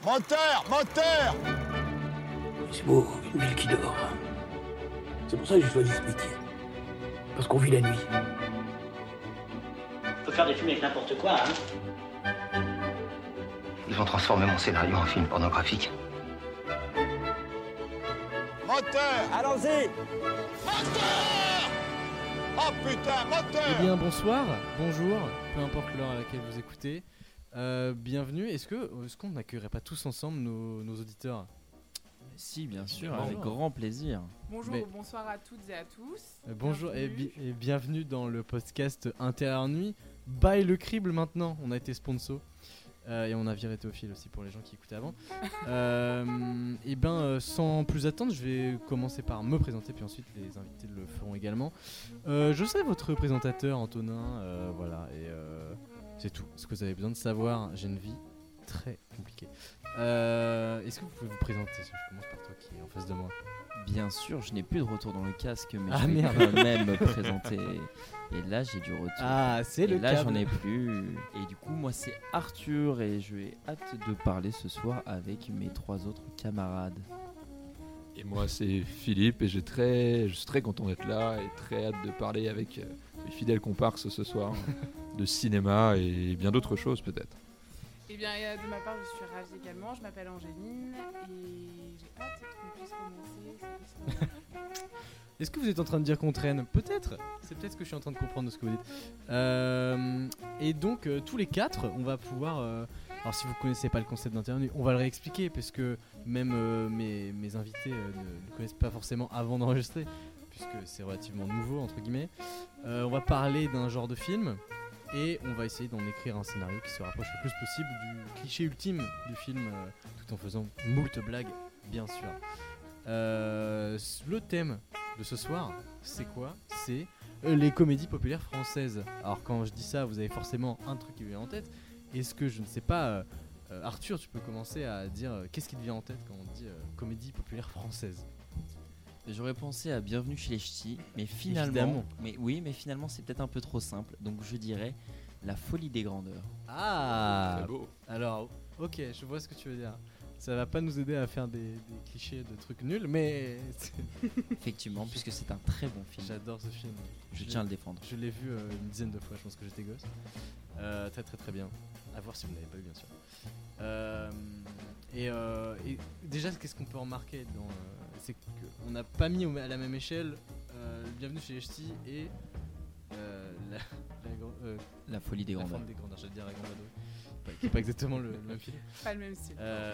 Moteur. C'est beau, une ville qui dort. C'est pour ça que j'ai choisi ce métier. Parce qu'on vit la nuit. On peut faire des films avec n'importe quoi, hein. Ils vont transformer mon scénario en film pornographique. Moteur. Allons-y. Moteur. Oh putain, moteur. Eh bien bonsoir, bonjour, peu importe l'heure à laquelle vous écoutez. Bienvenue, est-ce qu'on n'accueillerait pas tous ensemble nos auditeurs ? Si, bien sûr, Bonjour. avec grand plaisir. Bonjour, Mais- bonsoir à toutes et à tous. Bonjour et, Bienvenue. et bienvenue dans le podcast Intérieur Nuit. By le Crible maintenant, on a été sponsor. Et on a viré Théophile aussi pour les gens qui écoutaient avant. Sans plus attendre, je vais commencer par me présenter, puis ensuite les invités le feront également. Je sais votre présentateur, Antonin, voilà, et c'est tout. Ce que vous avez besoin de savoir, j'ai une vie très compliquée. Est-ce que vous pouvez vous présenter ? Je commence par toi qui est en face de moi. Bien sûr, je n'ai plus de retour dans le casque, mais Ah, je vais merde. quand même me présenter. Et là, j'ai du retour. Ah, c'est et le là, câble. j'en ai plus. Et du coup, moi, c'est Arthur, et je ai hâte de parler ce soir avec mes 3 autres camarades. Et moi c'est Philippe et je suis très content d'être là et très hâte de parler avec mes fidèles comparses ce soir de cinéma et bien d'autres choses peut-être. Eh bien, de ma part, je suis ravie également. Je m'appelle Angéline et j'ai hâte qu'on puisse commencer. Est-ce que vous êtes en train de dire qu'on traîne ? Peut-être. C'est peut-être ce que je suis en train de comprendre de ce que vous dites. Et donc, tous les 4, on va pouvoir... alors, si vous ne connaissez pas le concept d'Intérieur Nuit, on va le réexpliquer, parce que même mes invités ne connaissent pas forcément avant d'enregistrer, puisque c'est relativement nouveau, entre guillemets. On va parler d'un genre de film, et on va essayer d'en écrire un scénario qui se rapproche le plus possible du cliché ultime du film, tout en faisant moult blagues, bien sûr. Le thème de ce soir, c'est quoi ? C'est les comédies populaires françaises. Alors quand je dis ça, vous avez forcément un truc qui vous vient en tête. Est-ce que je ne sais pas, Arthur, tu peux commencer à dire qu'est-ce qui te vient en tête quand on dit comédie populaire française ? J'aurais pensé à Bienvenue chez les Ch'tis, mais finalement, Évidemment. mais finalement, c'est peut-être un peu trop simple. Donc, je dirais La Folie des Grandeurs. Ah, Très beau. alors, ok, je vois ce que tu veux dire. Ça va pas nous aider à faire des clichés de trucs nuls, mais Effectivement, puisque c'est un très bon film. j'adore ce film. Je tiens à le défendre. Je l'ai vu une dizaine de fois, je pense que j'étais gosse. Très très très bien. À voir si vous ne l'avez pas vu, bien sûr. Et déjà, qu'est-ce qu'on peut remarquer dans, c'est qu'on n'a pas mis à la même échelle Bienvenue chez les Ch'tis et La Folie des la Grandeurs. forme des grandeurs. J'allais dire la grande vadrouille. Qui est pas exactement le même film. Pas le même style.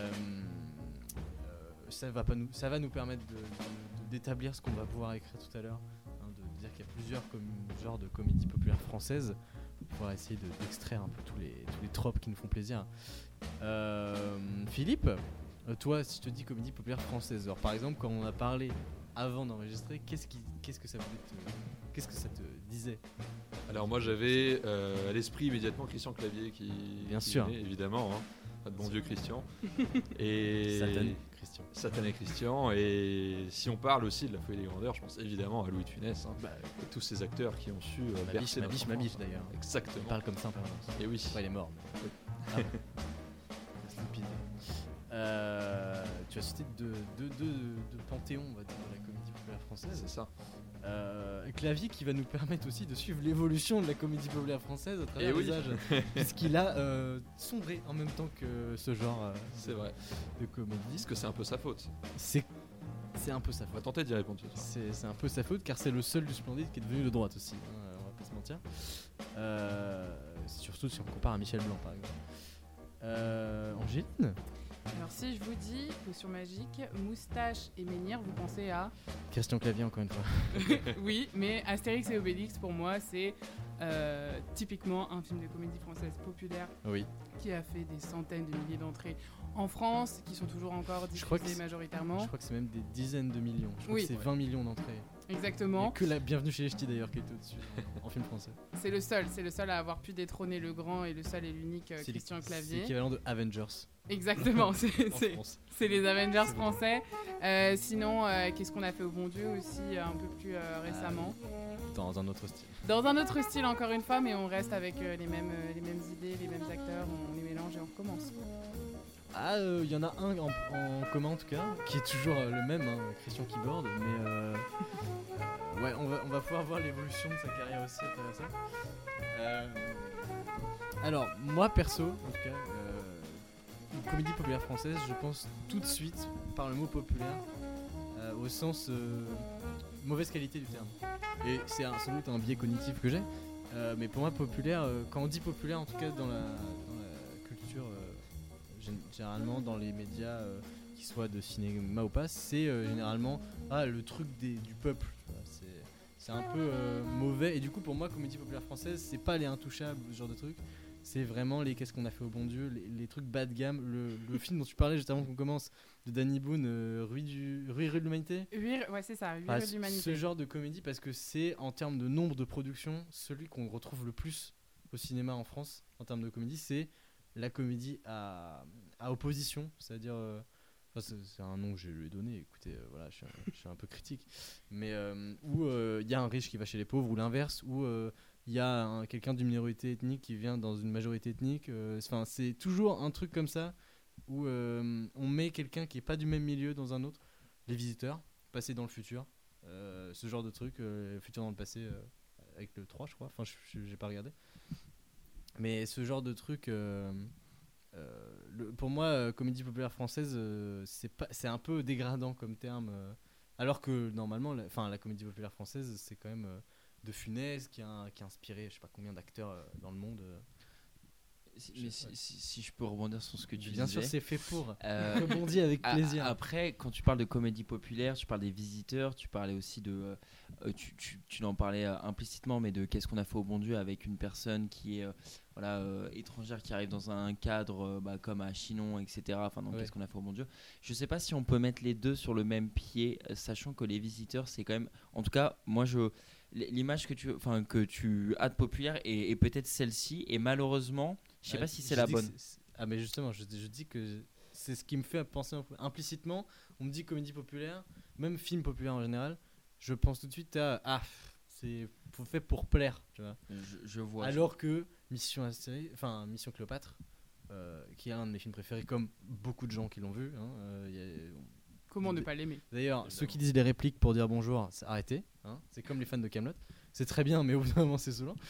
Ça va nous permettre d'établir ce qu'on va pouvoir écrire tout à l'heure, hein, de dire qu'il y a plusieurs genres de comédies populaires françaises pour pouvoir essayer d'extraire un peu tous les tropes qui nous font plaisir. Philippe, toi, si je te dis comédie populaire française, alors par exemple quand on a parlé avant d'enregistrer, qu'est-ce que ça te disait ? Alors moi j'avais à l'esprit immédiatement Christian Clavier qui Bien qui sûr. venait, évidemment, hein. Notre bon vieux Christian. Et Satané, Christian. Satané Christian. Et si on parle aussi de La Folie des Grandeurs, je pense évidemment à Louis de Funès, hein, et tous ces acteurs qui ont su bercer Ma notre biche enfance. d'ailleurs. Il Exactement. parle comme ça en permanence. Et oui. Ouais, il est mort. Mais... Stupide. Tu as cité deux panthéons, on va dire, de la comédie populaire française. C'est ça. Clavier qui va nous permettre aussi de suivre l'évolution de la comédie populaire française à travers Eh oui. les âges, puisqu'il a sombré en même temps que ce genre C'est vrai. de comédie. Est-ce que c'est un peu sa faute ? C'est un peu sa On va faute. tenter d'y répondre ce soir. C'est un peu sa faute car c'est le seul du Splendide qui est devenu de droite aussi, hein, on va pas se mentir. Surtout si on compare à Michel Blanc par exemple. Angéline, Alors, si je vous dis Potion magique, moustache et menhir, vous pensez à. Christian Clavier encore une fois. Oui, mais Astérix et Obélix, pour moi, c'est typiquement un film de comédie française populaire Oui. qui a fait des centaines de milliers d'entrées en France, qui sont toujours encore Je crois que diffusées c'est- majoritairement. Je crois que c'est même des dizaines de millions. Je crois Oui. que c'est 20 millions d'entrées. Il y a Exactement. que la Bienvenue chez les Ch'tis d'ailleurs qui était au-dessus en film français. C'est le seul à avoir pu détrôner le grand et le seul et l'unique C'est Christian C'est Clavier. l'équivalent de Avengers Exactement, c'est en c'est- France. c'est les Avengers C'est français. Sinon, qu'est-ce qu'on a fait au bon Dieu aussi un peu plus récemment Dans un autre style. Dans un autre style encore une fois, mais on reste avec les mêmes idées, les mêmes acteurs, on les mélange et on recommence. Il y en a un en commun en tout cas, qui est toujours le même, hein, Christian Keyboard, mais ouais, on va pouvoir voir l'évolution de sa carrière aussi à travers ça. Alors, moi perso, en tout cas, une comédie populaire française, je pense tout de suite par le mot populaire, au sens mauvaise qualité du terme. Et c'est sans doute un biais cognitif que j'ai, mais pour moi populaire, quand on dit populaire, en tout cas dans la culture, généralement dans les médias, qui soient de cinéma ou pas, c'est généralement le truc du peuple. Tu vois, c'est un peu mauvais, et du coup pour moi comédie populaire française, c'est pas les Intouchables, ce genre de trucs. C'est vraiment les Qu'est-ce qu'on a fait au bon Dieu, les trucs bas de gamme. Le film dont tu parlais juste avant qu'on commence, de Danny Boone, Rue de l'Humanité. Ouais, c'est ça, Rue de l'Humanité. Ce genre de comédie, parce que c'est en termes de nombre de productions, celui qu'on retrouve le plus au cinéma en France en termes de comédie, c'est la comédie à opposition, c'est-à-dire. C'est un nom que je lui ai donné, écoutez, voilà, je suis un peu critique. Mais où il y a un riche qui va chez les pauvres, ou l'inverse, où il y a quelqu'un d'une minorité ethnique qui vient dans une majorité ethnique. C'est toujours un truc comme ça où on met quelqu'un qui est pas du même milieu dans un autre. Les Visiteurs, Passé dans le futur, ce genre de truc, futur dans le passé, avec le 3 je crois, enfin j'ai pas regardé. Mais ce genre de truc, pour moi, comédie populaire française, c'est un peu dégradant comme terme, alors que normalement la comédie populaire française, c'est quand même de Funès qui a inspiré je sais pas combien d'acteurs dans le monde. Si je peux rebondir sur ce que tu disais. Bien sûr, c'est fait pour. Comme on dit, avec plaisir. Après, quand tu parles de comédie populaire, tu parles des Visiteurs, tu parlais aussi de. Tu en parlais implicitement, mais de Qu'est-ce qu'on a fait au bon Dieu, avec une personne qui est étrangère, qui arrive dans un cadre comme à Chinon, etc. Enfin, donc, Qu'est-ce qu'on a fait au bon Dieu. Je sais pas si on peut mettre les deux sur le même pied, sachant que les Visiteurs, c'est quand même. En tout cas, moi, l'image que tu as de populaire est peut-être celle-ci, et malheureusement. Je sais pas si c'est la bonne. Mais justement, je dis que c'est ce qui me fait penser implicitement. On me dit comédie populaire, même film populaire en général. Je pense tout de suite à c'est fait pour plaire, tu vois. Je vois. Alors que Mission Cléopâtre, qui est un de mes films préférés, comme beaucoup de gens qui l'ont vu. Comment ne pas l'aimer? D'ailleurs, ceux qui disent les répliques pour dire bonjour, c'est arrêté. Hein, c'est comme les fans de Kaamelott. C'est très bien, mais au bout d'un moment, c'est saoulant.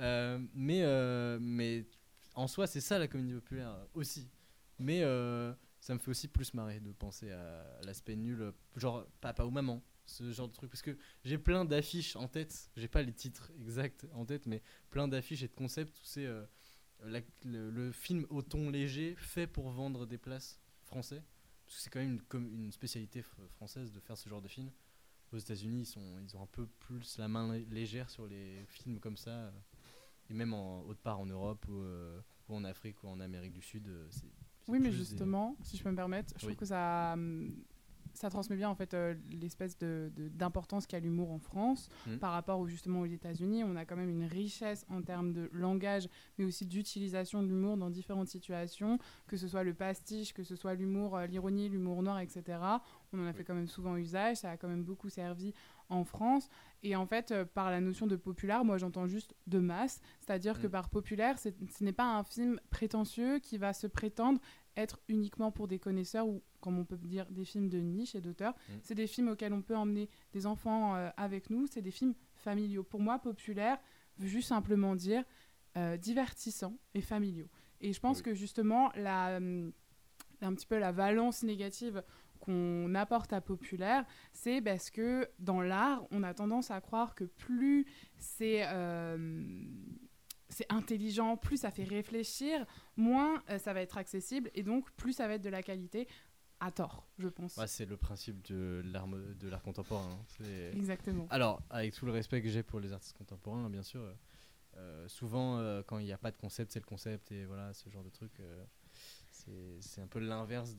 Mais en soi, c'est ça la comédie populaire aussi. Mais ça me fait aussi plus marrer de penser à l'aspect nul, genre Papa ou Maman, ce genre de truc. Parce que j'ai plein d'affiches en tête, j'ai pas les titres exacts en tête, mais plein d'affiches et de concepts où c'est le film au ton léger fait pour vendre des places français. Parce que c'est quand même une spécialité française de faire ce genre de film. Aux États-Unis, ils ont un peu plus la main légère sur les films comme ça. Et même autre part en Europe ou en Afrique ou en Amérique du Sud, c'est oui, mais justement, si je peux me permettre, je trouve que ça transmet bien en fait l'espèce d'importance qu'a l'humour en France par rapport justement aux États-Unis. On a quand même une richesse en termes de langage, mais aussi d'utilisation de l'humour dans différentes situations, que ce soit le pastiche, que ce soit l'humour, l'ironie, l'humour noir, etc. On en a fait quand même souvent usage, ça a quand même beaucoup servi en France. Et en fait, par la notion de populaire, moi j'entends juste de masse, c'est-à-dire que par populaire, ce n'est pas un film prétentieux qui va se prétendre être uniquement pour des connaisseurs ou, comme on peut dire, des films de niche et d'auteurs. C'est des films auxquels on peut emmener des enfants avec nous, c'est des films familiaux. Pour moi, populaire veut juste simplement dire divertissant et familiaux. Et je pense que justement, un petit peu la valence négative qu'on apporte à populaire, c'est parce que dans l'art, on a tendance à croire que plus c'est intelligent, plus ça fait réfléchir, moins ça va être accessible, et donc plus ça va être de la qualité, à tort, je pense. C'est le principe de l'art contemporain. Hein. Exactement. Alors, avec tout le respect que j'ai pour les artistes contemporains, bien sûr, souvent, quand il n'y a pas de concept, c'est le concept, et voilà, ce genre de truc... c'est un peu l'inverse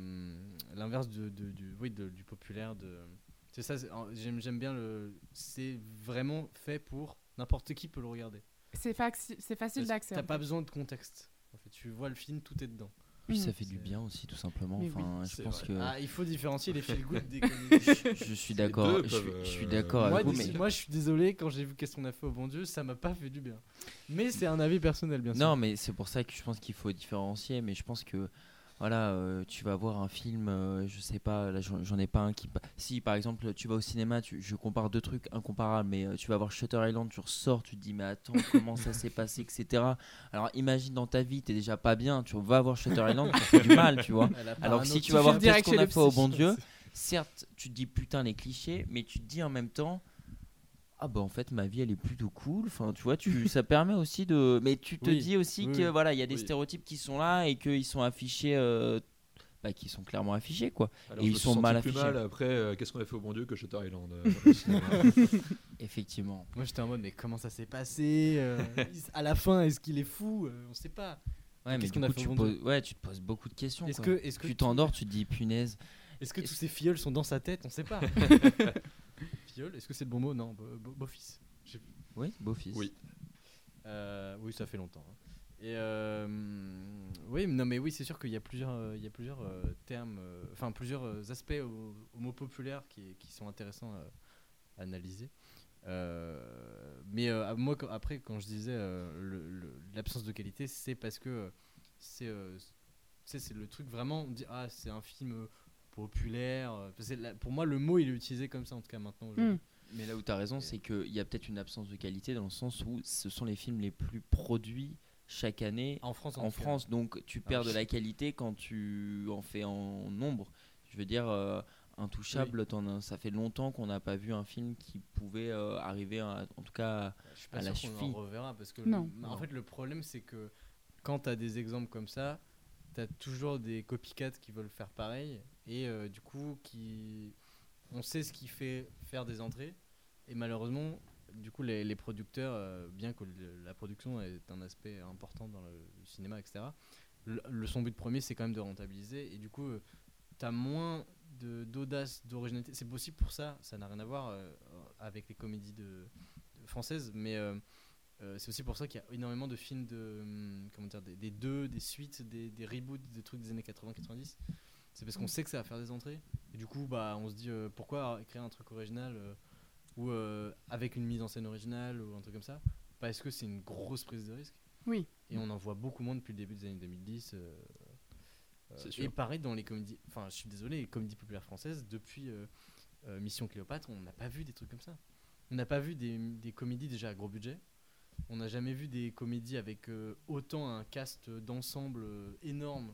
du populaire. C'est ça, j'aime bien c'est vraiment fait pour n'importe qui peut le regarder. C'est facile d'accès. T'as pas besoin de contexte. En fait, tu vois le film, tout est dedans. Puis ça fait du bien aussi, tout simplement. Enfin, je pense que il faut différencier les feel good des comédies. Je suis d'accord. Je suis d'accord avec vous. Mais moi, je suis désolé, quand j'ai vu Qu'est-ce qu'on a fait au bon Dieu, ça m'a pas fait du bien. Mais c'est un avis personnel, bien sûr. Non, mais c'est pour ça que je pense qu'il faut différencier. Mais je pense que voilà, tu vas voir un film, je sais pas, là j'en ai pas un qui. Si par exemple tu vas au cinéma, je compare deux trucs incomparables, mais tu vas voir Shutter Island, tu ressors, tu te dis mais attends, comment ça s'est passé, etc. Alors imagine dans ta vie, t'es déjà pas bien, tu vas voir Shutter Island, ça fait du mal, tu vois. Alors que si tu vas voir Qu'est-ce qu'on a fait au bon Dieu, certes, tu te dis putain les clichés, mais tu te dis en même temps. Ah bah en fait ma vie elle est plutôt cool, enfin tu vois ça permet aussi de, mais tu te dis aussi que voilà il y a des stéréotypes qui sont là et qu'ils sont affichés, qui sont clairement affichés quoi. Alors, et ils sont mal affichés. Mal après qu'est-ce qu'on a fait au bon Dieu que Shutter Island Effectivement. Moi j'étais en mode mais comment ça s'est passé à la fin, est-ce qu'il est fou, on sait pas. Ouais, mais qu'est-ce qu'on a fait au bon Dieu tu te poses beaucoup de questions. Est-ce quoi. que tu t'endors, tu te dis punaise. Est-ce que tous ces filleuls sont dans sa tête, on sait pas. Filleul, est-ce que c'est le bon mot? Non, beau-fils. Oui, beau-fils. Oui. Oui, ça fait longtemps. Et oui, non, mais oui, c'est sûr qu'il y a plusieurs termes, enfin plusieurs aspects au mot populaire qui sont intéressants à analyser. Mais moi, après, quand je disais l'absence de qualité, c'est parce que c'est le truc vraiment. C'est un film populaire. Pour moi, le mot il est utilisé comme ça en tout cas maintenant. Mais là où tu as raison, c'est qu'il y a peut-être une absence de qualité dans le sens où ce sont les films les plus produits chaque année en France. Donc tu perds de la qualité quand tu en fais en nombre. Je veux dire, Intouchable, ça fait longtemps qu'on n'a pas vu un film qui pouvait arriver en tout cas je suis pas à la sûr qu'on cheville. en reverra parce que Non. En fait le problème c'est que quand tu as des exemples comme ça, tu as toujours des copycats qui veulent faire pareil et du coup on sait ce qui fait faire des entrées et malheureusement du coup les producteurs, bien que la production est un aspect important dans le cinéma, etc., son but premier c'est quand même de rentabiliser et du coup t'as moins d'audace, d'originalité. C'est possible pour ça n'a rien à voir avec les comédies françaises, mais c'est aussi pour ça qu'il y a énormément de films des suites, des reboots, des trucs des années 80-90. C'est parce qu'on sait que ça va faire des entrées et du coup on se dit pourquoi créer un truc original ou avec une mise en scène originale ou un truc comme ça, parce que c'est une grosse prise de risque. Oui. Et on en voit beaucoup moins depuis le début des années 2010. C'est sûr. Et pareil dans les comédies, enfin je suis désolé, les comédies populaires françaises, depuis Mission Cléopâtre, on n'a pas vu des trucs comme ça. On n'a pas vu des comédies déjà à gros budget. On n'a jamais vu des comédies avec autant un cast d'ensemble énorme.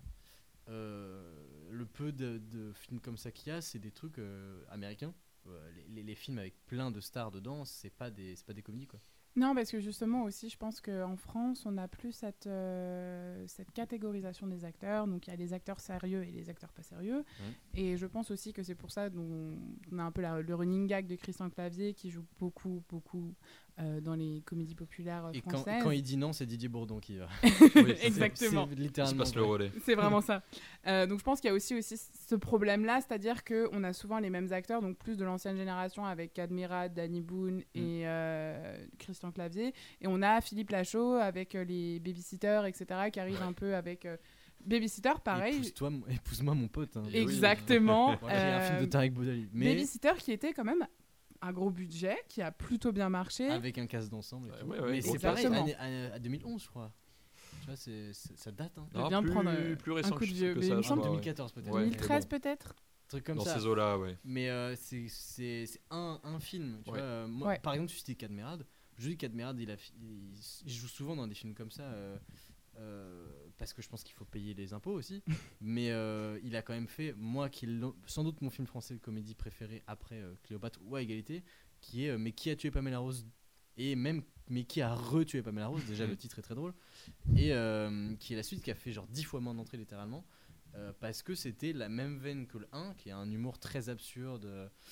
Le peu de films comme ça qu'il y a, c'est des trucs américains. Les films avec plein de stars dedans, c'est pas des comédies quoi. Non, parce que justement aussi, je pense qu'en France, on n'a plus cette catégorisation des acteurs. Donc, il y a les acteurs sérieux et les acteurs pas sérieux. Et je pense aussi que c'est pour ça qu'on a un peu le running gag de Christian Clavier qui joue beaucoup dans les comédies populaires françaises. Et quand il dit non, c'est Didier Bourdon qui va. Exactement. C'est littéralement. Il se passe le relais. C'est vraiment ça. Donc, je pense qu'il y a aussi ce problème-là, c'est-à-dire qu'on a souvent les mêmes acteurs, donc plus de l'ancienne génération avec Admirad, Danny Boone et Christian Clavier. Et on a Philippe Lachaud avec les babysitters, etc., qui arrivent un peu avec... Babysitter, pareil. Épouse-moi mon pote. Hein. Exactement. J'ai un film de Tarek Boudali. Mais Babysitter qui était quand même un gros budget, qui a plutôt bien marché. Avec un cast d'ensemble. Mais c'est pareil, à 2011, je crois. Tu vois, ça date. Hein. Non, bien prendre plus récent un coup de vieux. que Mais ça. il me semble 2014 peut-être. 2013 peut-être. Truc comme dans ça. ces eaux-là, ouais. Mais c'est un film. Tu vois, moi, par exemple, tu citais Cadmerade. Je dis Cadmerade, il joue souvent dans des films comme ça. Parce que je pense qu'il faut payer les impôts aussi. Mais il a quand même fait, moi, sans doute mon film français de comédie préféré après Cléopâtre ou à égalité, qui est Mais qui a tué Pamela Rose, et même Mais qui a retué Pamela Rose. Déjà, le titre est très drôle. Et qui est la suite qui a fait genre 10 fois moins d'entrées littéralement. Parce que c'était la même veine que le 1, qui est un humour très absurde,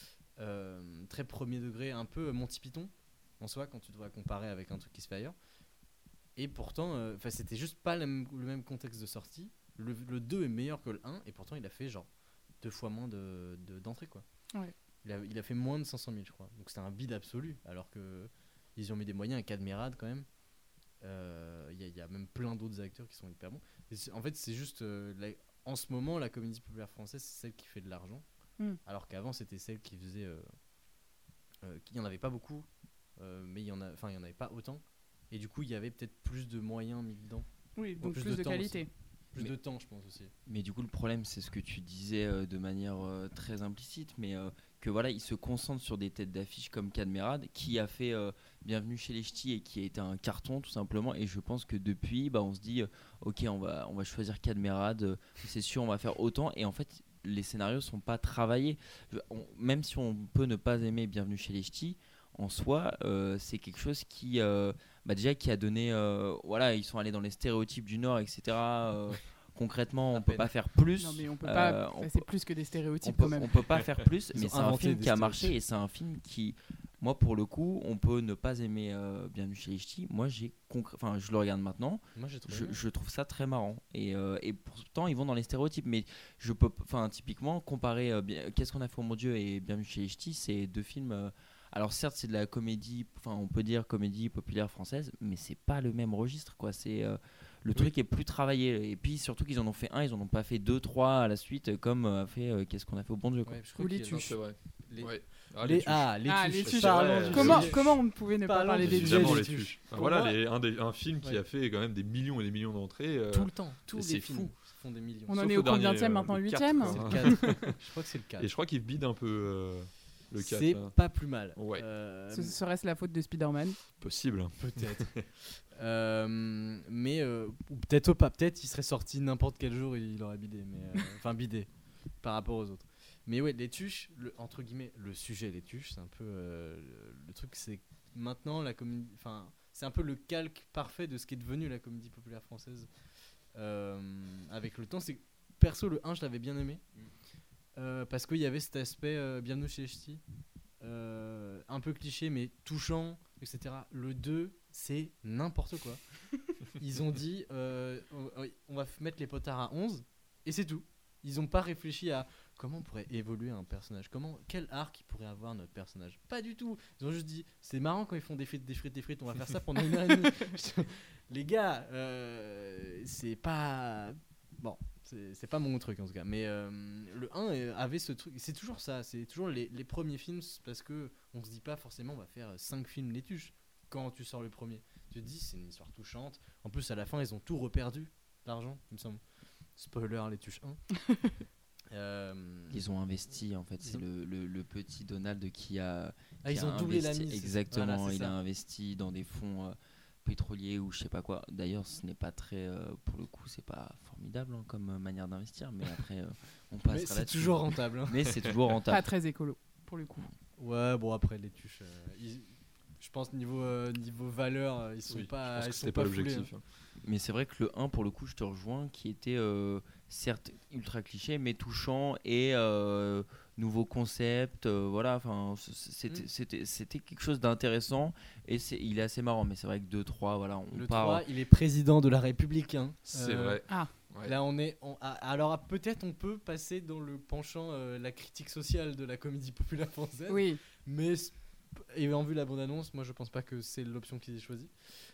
très premier degré, un peu Monty Python en soi, quand tu devrais comparer avec un truc qui se fait ailleurs. Et pourtant, c'était juste pas le même contexte de sortie. Le 2 est meilleur que le 1, et pourtant il a fait genre 2 fois moins d'entrées quoi. Ouais. Il a fait moins de 500 000 je crois. Donc c'était un bide absolu, alors que ils ont mis des moyens avec Cadmerade quand même. Il y a même plein d'autres acteurs qui sont hyper bons. En fait c'est juste, en ce moment la comédie populaire française c'est celle qui fait de l'argent. Alors qu'avant c'était celle qui faisait... il n'y en avait pas beaucoup, mais il y en avait pas autant. Et du coup, il y avait peut-être plus de moyens mis dedans. Oui, donc plus de de temps qualité. aussi. Plus de temps, je pense aussi. Mais du coup, le problème, c'est ce que tu disais de manière très implicite, mais que voilà, ils se concentrent sur des têtes d'affiche comme Cadmerade, qui a fait Bienvenue chez les Ch'tis et qui a été un carton tout simplement. Et je pense que depuis, on se dit, ok, on va choisir Cadmerade, c'est sûr, on va faire autant. Et en fait, les scénarios sont pas travaillés. Même si on peut ne pas aimer Bienvenue chez les Ch'tis, en soi, c'est quelque chose qui déjà qui a donné voilà, ils sont allés dans les stéréotypes du Nord, etc. Concrètement, on peut pas faire plus. Non mais on peut pas, c'est plus que des stéréotypes quand même. On peut pas faire plus, Ils mais ont c'est un inventé film des qui a marché et c'est un film qui, moi pour le coup, on peut ne pas aimer Bienvenue chez les Ch'tis. Moi je le regarde maintenant, Moi, je trouve ça très marrant et pourtant ils vont dans les stéréotypes, mais je peux, typiquement comparer Qu'est-ce qu'on a fait au mon Dieu et Bienvenue chez les Ch'tis, c'est deux films. Alors certes c'est de la comédie, on peut dire comédie populaire française, mais c'est pas le même registre quoi. C'est le truc est plus travaillé et puis surtout qu'ils en ont fait un, ils en ont pas fait 2, 3 à la suite comme a fait Qu'est-ce qu'on a fait au bon Dieu quoi. Ouais, je crois Ou les qu'il y a- tuches. C'est vrai. Les- Ouais. Les tuches. Les tuches. Parlons du Comment, tuche. comment on pouvait ne pas Parlons parler du des tuche. tuches Évidemment, les tuches. tuches. Enfin, Pour voilà, moi- un film qui Ouais. a fait quand même des millions et des millions d'entrées. Tout le temps, tous et c'est les films fou. font des millions. On en Sauf est au au combienième dernier, maintenant, le 8ème quatre, C'est quoi. le 4. Je crois que c'est le 4. Et je crois qu'il bide un peu le 4. C'est pas plus mal. Ouais. Ce serait-ce la faute de Spider-Man? Possible. Peut-être. Mais ou peut-être pas. Peut-être il serait sorti n'importe quel jour, il aurait bidé. Mais enfin bidé par rapport aux autres. Mais ouais, les tuches, entre guillemets, le sujet les tuches, c'est un peu le truc. C'est maintenant la comédie. Enfin, c'est un peu le calque parfait de ce qui est devenu la comédie populaire française avec le temps. C'est perso le 1 je l'avais bien aimé parce qu'il y avait cet aspect Bienvenue chez les Ch'tis. Un peu cliché mais touchant, etc. Le 2 c'est n'importe quoi. Ils ont dit on va mettre les potards à 11 et c'est tout. Ils n'ont pas réfléchi à comment on pourrait évoluer un personnage, quel arc il pourrait avoir notre personnage. Pas du tout. Ils ont juste dit c'est marrant quand ils font des frites, on va faire ça pendant 1 heure et demie. Les gars, c'est pas bon. C'est pas mon truc en tout cas, mais le 1 avait ce truc, c'est toujours ça, c'est toujours les premiers films, parce que on se dit pas forcément on va faire 5 films les tuches quand tu sors le premier. Tu te dis c'est une histoire touchante, en plus à la fin ils ont tout reperdu, l'argent il me semble. Spoiler les tuches 1. Ils ont investi en fait, c'est le petit Donald qui a ils ont doublé la mise. Exactement, Voilà, c'est il ça. a investi dans des fonds pétroliers ou je sais pas quoi. D'ailleurs, ce n'est pas très pour le coup, c'est pas formidable comme manière d'investir, mais après on passera Mais là-dessus. c'est toujours rentable. Hein. Mais c'est toujours rentable. Pas très écolo, pour le coup. Ouais, bon après les tuches, je pense niveau valeur, ils sont Oui, pas. je pense Ils que sont c'était pas foulés, l'objectif. hein. Mais c'est vrai que le 1 pour le coup, je te rejoins, qui était certes ultra cliché mais touchant et nouveau concept, voilà, enfin c'était quelque chose d'intéressant et il est assez marrant, mais c'est vrai que 2 3 voilà, on Le part 3, il est président de la République. Hein. C'est vrai. Ah. Ouais. Là, alors peut-être on peut passer dans le penchant la critique sociale de la comédie populaire française. Oui. Mais ayant vu la bande-annonce, moi je pense pas que c'est l'option qu'ils aient choisie.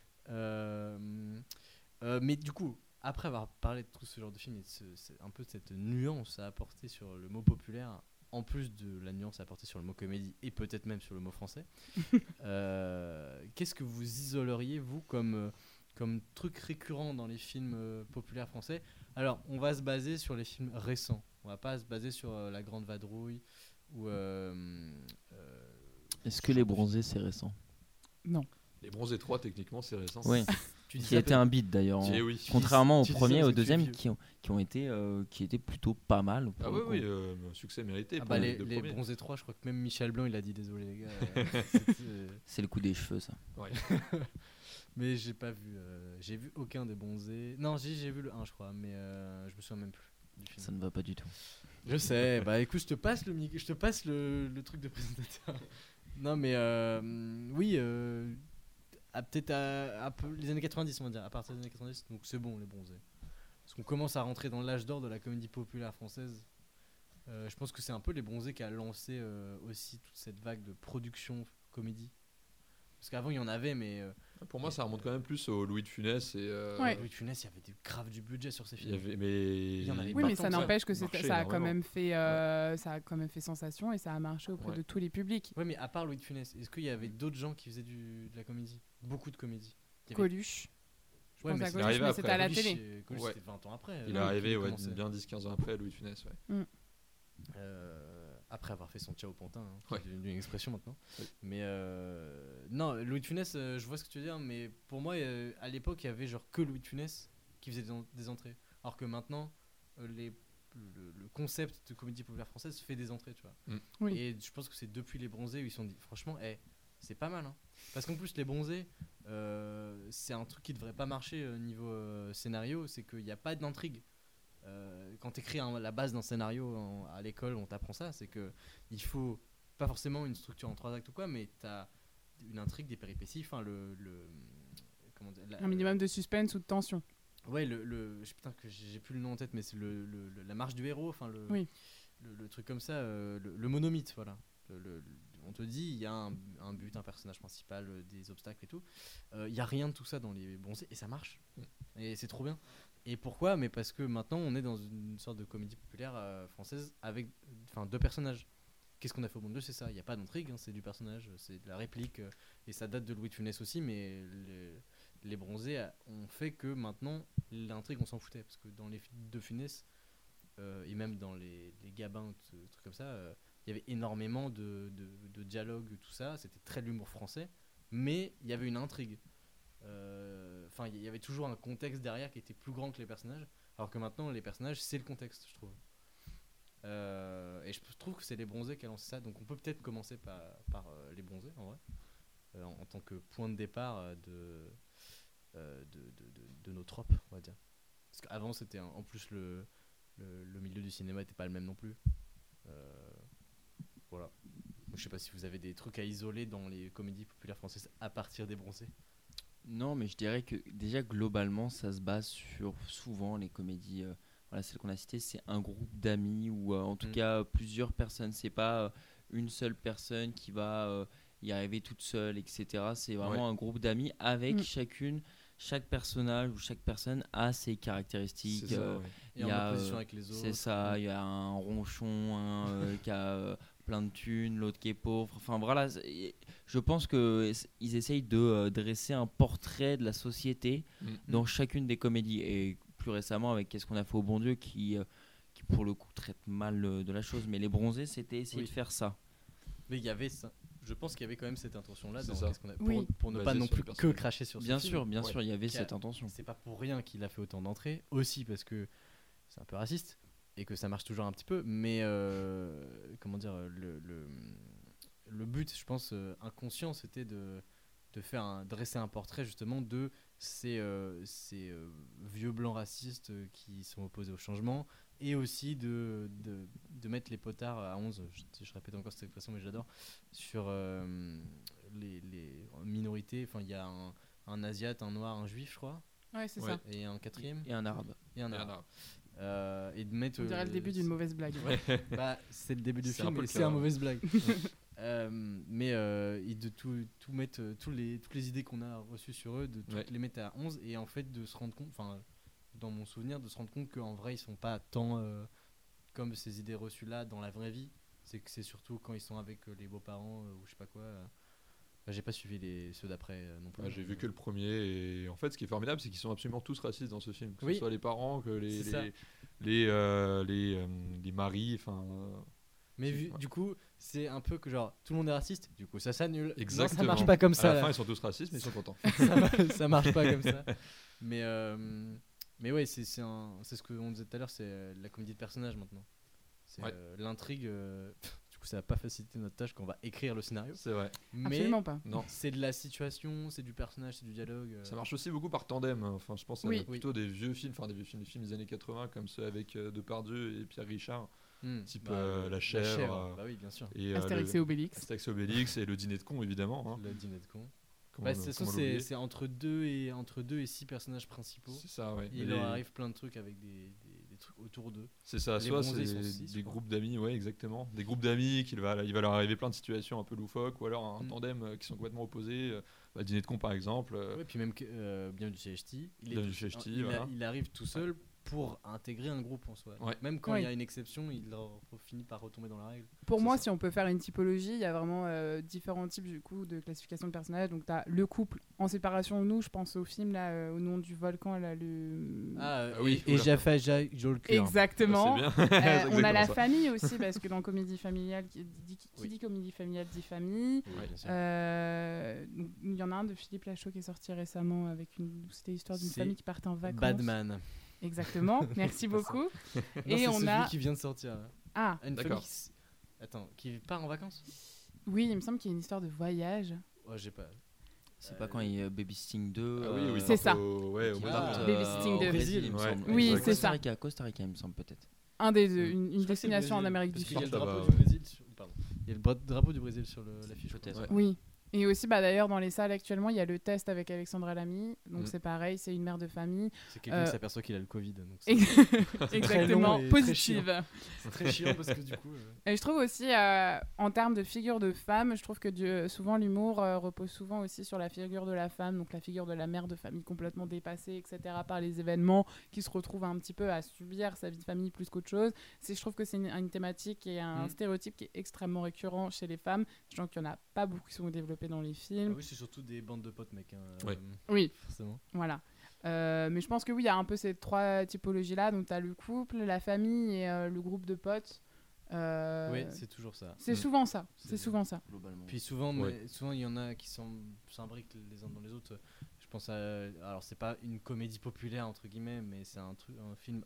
Mais du coup, après avoir parlé de tout ce genre de film et c'est un peu cette nuance à apporter sur le mot populaire, en plus de la nuance à apporter sur le mot comédie et peut-être même sur le mot français, qu'est-ce que vous isoleriez vous comme truc récurrent dans les films populaires français? Alors, on va se baser sur les films récents. On va pas se baser sur La Grande Vadrouille ou Est-ce que Les Bronzés c'est récent? Non. Les Bronzés 3, techniquement, c'est récent. Oui. tu dis Qui ça était un beat d'ailleurs. Eh oui. Contrairement au tu dis ça premier et parce au que tu es deuxième vieux. qui étaient plutôt pas mal. pour Ah le oui, coup. oui, un succès mérité. Ah pour bah les les deux premiers. Bronzés 3, je crois que même Michel Blanc il a dit désolé les gars. C'est le coup des cheveux ça. Ouais. Mais j'ai pas vu, j'ai vu aucun des Bronzés. Non, j'ai vu le 1 je crois, mais je me souviens même plus du film. Ça ne va pas du tout. Je sais, bah écoute, je te passe le truc de présentateur. Non mais oui, peut-être un peu les années 90 on va dire, à partir des années 90, donc c'est bon les Bronzés. Parce qu'on commence à rentrer dans l'âge d'or de la comédie populaire française. Je pense que c'est un peu les Bronzés qui a lancé aussi toute cette vague de production comédie. Parce qu'avant il y en avait, mais Pour moi, ça remonte quand même plus au Louis de Funès. Et, Ouais. Louis de Funès, il y avait grave du budget sur ces il films. y avait, mais Il y en avait Oui, pas mais tant ça que ça. n'empêche que marché ça a quand énormément. même fait, ça a quand même fait sensation et ça a marché auprès Ouais. de tous les publics. Ouais, mais à part Louis de Funès, est-ce qu'il y avait d'autres gens qui faisaient de la comédie? Beaucoup de comédie. Il y avait- Coluche. Je pense à il est Coluche, arrivé mais après. c'était à la Coluche, télé. Coluche, Ouais. c'était 20 ans après. Il est arrivé qu'il a ouais, commencé. bien 10-15 ans après, Louis de Funès. Ouais. Après avoir fait son Ciao Pantin, qui Ouais. est devenu une expression maintenant. Oui. Mais non, Louis de Funès, je vois ce que tu veux dire, mais pour moi, à l'époque, il y avait genre que Louis de Funès qui faisait des entrées. Alors que maintenant, le concept de comédie populaire française fait des entrées, tu vois. Oui. Et je pense que c'est depuis les Bronzés où ils se sont dit, franchement, c'est pas mal. Hein. Parce qu'en plus, les Bronzés, c'est un truc qui devrait pas marcher niveau scénario, c'est qu'il n'y a pas d'intrigue. Quand tu écris la base d'un scénario à l'école, on t'apprend ça, c'est que il faut pas forcément une structure en 3 actes ou quoi, mais tu as une intrigue, des péripéties, enfin comment dire, Un minimum de suspense ou de tension. Ouais, putain que j'ai plus le nom en tête, mais c'est la marche du héros, enfin Oui. le truc comme ça, le monomythe, voilà. On te dit, il y a un but, un personnage principal, des obstacles et tout. Il y a rien de tout ça dans les Bronzés et ça marche. Et c'est trop bien. Et pourquoi ? Mais parce que maintenant on est dans une sorte de comédie populaire française avec 2 personnages. Qu'est-ce qu'on a fait au monde 2 ? C'est ça. Il n'y a pas d'intrigue, hein, c'est du personnage, c'est de la réplique. Et ça date de Louis de Funès aussi, mais les Bronzés ont fait que maintenant l'intrigue on s'en foutait. Parce que dans les films de Funès, et même dans les Gabins, trucs comme ça, il y avait énormément de dialogues, tout ça. C'était très de l'humour français, mais il y avait une intrigue. Enfin, il y avait toujours un contexte derrière qui était plus grand que les personnages, alors que maintenant les personnages c'est le contexte, je trouve. Et je trouve que c'est les Bronzés qui a lancé ça, donc on peut peut-être commencer par les Bronzés en vrai, en tant que point de départ de nos tropes, on va dire. Parce qu'avant c'était en plus le milieu du cinéma était pas le même non plus. Voilà. Je sais pas si vous avez des trucs à isoler dans les comédies populaires françaises à partir des Bronzés. Non, mais je dirais que déjà globalement, ça se base sur souvent les comédies. Voilà, celles qu'on a citées, c'est un groupe d'amis ou en tout cas plusieurs personnes. C'est pas une seule personne qui va y arriver toute seule, etc. C'est vraiment un groupe d'amis avec chaque personnage ou chaque personne a ses caractéristiques. C'est ça, Et en opposition avec les autres. C'est ça, il y a un ronchon, un qui a plein de thunes, l'autre qui est pauvre. Enfin voilà, je pense qu'ils essayent de dresser un portrait de la société dans chacune des comédies. Et plus récemment avec Qu'est-ce qu'on a fait au bon Dieu qui pour le coup traite mal de la chose. Mais les Bronzés, c'était essayer de faire ça. Mais il y avait ça. Je pense qu'il y avait quand même cette intention-là C'est dans ça. Qu'est-ce qu'on a... Oui. pour ne Basé pas non sur le plus que personnage. cracher sur ce Bien film. sûr, bien sûr, il y avait cette intention. C'est pas pour rien qu'il a fait autant d'entrées, aussi parce que c'est un peu raciste et que ça marche toujours un petit peu, mais comment dire, le but, je pense, inconscient, c'était de dresser un portrait justement de ces vieux blancs racistes qui sont opposés au changement, et aussi de mettre les potards à 11, je répète encore cette expression mais j'adore, sur les minorités. Enfin, il y a un asiate, un noir, un juif, je crois, Ouais, c'est ça. et un quatrième, Et un arabe. et un arabe. Et de mettre On dirait le début d'une mauvaise blague. bah, c'est le début du C'est un film peu et le c'est cas, une ouais. mauvaise blague. Mais et de tout mettre, toutes les idées qu'on a reçues sur eux, de toutes les mettre à 11, et en fait de se rendre compte, enfin dans mon souvenir, de se rendre compte qu'en vrai ils sont pas tant comme ces idées reçues là dans la vraie vie. C'est que c'est surtout quand ils sont avec les beaux-parents ou je sais pas quoi. J'ai pas suivi ceux d'après non plus. J'ai vu que le premier, et en fait ce qui est formidable c'est qu'ils sont absolument tous racistes dans ce film, que Oui. ce soit les parents, que C'est ça. les maris, enfin Mais du coup, c'est un peu que genre tout le monde est raciste, du coup ça s'annule. exactement. Non, ça marche pas comme À ça. la fin ils sont tous racistes mais ils sont contents. Ça marche pas comme ça. Mais ouais, c'est ce qu'on disait tout à l'heure, c'est la comédie de personnages maintenant. C'est l'intrigue. Du coup, ça va pas faciliter notre tâche quand on va écrire le scénario. C'est vrai. Mais Absolument pas. Non. c'est de la situation, c'est du personnage, c'est du dialogue. Ça marche aussi beaucoup par tandem. Enfin, je pense à Oui. plutôt des vieux films, enfin des films des années 80 comme ceux avec Depardieu et Pierre Richard, type La Chèvre, bah oui, bien sûr. et Astérix et Obélix. Astérix et Obélix et le Dîner de con évidemment. Hein. Le dîner de con. Comment Bah, de toute façon, c'est entre 2 et 6 personnages principaux. C'est ça, ouais. Et il leur arrive plein de trucs avec des trucs autour d'eux. C'est ça, Les soit Bronzés, ils sont c'est 6, des je crois. groupes d'amis, ouais, exactement. Des groupes d'amis, il va leur arriver plein de situations un peu loufoques, ou alors un tandem qui sont complètement opposés. Dîner de con par exemple. Ouais, puis même Bienvenue chez Ch'ti. Bienvenue chez Ch'ti, voilà. Il arrive tout seul pour intégrer un groupe en soi. Ouais. Même quand il Oui. y a une exception, il finit par retomber dans la règle. Pour C'est moi, ça. si on peut faire une typologie, il y a vraiment différents types du coup de classification de personnages. Donc, tu as le couple en séparation. Nous, je pense au film là, au nom du volcan, là, le. oui, et oula. Jaffa Joel Curr. Exactement. C'est bien. C'est On a exactement la ça. famille aussi, parce que dans Comédie familiale, qui Oui. dit comédie familiale dit famille. Oui, bien sûr. Donc, il y en a un de Philippe Lachaud qui est sorti récemment avec c'était l'histoire d'une C'est famille qui partait en vacances. Badman. Exactement. Merci beaucoup. Non, Et c'est on celui a qui vient de sortir. Là. ah Une D'accord. famille Attends, qui part en vacances. oui, il me semble qu'il y a une histoire de voyage. Ouais, j'ai pas. C'est pas quand il y a Baby Sting 2. Ah oui, oui, C'est ça. Ouais, au Qui mois Ah. partent, d'août. Babysitting au 2. Brésil, il me Ouais. semble. Oui, Costa c'est ça. Rica, Costa Rica, il me semble peut-être. Un des deux, Je une crois que c'est destination le en Brésil, Amérique parce du qu'il y a Sud. le Ça drapeau va, du ouais. Brésil. Pardon. Il y a le drapeau du Brésil sur l'affiche. Peut-être. Ouais. Oui. Et aussi, d'ailleurs, dans les salles actuellement, il y a le test avec Alexandra Lamy. Donc, Mm. c'est pareil, c'est une mère de famille. C'est quelqu'un qui Euh, s'aperçoit qu'il a le Covid. Donc Exactement, long et très positive. c'est très chiant parce que du coup. Et je trouve aussi, en termes de figure de femme, je trouve que souvent l'humour repose souvent aussi sur la figure de la femme, donc la figure de la mère de famille complètement dépassée, etc., par les événements, qui se retrouve un petit peu à subir sa vie de famille plus qu'autre chose. Je trouve que c'est une thématique et un stéréotype qui est extrêmement récurrent chez les femmes, sachant qu'il n'y en a pas beaucoup qui sont développés dans les films. Ah oui, c'est surtout des bandes de potes, mec. Hein, Ouais. Oui. Forcément. Voilà. Mais je pense que oui, il y a un peu ces trois typologies-là. Donc, tu as le couple, la famille et le groupe de potes. Oui, c'est toujours ça. C'est souvent ça. C'est C'est- souvent ça. Globalement. Puis souvent, Ouais. souvent il y en a qui s'imbriquent les uns dans les autres. Je pense à, alors c'est pas une comédie populaire entre guillemets, mais c'est un film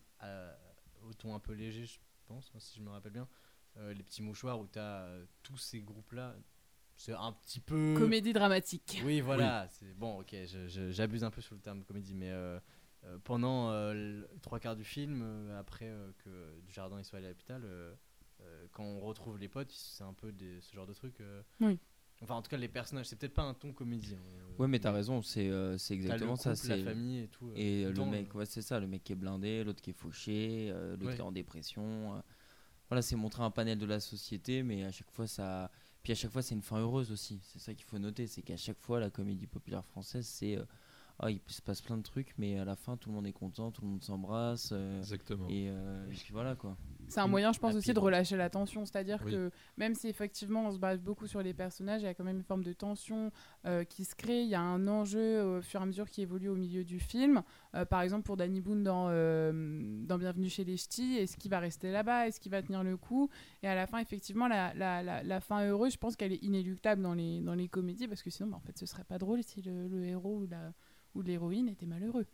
au ton un peu léger, je pense, hein, si je me rappelle bien. Les petits mouchoirs où t'as tous ces groupes-là. C'est un petit peu. Comédie dramatique. Oui, voilà. C'est bon, ok. J'abuse un peu sur le terme comédie, mais pendant 3/4 du film, après que Dujardin il soit allé à l'hôpital, quand on retrouve les potes, c'est un peu ce genre de truc. Oui. Enfin, en tout cas, les personnages, c'est peut-être pas un ton comédie. Ouais, mais t'as raison, c'est T'as exactement le ça. couple, la C'est famille et tout. et le dans mec, ouais, c'est ça, le mec qui est blindé, l'autre qui est fauché, l'autre Ouais. qui est en dépression. Voilà, c'est montrer un panel de la société, mais à chaque fois ça. Puis à chaque fois, c'est une fin heureuse aussi. C'est ça qu'il faut noter, c'est qu'à chaque fois, la comédie populaire française, c'est il se passe plein de trucs, mais à la fin, tout le monde est content, tout le monde s'embrasse. Exactement. Et puis voilà quoi. C'est un moyen, je pense, aussi de Rapide. relâcher la tension. C'est-à-dire Oui. que même si effectivement on se base beaucoup sur les personnages, il y a quand même une forme de tension qui se crée. Il y a un enjeu au fur et à mesure qui évolue au milieu du film. Par exemple, pour Danny Boone dans Bienvenue chez les Ch'tis, est-ce qu'il va rester là-bas? Est-ce qu'il va tenir le coup? Et à la fin, effectivement, la fin heureuse, je pense qu'elle est inéluctable dans les comédies parce que sinon, en fait, ce serait pas drôle si le héros ou l'héroïne était malheureux.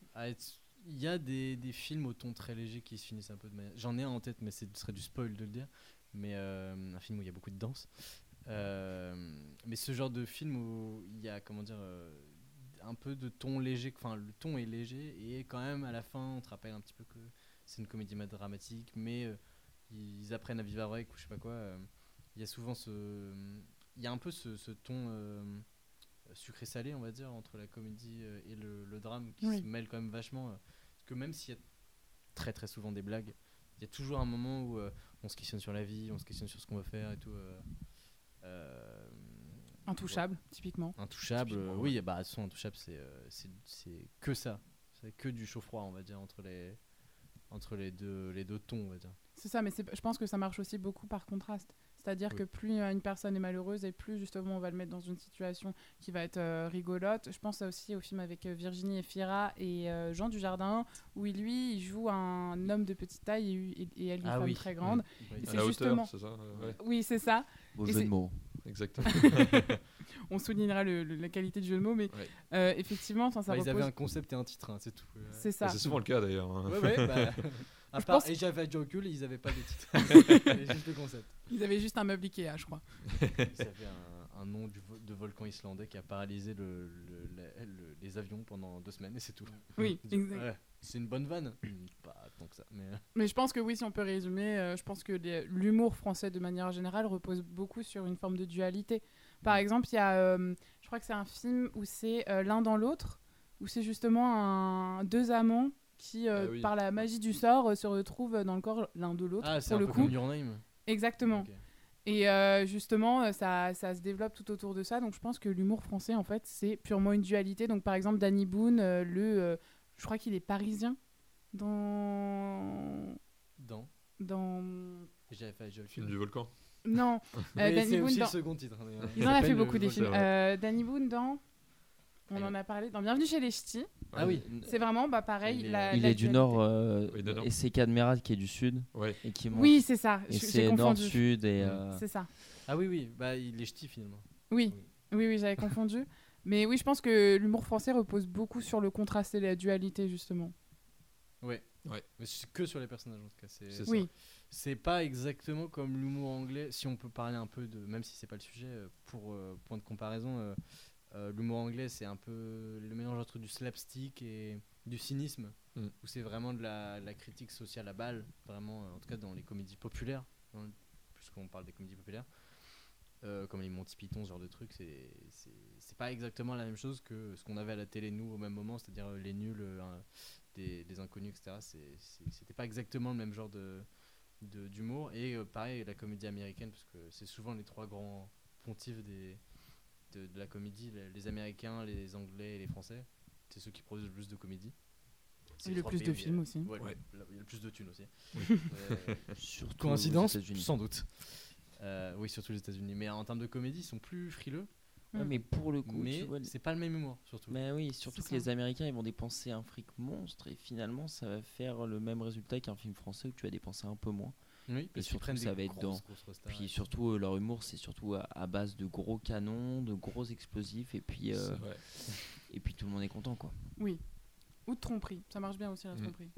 Il y a des films au ton très léger qui se finissent un peu de manière. J'en ai un en tête, mais ce serait du spoil de le dire. Mais un film où il y a beaucoup de danse. Mais ce genre de film où il y a, comment dire, un peu de ton léger. Enfin, le ton est léger et quand même, à la fin, on te rappelle un petit peu que c'est une comédie dramatique, mais ils apprennent à vivre avec ou je sais pas quoi. Il y a souvent il y a un peu ce ton sucré-salé, on va dire, entre la comédie et le drame qui Oui. se mêle quand même vachement. Parce que même s'il y a très très souvent des blagues, il y a toujours un moment où on se questionne sur la vie, on se questionne sur ce qu'on va faire et tout. Intouchable, typiquement. Intouchable, Typiquement, oui, bah, de toute façon, Intouchable, c'est que ça. C'est que du chaud-froid, on va dire, entre les deux tons, on va dire. C'est ça, mais je pense que ça marche aussi beaucoup par contraste. C'est-à-dire que plus une personne est malheureuse et plus justement on va le mettre dans une situation qui va être rigolote. Je pense aussi au film avec Virginie Efira et Jean Dujardin, où il joue un homme de petite taille et elle une femme très grande. Oui. Et À c'est la justement- hauteur, c'est ça ouais. Oui, c'est ça. Beau Et jeu c'est- de mots. Exactement. On soulignera la qualité du jeu de mots, mais effectivement, ça Bah, ils repose... avaient un concept et un titre, hein, c'est tout. C'est ça. C'est souvent le cas d'ailleurs. hein. Ouais, bah, à Je part pense- Et j'avais Joker, ils avaient pas de titre. Ils avaient juste le concept. Ils avaient juste un meuble Ikea, je crois. Ils avaient un nom de volcan islandais qui a paralysé les avions pendant 2 semaines et c'est tout. Oui, Ils disent, exact. ouais, c'est une bonne vanne. Pas tant que ça, mais Mais je pense que oui, si on peut résumer, je pense que l'humour français de manière générale repose beaucoup sur une forme de dualité. Par exemple, il y a, je crois que c'est un film où c'est l'un dans l'autre, où c'est justement deux amants qui, oui. par la magie du sort, se retrouvent dans le corps l'un de l'autre. ah, c'est pour un le peu coup. comme Your Name. Exactement. Ok. Et justement, ça se développe tout autour de ça. Donc je pense que l'humour français, en fait, c'est purement une dualité. Donc par exemple, Danny Boone, je crois qu'il est parisien. Dans. Dans. J'avais fait Le film du volcan. Non, Danny c'est Boone aussi dans. le second titre. Il en a fait beaucoup des des films. Danny Boone dans. On en a parlé dans Bienvenue chez les Ch'tis. Ah oui. C'est vraiment pareil. Il est du nord Oui, de nord. et c'est Cadmerat qui est du sud. Ouais. Et qui monte. Oui, c'est ça. Et J'ai c'est confondu. nord-sud et. C'est ça. Ah oui, bah il est ch'ti finalement. Oui, j'avais confondu. Mais oui, je pense que l'humour français repose beaucoup sur le contraste et la dualité, justement. Ouais. Ouais. Mais c'est que sur les personnages en tout cas. C'est ça. Oui, C'est pas exactement comme l'humour anglais, si on peut parler un peu de, même si c'est pas le sujet, pour point de comparaison, l'humour anglais c'est un peu le mélange entre du slapstick et du cynisme, où c'est vraiment de la critique sociale à balle, vraiment, en tout cas dans les comédies populaires, hein, puisqu'on parle des comédies populaires, comme les Monty Python, ce genre de trucs, c'est pas exactement la même chose que ce qu'on avait à la télé nous au même moment, c'est-à-dire les nuls, des inconnus, etc. C'était pas exactement le même genre d'humour. Et pareil, la comédie américaine, parce que c'est souvent les trois grands pontifs de la comédie, les Américains, les Anglais et les Français. C'est ceux qui produisent le plus de comédies. et le plus de films aussi. Ouais, Ouais. il y a le plus de thunes aussi. Surtout Coïncidence, aux États-Unis. sans doute. Oui, surtout les États-Unis. Mais en termes de comédie, ils sont plus frileux. Ouais, mais pour le coup, Mais tu vois, c'est pas le même humour, surtout. mais oui, surtout C'est que ça. les Américains ils vont dépenser un fric monstre et finalement ça va faire le même résultat qu'un film français où tu vas dépenser un peu moins. Oui, parce qu'ils surtout, prennent ça des va être grosses dans- stars, Puis ouais. surtout leur humour c'est surtout à base de gros canons, de gros explosifs et puis C'est vrai. tout le monde est content quoi. Oui. Ou de tromperie. Ça marche bien aussi, la tromperie.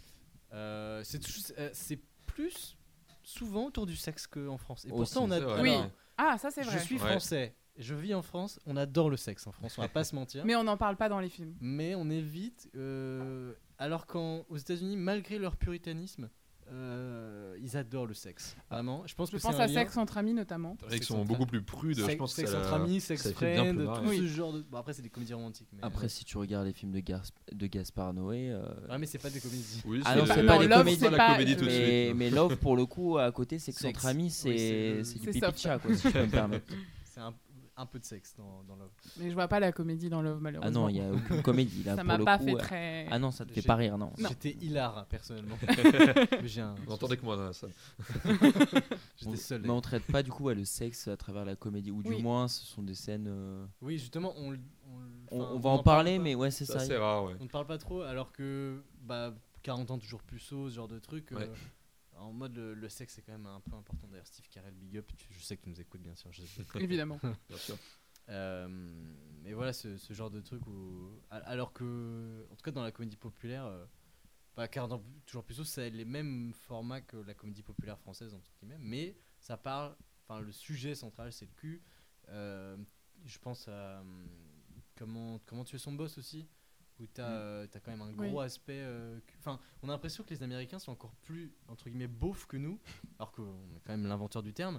C'est plus souvent autour du sexe qu'en France. Et Aussi, pourtant, on a. c'est vrai. Oui. alors, Ah, ça, c'est je vrai. suis Ouais. français, je vis en France, on adore le sexe en France, on va pas se mentir. Mais on n'en parle pas dans les films. Mais on évite. Alors qu'aux États-Unis, malgré leur puritanisme, ils adorent le sexe. Vraiment. Je pense Je que pense c'est à un lien. Sexe entre amis, notamment. C'est vrai qu'ils sont beaucoup plus prudes. Je pense que sexe ça entre la- amis, sexe ça fait bien friend, plus tout marrer. ce genre de. Bon, après, c'est des comédies romantiques. Mais, Après si tu regardes les films de Gaspard Noé Ouais, mais c'est pas des comédies. Oui, Ah non, c'est c'est pas pas des des comédies. comédies, c'est pas- la comédie tout de mais, suite. mais Love pour le coup à côté c'est que Sexe. entre amis Oui, c'est c'est du soft. pipi de chat quoi si je peux me permettre. C'est un peu de sexe dans Love. Mais je vois pas la comédie dans Love, Ah malheureusement. non il y a aucune comédie là Ça pour m'a le pas coup. fait très. Ah non ça te fait J'ai- pas rire non. J'étais hilar personnellement. Mais j'ai un. Vous entendez que moi dans la salle. J'étais seul. Mais on traite pas du coup le sexe à travers la comédie ou du Oui. moins ce sont des scènes Oui, justement, on va en parler mais ouais c'est C'est ça. assez rare, ouais. On ne parle pas trop, alors que 40 ans toujours puceau, ce genre de truc. Ouais. En mode le sexe c'est quand même un peu important. D'ailleurs, Steve Carell, big up. Je sais que tu nous écoutes bien sûr. Évidemment. Bien sûr. Mais voilà, ce genre de truc où. Alors que, en tout cas, dans la comédie populaire, 40 ans toujours puceau, c'est les mêmes formats que la comédie populaire française, entre guillemets. Mais ça parle. Enfin, le sujet central c'est le cul. Je pense à. Comment tuer son boss aussi, où t'as quand même un gros aspect. Enfin, on a l'impression que les Américains sont encore plus entre guillemets beaufs que nous, alors qu'on est quand même l'inventeur du terme.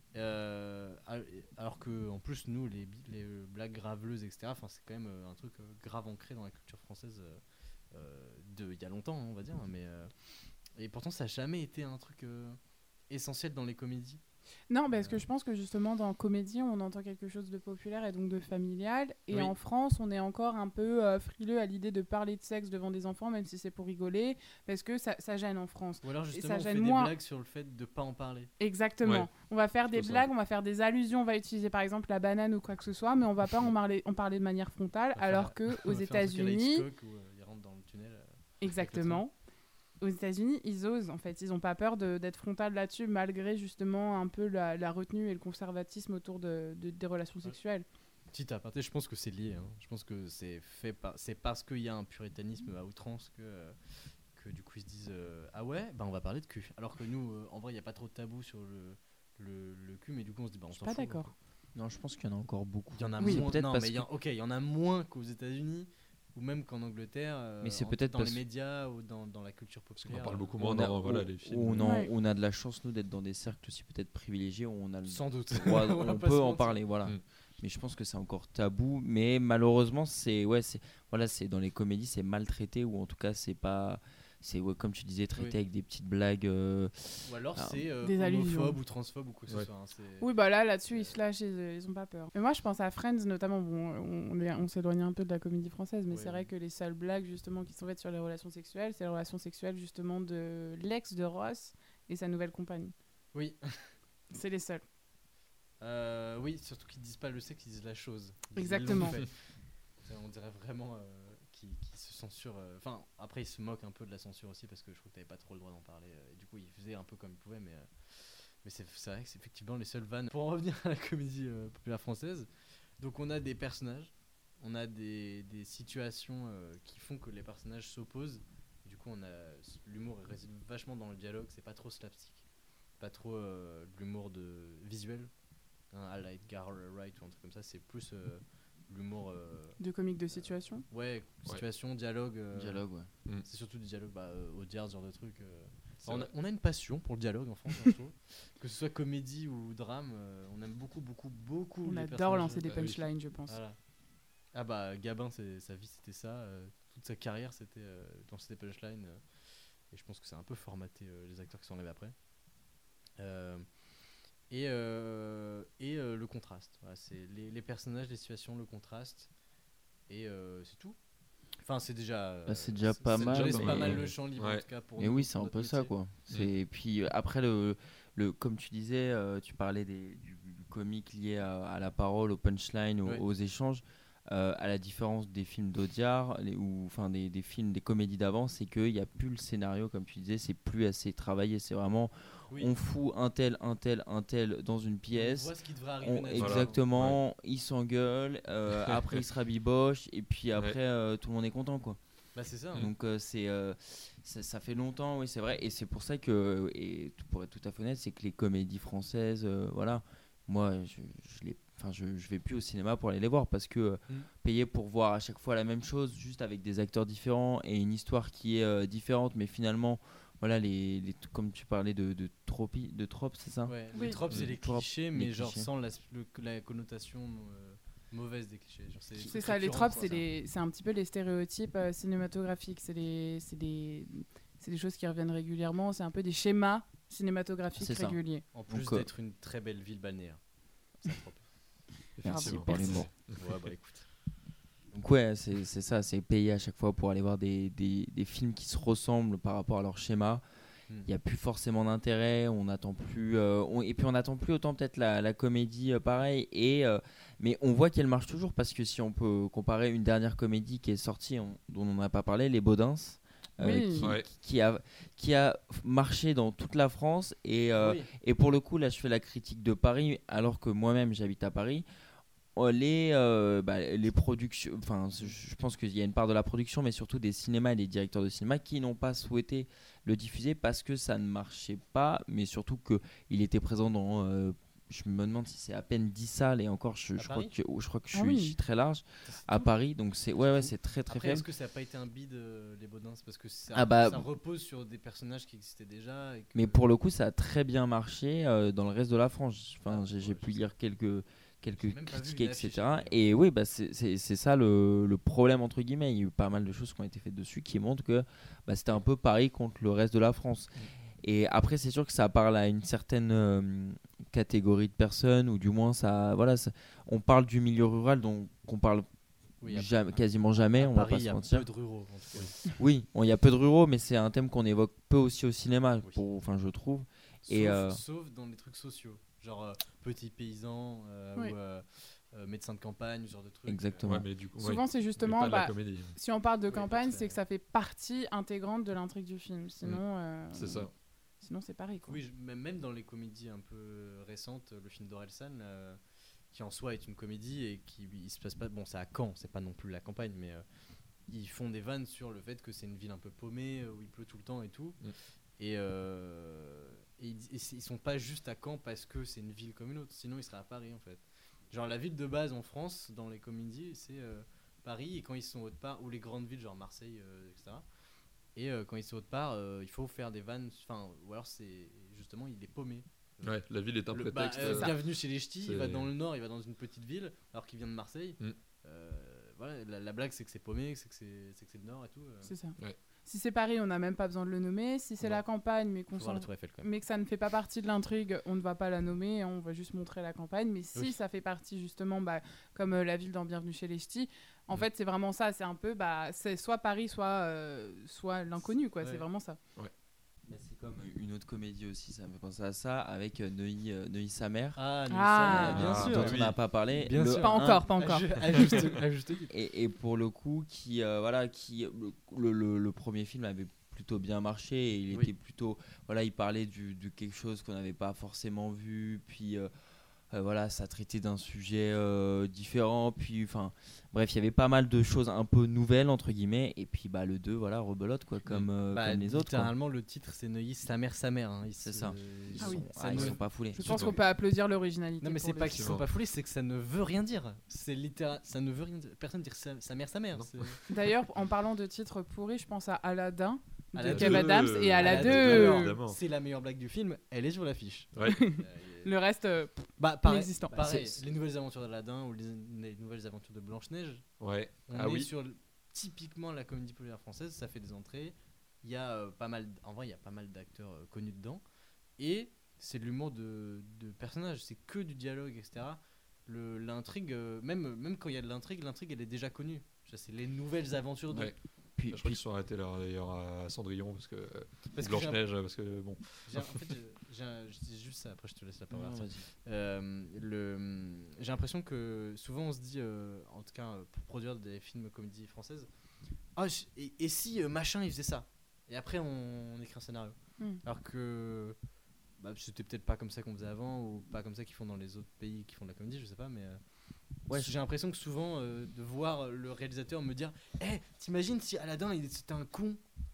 Alors que en plus nous les blagues graveleuses etc. Enfin c'est quand même un truc grave ancré dans la culture française de il y a longtemps on va dire. Mais et pourtant ça a jamais été un truc essentiel dans les comédies. Non, parce que je pense que justement dans comédie, on entend quelque chose de populaire et donc de familial. Et Oui. en France, on est encore un peu frileux à l'idée de parler de sexe devant des enfants, même si c'est pour rigoler, parce que ça gêne en France. Ou alors justement on gêne fait moins. des blagues sur le fait de pas en parler. Exactement. Ouais. On va faire des Plutôt ça. blagues, on va faire des allusions, on va utiliser par exemple la banane ou quoi que ce soit, mais on va pas en parler de manière frontale, On va alors faire- que On aux va faire un truc à la États-Unis, Hitchcock où ils rentrent dans le tunnel. exactement. Aux États-Unis, ils osent, en fait, ils ont pas peur d'être frontal là-dessus, malgré justement un peu la retenue et le conservatisme autour des relations sexuelles. Petit aparté, je pense que c'est lié. Hein. Je pense que c'est parce qu'il y a un puritanisme à outrance que du coup ils se disent ah ouais, on va parler de cul. Alors que nous, en vrai, il n'y a pas trop de tabou sur le cul, mais du coup on se dit on Je suis s'en pas fout. d'accord. Quoi. Non je pense qu'il y en a encore beaucoup. Il y en a Oui, moins. peut-être Non, parce mais il y en a moins qu'aux États-Unis ou même qu'en Angleterre. Mais c'est peut-être dans les parce- médias ou dans la culture Parce populaire. qu'on en parle beaucoup On moins a- dans voilà, on- les films. Ouais. on a de la chance nous d'être dans des cercles aussi peut-être privilégiés où on a le Sans doute. droit- On va on pas peut se en mentir. parler voilà. Mm. Mais je pense que c'est encore tabou mais malheureusement c'est dans les comédies c'est maltraité ou en tout cas c'est pas c'est comme tu disais, traité Oui. avec des petites blagues. Ou alors Alors, c'est des allusions. homophobe ou transphobe ou quoi que ce soit. Hein, Oui, bah là-dessus, ils se lâchent, ils ont pas peur. Mais moi, je pense à Friends, notamment. Bon, on s'éloigne un peu de la comédie française, mais Ouais, c'est vrai que les seules blagues, justement, qui sont faites sur les relations sexuelles, c'est les relations sexuelles, justement, de l'ex de Ross et sa nouvelle compagne. Oui. C'est les seuls. Oui, surtout qu'ils disent pas le sexe, ils disent la chose. Exactement. Ils l'ont fait. On dirait vraiment qu'ils se censurent. Enfin, après, ils se moquent un peu de la censure aussi parce que je crois que t'avais pas trop le droit d'en parler. Et du coup, ils faisaient un peu comme ils pouvaient, mais c'est vrai que c'est effectivement les seules vannes. Pour en revenir à la comédie populaire française, donc on a des personnages, on a des situations qui font que les personnages s'opposent. Du coup, l'humour réside vachement dans le dialogue, c'est pas trop slapstick, pas trop de l'humour visuel. À la Edgar Wright ou un truc comme ça, c'est plus l'humour De comiques de situation. ouais, situation, dialogue Dialogue, ouais. c'est surtout du dialogue Audiard, ce genre de truc C'est on vrai. a une passion pour le dialogue en France, je trouve. Que ce soit comédie ou drame, on aime beaucoup On les adore personnages. lancer des Ah oui. punchlines, je pense. Voilà. Ah bah Gabin, sa vie c'était ça, toute sa carrière c'était lancer des punchlines et je pense que c'est un peu formaté les acteurs qui sont enlevés après. Le contraste, voilà, c'est les personnages, les situations, le contraste et c'est tout. Enfin c'est déjà C'est déjà pas mal, ça laisse pas mais- mal le champ libre en Ouais. tout cas pour Mais nous, oui, pour c'est un notre peu ça, métier. quoi. Et puis après, comme tu disais, tu parlais du comique lié à la parole, au punchline, Ouais. aux échanges. À la différence des films d'Audiard, ou enfin des films, des comédies d'avant, c'est qu'il n'y a plus le scénario, comme tu disais, c'est plus assez travaillé. C'est vraiment, Oui. on fout un tel dans une On pièce. voit ce qui devrait arriver naturellement. Exactement, ils s'engueulent, après ils se rabibochent, et puis après tout le monde est content, quoi. Bah c'est ça. Donc ça fait longtemps, oui c'est vrai, et c'est pour ça que, et pour être tout à fait honnête, c'est que les comédies françaises, voilà, moi je vais plus au cinéma pour aller les voir parce que payer pour voir à chaque fois la même chose, juste avec des acteurs différents et une histoire qui est différente, mais finalement, voilà, comme tu parlais de tropes, c'est ça? Ouais, Oui. les tropes c'est les Tropes, clichés, mais les genre clichés. sans la connotation mauvaise des clichés. Genre, C'est ça, les tropes, c'est un petit peu les stéréotypes cinématographiques. C'est des choses qui reviennent régulièrement. C'est un peu des schémas cinématographiques C'est ça. réguliers. En plus Donc, d'être une très belle ville balnéaire. C'est un trope. Merci Effectivement. pour les mots. Ouais, bah écoute. Donc ouais, c'est ça, c'est payer à chaque fois pour aller voir des films qui se ressemblent par rapport à leur schéma. Il n'y a plus forcément d'intérêt, on n'attend plus, et puis on n'attend plus autant peut-être la comédie pareil, mais on voit qu'elle marche toujours parce que si on peut comparer une dernière comédie qui est sortie, dont on n'a pas parlé, Les Baudins, Oui. qui a marché dans toute la France, et pour le coup là je fais la critique de Paris alors que moi-même j'habite à Paris. Les productions, enfin je pense qu'il y a une part de la production, mais surtout des cinémas et des directeurs de cinéma qui n'ont pas souhaité le diffuser parce que ça ne marchait pas, mais surtout qu'il était présent dans je me demande si c'est à peine 10 salles, et encore je crois que je suis très large à Paris, donc c'est c'est très Après, faible. est-ce que ça n'a pas été un bide les Baudins parce que ça repose sur des personnages qui existaient déjà Mais pour le coup ça a très bien marché dans le reste de la France. Enfin, j'ai pu lire quelques critiques, etc. Et oui, bah c'est ça le problème, entre guillemets. Il y a eu pas mal de choses qui ont été faites dessus qui montrent que c'était un peu Paris contre le reste de la France. Et après, c'est sûr que ça parle à une certaine catégorie de personnes, ou du moins, on parle du milieu rural, donc on parle quasiment jamais, on va pas se mentir. Il y a peu de ruraux, en tout cas. Oui, il y a peu de ruraux, mais c'est un thème qu'on évoque peu aussi au cinéma, je trouve. Sauf dans les trucs sociaux. Genre petits paysans ou médecins de campagne, ce genre de trucs. Exactement. Ouais, mais du coup, Souvent, c'est justement, pas de la comédie. si on parle de campagne, très- c'est que ça fait partie intégrante de l'intrigue du film. Sinon, C'est ça. sinon c'est pareil, quoi. Oui, même dans les comédies un peu récentes, le film d'Orelsan, qui en soi est une comédie et il se passe pas. Bon, c'est à Caen, c'est pas non plus la campagne, mais ils font des vannes sur le fait que c'est une ville un peu paumée, où il pleut tout le temps et tout. Et ils sont pas juste à Caen parce que c'est une ville comme une autre, sinon ils seraient à Paris en fait. Genre la ville de base en France dans les comédies c'est Paris, et quand ils sont autre part, ou les grandes villes genre Marseille, etc. Et quand ils sont autre part, il faut faire des vannes, ou alors c'est justement il est paumé. Ouais, la ville est un prétexte. Bienvenue chez les Ch'tis, il va c'est- dans le nord, il va dans une petite ville alors qu'il vient de Marseille. Voilà, la blague c'est que c'est paumé, c'est que c'est le nord et tout. C'est ça. Ouais. Si c'est Paris, on n'a même pas besoin de le nommer. Si c'est Non. la campagne, mais Faut voir la Tour Eiffel quand même. mais que ça ne fait pas partie de l'intrigue, on ne va pas la nommer, on va juste montrer la campagne. Mais si Oui. ça fait partie justement, comme la ville dans Bienvenue chez les Ch'tis, en Mm. fait c'est vraiment ça, c'est un peu, c'est soit Paris, soit l'inconnu, quoi. Ouais. C'est vraiment ça. Bah, c'est comme une autre comédie aussi, ça me fait penser à ça, avec Neuilly sa mère, Ah, Ah. bien sûr. dont on n'a pas parlé. Bien Le sûr. Pas un- encore, pas encore. À juste titre. Et pour le coup, le premier film avait plutôt bien marché et il Oui. était plutôt, voilà, il parlait de quelque chose qu'on n'avait pas forcément vu, puis voilà, ça traitait d'un sujet différent, puis enfin, bref, il y avait pas mal de choses un peu nouvelles entre guillemets, et puis le 2, voilà, rebelote quoi, comme les autres. quoi. Littéralement, le titre c'est Neuilly, sa mère. Hein. C'est ça. Ils Ah oui. sont- Ils sont pas foulés. Je pense qu'on peut applaudir l'originalité. Non mais pour c'est le pas coup. qu'ils sont pas foulés, c'est que ça ne veut rien dire. C'est littéral, ça ne veut rien dire. Personne dire sa mère. C'est- D'ailleurs, en parlant de titres pourris, je pense à Aladdin de Aladdin Kev Adams et Aladdin, Aladdin. alors, Évidemment. c'est la meilleure blague du film. Elle est sur l'affiche. Ouais. Le reste, Pareil, inexistant. pareil, C'est- les nouvelles aventures d'Aladdin ou les nouvelles aventures de Blanche-Neige. Ouais. On Ah est oui. sur typiquement la comédie populaire française, ça fait des entrées. Il y a pas mal, en vrai, il y a pas mal d'acteurs connus dedans. Et c'est de l'humour de personnages, c'est que du dialogue, etc. L'intrigue, même quand il y a de l'intrigue elle est déjà connue. C'est les nouvelles aventures de. Ouais. Puis, Je crois qu'ils se sont arrêtés là d'ailleurs à Cendrillon parce que Parce que j'ai un- Blanche-Neige parce que bon. En fait, je dis juste ça, après je te laisse la parole. Non, Arthur. vas-y. J'ai l'impression que souvent on se dit, en tout cas pour produire des films comédie française, et si machin il faisait ça, et après on écrit un scénario. Alors que c'était peut-être pas comme ça qu'on faisait avant ou pas comme ça qu'ils font dans les autres pays qui font de la comédie, je sais pas, mais Ouais, j'ai l'impression que souvent de voir le réalisateur me dire, t'imagines si Aladdin c'était un con.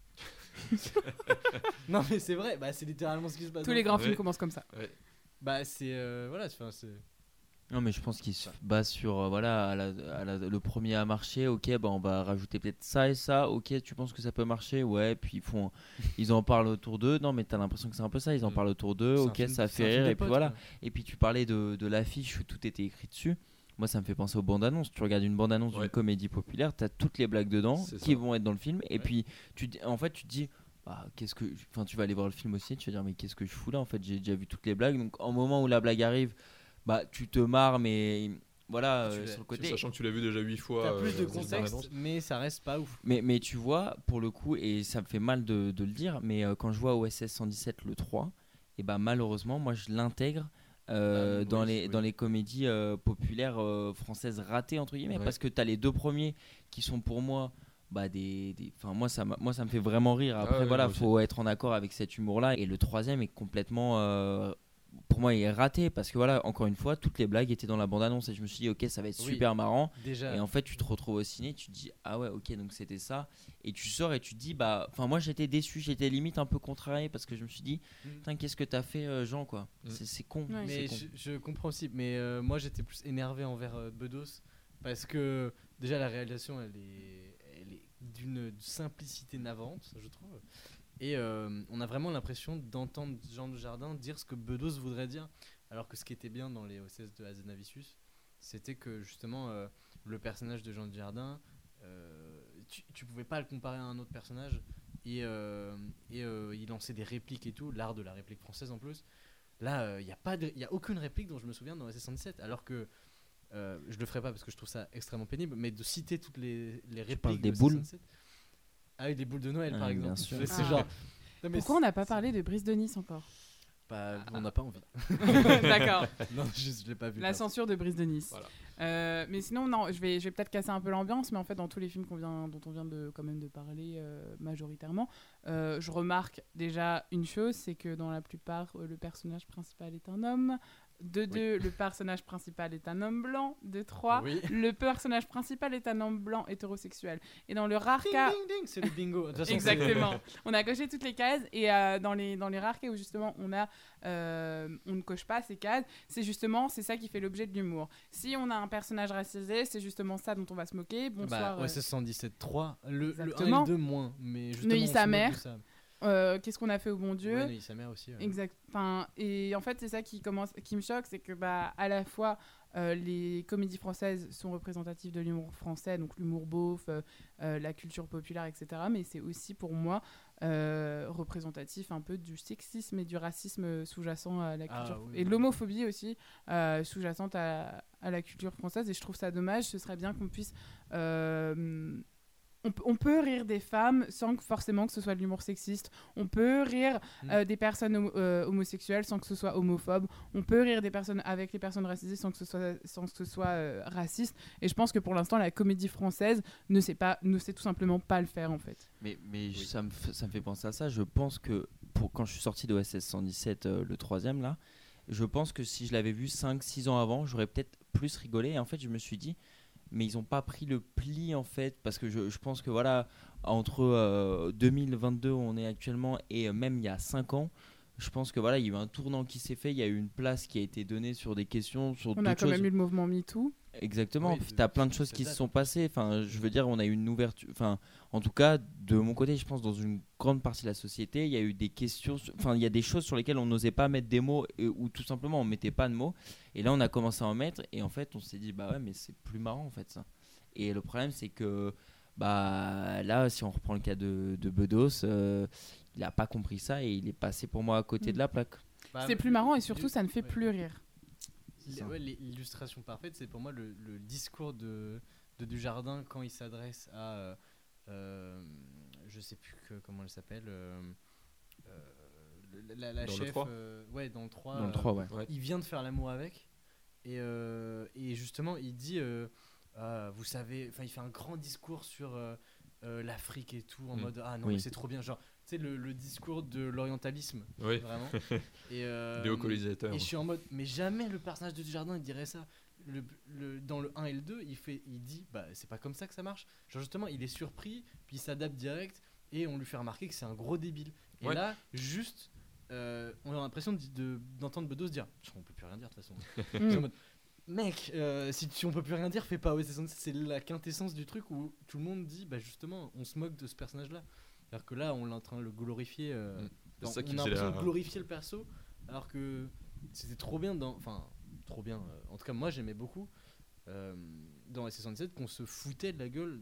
Non mais c'est vrai, c'est littéralement ce qui se passe. tous les grands Ouais. films commencent comme ça. C'est voilà, c'est Non, mais je pense qu'ils se basent sur le premier à marcher. Ok, on va rajouter peut-être ça et ça. Ok, tu penses que ça peut marcher? Ouais, puis ils en parlent autour d'eux. Non, mais t'as l'impression que c'est un peu ça. Ils en parlent autour d'eux. C'est un Ok, film- ça c'est un fait film rire. des Et puis potes, voilà. quoi. Et puis tu parlais de l'affiche où tout était écrit dessus. Moi, ça me fait penser aux bandes annonces. Tu regardes une bande annonce d'une Ouais. comédie populaire, t'as toutes les blagues dedans C'est qui ça. vont être dans le film. Et Ouais. puis, tu te dis. Tu vas aller voir le film aussi, tu vas dire mais qu'est-ce que je fous là, en fait j'ai déjà vu toutes les blagues, donc au moment où la blague arrive, tu te marres, mais voilà, Tu l'as- sur le côté. Sachant que tu l'as vu déjà 8 fois. T'as plus de dans une contexte, bande-annonce. mais ça reste pas ouf. Mais tu vois, pour le coup, et ça me fait mal de le dire, mais quand je vois OSS 117 le 3, et malheureusement, moi je l'intègre dans les comédies populaires françaises ratées, entre guillemets, Ouais. parce que tu as les deux premiers qui sont pour moi. Moi ça me fait vraiment rire. Après, ouais, voilà, moi aussi. faut être en accord avec cet humour-là. Et le troisième est complètement. Pour moi, il est raté parce que voilà, encore une fois, toutes les blagues étaient dans la bande-annonce et je me suis dit, ok, ça va être Oui. super marrant. Déjà, Et en fait, tu te retrouves au ciné, tu te dis ah ouais, ok, donc c'était ça. Et tu sors et tu te dis moi j'étais déçu, j'étais limite un peu contrarié parce que je me suis dit, putain, qu'est-ce que t'as fait, Jean, quoi. Mm. C'est con. Ouais. mais c'est con. je comprends aussi. Mais moi, j'étais plus énervé envers Bedos parce que déjà la réalisation, elle est d'une simplicité navrante, je trouve. Et on a vraiment l'impression d'entendre Jean Dujardin dire ce que Bedos voudrait dire. Alors que ce qui était bien dans les OSS de Hazanavicius, c'était que justement le personnage de Jean Dujardin, tu pouvais pas le comparer à un autre personnage. Et il lançait des répliques et tout, l'art de la réplique française en plus. Là, il y a aucune réplique dont je me souviens dans OSS 117, alors que je le ferai pas parce que je trouve ça extrêmement pénible, mais de citer toutes les répliques parles des de boules 117. Ah oui, les boules de Noël Ah, par bien exemple. sûr. C'est Ah. genre. Non, mais Pourquoi on n'a pas parlé de Brise de Nice encore? on n'a pas envie. D'accord. Non, je l'ai pas vu. La pardon. censure de Brise de Nice. Voilà. Mais sinon, non, je vais peut-être casser un peu l'ambiance, mais en fait, dans tous les films dont on vient quand même de parler majoritairement, je remarque déjà une chose, c'est que dans la plupart, le personnage principal est un homme. De deux, le personnage principal est un homme blanc. De trois, Oui. le personnage principal est un homme blanc hétérosexuel. Et dans le rare Ding, cas... ding, ding, c'est le bingo. De toute façon, Exactement. On a coché toutes les cases et dans les rares cas où justement on ne coche pas ces cases, c'est ça qui fait l'objet de l'humour. Si on a un personnage racisé, c'est justement ça dont on va se moquer. Bonsoir. Ouais, c'est 117.3. Le 1 et Exactement. le 2 moins. Mais justement, Neuilly on se sa moque mère. de ça. qu'est-ce qu'on a fait au bon Dieu. Ouais, sa mère aussi. Exact. Enfin, et en fait, c'est ça qui me choque, c'est que à la fois les comédies françaises sont représentatives de l'humour français, donc l'humour beauf, la culture populaire, etc. Mais c'est aussi pour moi représentatif un peu du sexisme et du racisme sous-jacent à la culture et de l'homophobie aussi sous-jacente à la culture française. Et je trouve ça dommage. Ce serait bien qu'on puisse on peut rire des femmes sans forcément que ce soit de l'humour sexiste. On peut rire des personnes homosexuelles sans que ce soit homophobe. On peut rire des personnes avec les personnes racisées sans que ce soit raciste. Et je pense que pour l'instant, la comédie française ne sait tout simplement pas le faire en fait. Mais ça me fait penser à ça. Je pense que quand je suis sorti de OSS 117, le 3e là, je pense que si je l'avais vu 5-6 ans avant, j'aurais peut-être plus rigolé. Et en fait, je me suis dit... mais ils n'ont pas pris le pli en fait, parce que je pense que voilà, entre 2022 où on est actuellement et même il y a 5 ans, je pense que voilà, il y a eu un tournant qui s'est fait, il y a eu une place qui a été donnée sur des questions, sur d'autres choses. On a quand même eu le mouvement MeToo. Exactement, oui, tu as plein de choses qui se sont passées, enfin, je veux dire, on a eu une ouverture, enfin, en tout cas, de mon côté, je pense, dans une grande partie de la société, il y a eu des questions, enfin, il y a des choses sur lesquelles on n'osait pas mettre des mots, ou tout simplement, on mettait pas de mots, et là, on a commencé à en mettre, et en fait, on s'est dit, bah ouais, mais c'est plus marrant, en fait, ça. Et le problème, c'est que, bah, là, si on reprend le cas de Bedos, il a pas compris ça, et il est passé pour moi à côté de la plaque. C'est plus marrant, et surtout, ça ne fait plus rire. L'illustration parfaite, c'est pour moi le discours de Dujardin quand il s'adresse à je sais plus comment elle s'appelle, la chef, dans le 3, dans le 3 ouais. Il vient de faire l'amour avec et justement il dit vous savez, enfin il fait un grand discours sur l'Afrique et tout en mode ah non mais c'est trop bien, genre tu sais le discours de l'orientalisme, vraiment. Et néocolonisateur. Et je suis en mode mais jamais le personnage de Dujardin il dirait ça. Dans le 1 et le 2, il dit bah c'est pas comme ça que ça marche. Genre justement, il est surpris, puis il s'adapte direct et on lui fait remarquer que c'est un gros débile. Et là, juste on a l'impression d'entendre Bedos dire on peut plus rien dire de toute façon. En mode, mec, si on peut plus rien dire, fais pas. C'est la quintessence du truc où tout le monde dit bah justement, on se moque de ce personnage-là. C'est-à-dire que là, on est en train de le glorifier. On a l'impression de glorifier le perso, alors que c'était trop bien trop bien. En tout cas, moi, j'aimais beaucoup dans SC117 qu'on se foutait de la gueule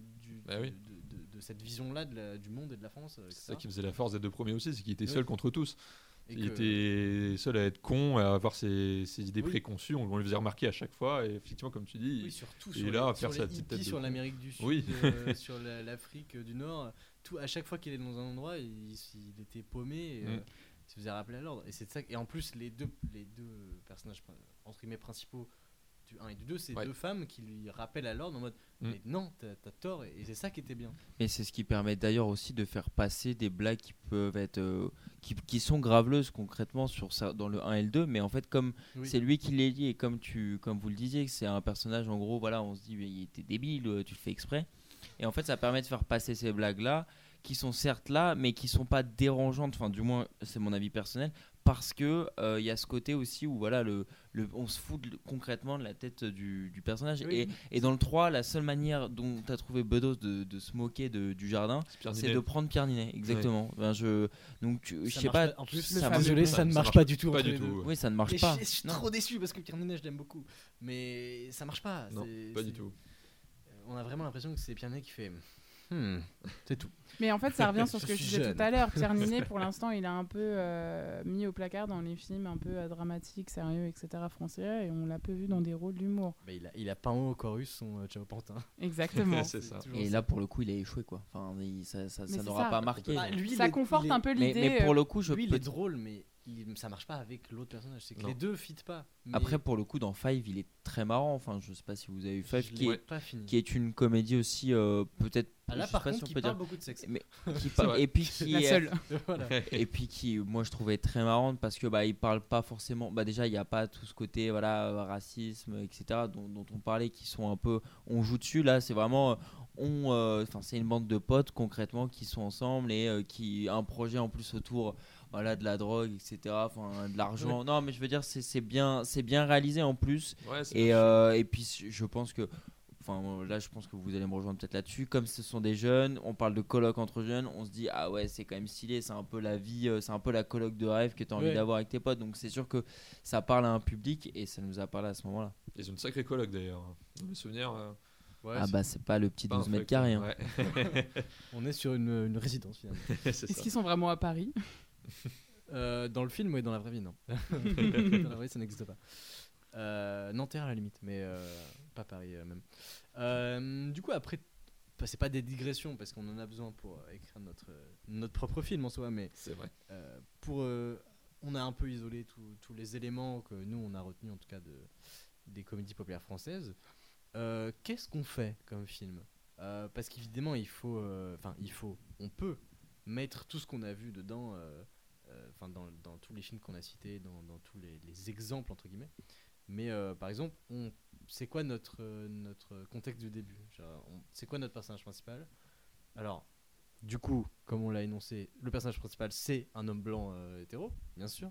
de cette vision-là du monde et de la France. C'est ça qui faisait la force des deux premiers aussi, c'est qu'il était seul contre tous. Il était seul à être con, à avoir ses idées préconçues. On lui faisait remarquer à chaque fois. Et effectivement, comme tu dis, surtout il est là à faire sa petite tête. Sur l'Amérique du Sud, sur l'Afrique du Nord. À chaque fois qu'il est dans un endroit, il était paumé. Et, il se faisait rappeler à l'ordre. Et c'est ça. Et en plus, les deux personnages entre guillemets principaux du 1 et du 2, c'est deux femmes qui lui rappellent à l'ordre en mode mais non, t'as tort, et c'est ça qui était bien. Et c'est ce qui permet d'ailleurs aussi de faire passer des blagues qui peuvent être qui sont graveleuses concrètement sur ça, dans le 1 et le 2, mais en fait comme c'est lui qui les dit, et comme vous le disiez, que c'est un personnage, en gros voilà, on se dit mais il était débile, tu le fais exprès, et en fait ça permet de faire passer ces blagues là qui sont certes là mais qui sont pas dérangeantes, enfin du moins c'est mon avis personnel, parce que y a ce côté aussi où voilà on se fout concrètement de la tête du personnage. Et dans le 3, la seule manière dont tu as trouvé Bedos de se moquer du jardin, c'est de prendre Pierre Ninet, exactement. Donc je sais pas, en plus ça ne marche pas du tout. Oui, ça ne marche pas. Je suis trop déçu parce que Pierre Ninet je l'aime beaucoup, mais ça marche pas. Non, pas du tout. On a vraiment l'impression que c'est Pierre Ninet qui fait c'est tout. Mais en fait, ça revient sur ce que je disais tout à l'heure. Pierre Ninet, pour l'instant, il a un peu mis au placard dans les films un peu dramatiques, sérieux, etc. français, et on l'a peu vu dans des rôles d'humour. Mais il a peint au chorus son Ciao Pantin. Exactement. C'est ça. Et là, pour le coup, il a échoué, quoi. Enfin, ça n'aura pas marqué. Ça conforte un peu l'idée. Mais pour le coup, il est drôle, mais ça marche pas avec l'autre personnage. C'est que les deux fit pas. Mais... Après, pour le coup, dans Five, il est très marrant. Enfin, je sais pas si vous avez vu Five, qui est une comédie aussi, peut-être. Là, par contre, qui parle beaucoup de sexe. Mais et puis qui la seule. Et puis qui, moi, je trouvais très marrante parce que il parle pas forcément. Déjà, il y a pas tout ce côté racisme, etc. dont on parlait, qui sont un peu. On joue dessus. Là, c'est vraiment. C'est une bande de potes concrètement qui sont ensemble et qui a un projet en plus autour. Voilà, de la drogue, etc. Enfin, de l'argent. Non, mais je veux dire, c'est bien réalisé en plus. Et puis, je pense que enfin là je pense que vous allez me rejoindre peut-être là-dessus, comme ce sont des jeunes, on parle de coloc entre jeunes, on se dit ah ouais c'est quand même stylé, c'est un peu la vie, c'est un peu la coloc de rêve que tu as envie d'avoir avec tes potes, donc c'est sûr que ça parle à un public et ça nous a parlé à ce moment-là. Ils ont une sacrée coloc d'ailleurs. Dans mes souvenirs. Ah bah c'est pas le petit pas 12 un mètres flex, carrés. ouais. On est sur une résidence finalement. Est-ce qu'ils sont vraiment à Paris? Dans le film, oui, dans la vraie vie, non. Dans la vraie vie, ça n'existe pas. Nanterre à la limite, mais pas Paris même. Du coup, après, c'est pas des digressions parce qu'on en a besoin pour écrire notre propre film en soi, mais c'est vrai. On a un peu isolé tous les éléments que nous on a retenus en tout cas des comédies populaires françaises. Qu'est-ce qu'on fait comme film? Parce qu'évidemment, on peut mettre tout ce qu'on a vu dedans. Dans tous les films qu'on a cités, dans tous les exemples entre guillemets, mais par exemple c'est quoi notre contexte du début, c'est quoi notre personnage principal? Alors du coup comme on l'a énoncé, le personnage principal c'est un homme blanc hétéro bien sûr,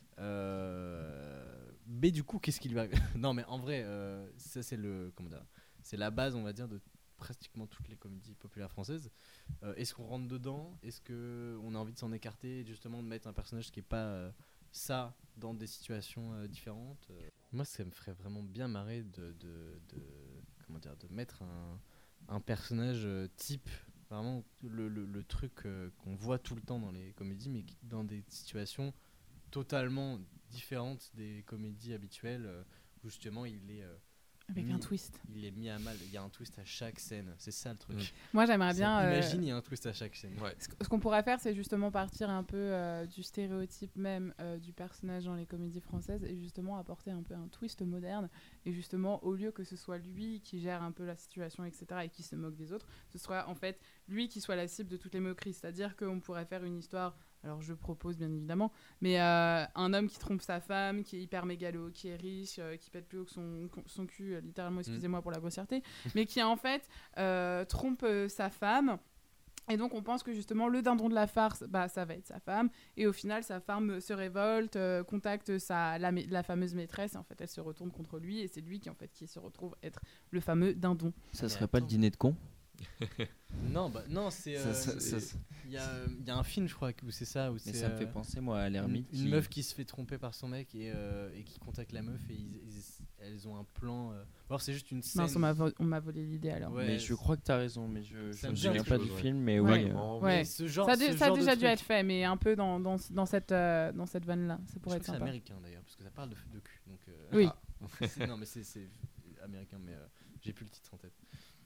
mais du coup qu'est-ce qu'il va non mais en vrai ça c'est la base on va dire de pratiquement toutes les comédies populaires françaises. Est-ce qu'on rentre dedans? Est-ce qu'on a envie de s'en écarter et justement de mettre un personnage qui n'est pas ça dans des situations différentes? Moi, ça me ferait vraiment bien marrer de mettre un personnage type, vraiment le truc qu'on voit tout le temps dans les comédies, mais dans des situations totalement différentes des comédies habituelles, où justement il est... Avec un twist. Il est mis à mal. Il y a un twist à chaque scène. C'est ça le truc. Moi, j'aimerais bien. Imagine, il y a un twist à chaque scène. Ouais. Ce qu'on pourrait faire, c'est justement partir un peu du stéréotype même du personnage dans les comédies françaises et justement apporter un peu un twist moderne. Et justement, au lieu que ce soit lui qui gère un peu la situation, etc., et qui se moque des autres, ce soit en fait lui qui soit la cible de toutes les moqueries. C'est-à-dire qu'on pourrait faire une histoire. Alors je propose bien évidemment, mais un homme qui trompe sa femme, qui est hyper mégalo, qui est riche, qui pète plus haut que son cul, littéralement, excusez-moi pour la grossièreté, mais qui en fait trompe sa femme. Et donc on pense que justement le dindon de la farce, ça va être sa femme, et au final sa femme se révolte, contacte la fameuse maîtresse, et en fait elle se retourne contre lui, et c'est lui qui se retrouve être le fameux dindon. Ça serait pas le dîner de con? non, c'est il y a un film je crois où c'est ça, où mais ça me fait penser moi à l'ermite, une meuf qui se fait tromper par son mec et qui contacte la meuf et elles ont un plan alors c'est juste une scène. Non, on m'a volé l'idée alors. Ouais, mais je crois que t'as raison, mais je me souviens pas du film, mais ouais. Ouais. Ça a déjà dû être fait, mais un peu dans cette vanne là, ça pourrait être sympa. C'est américain d'ailleurs parce que ça parle de cul, donc oui. Non mais c'est américain, mais j'ai plus le titre en tête.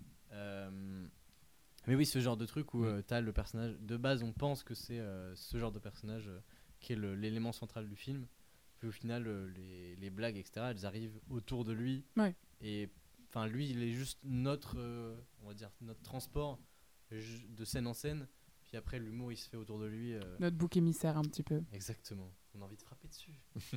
Mais oui, ce genre de truc où t'as le personnage de base, on pense que c'est ce genre de personnage qui est l'élément central du film, puis au final les blagues etc elles arrivent autour de lui, et enfin lui il est juste notre on va dire notre transport de scène en scène, puis après l'humour il se fait autour de lui, notre bouc émissaire un petit peu. Exactement, on a envie de frapper dessus.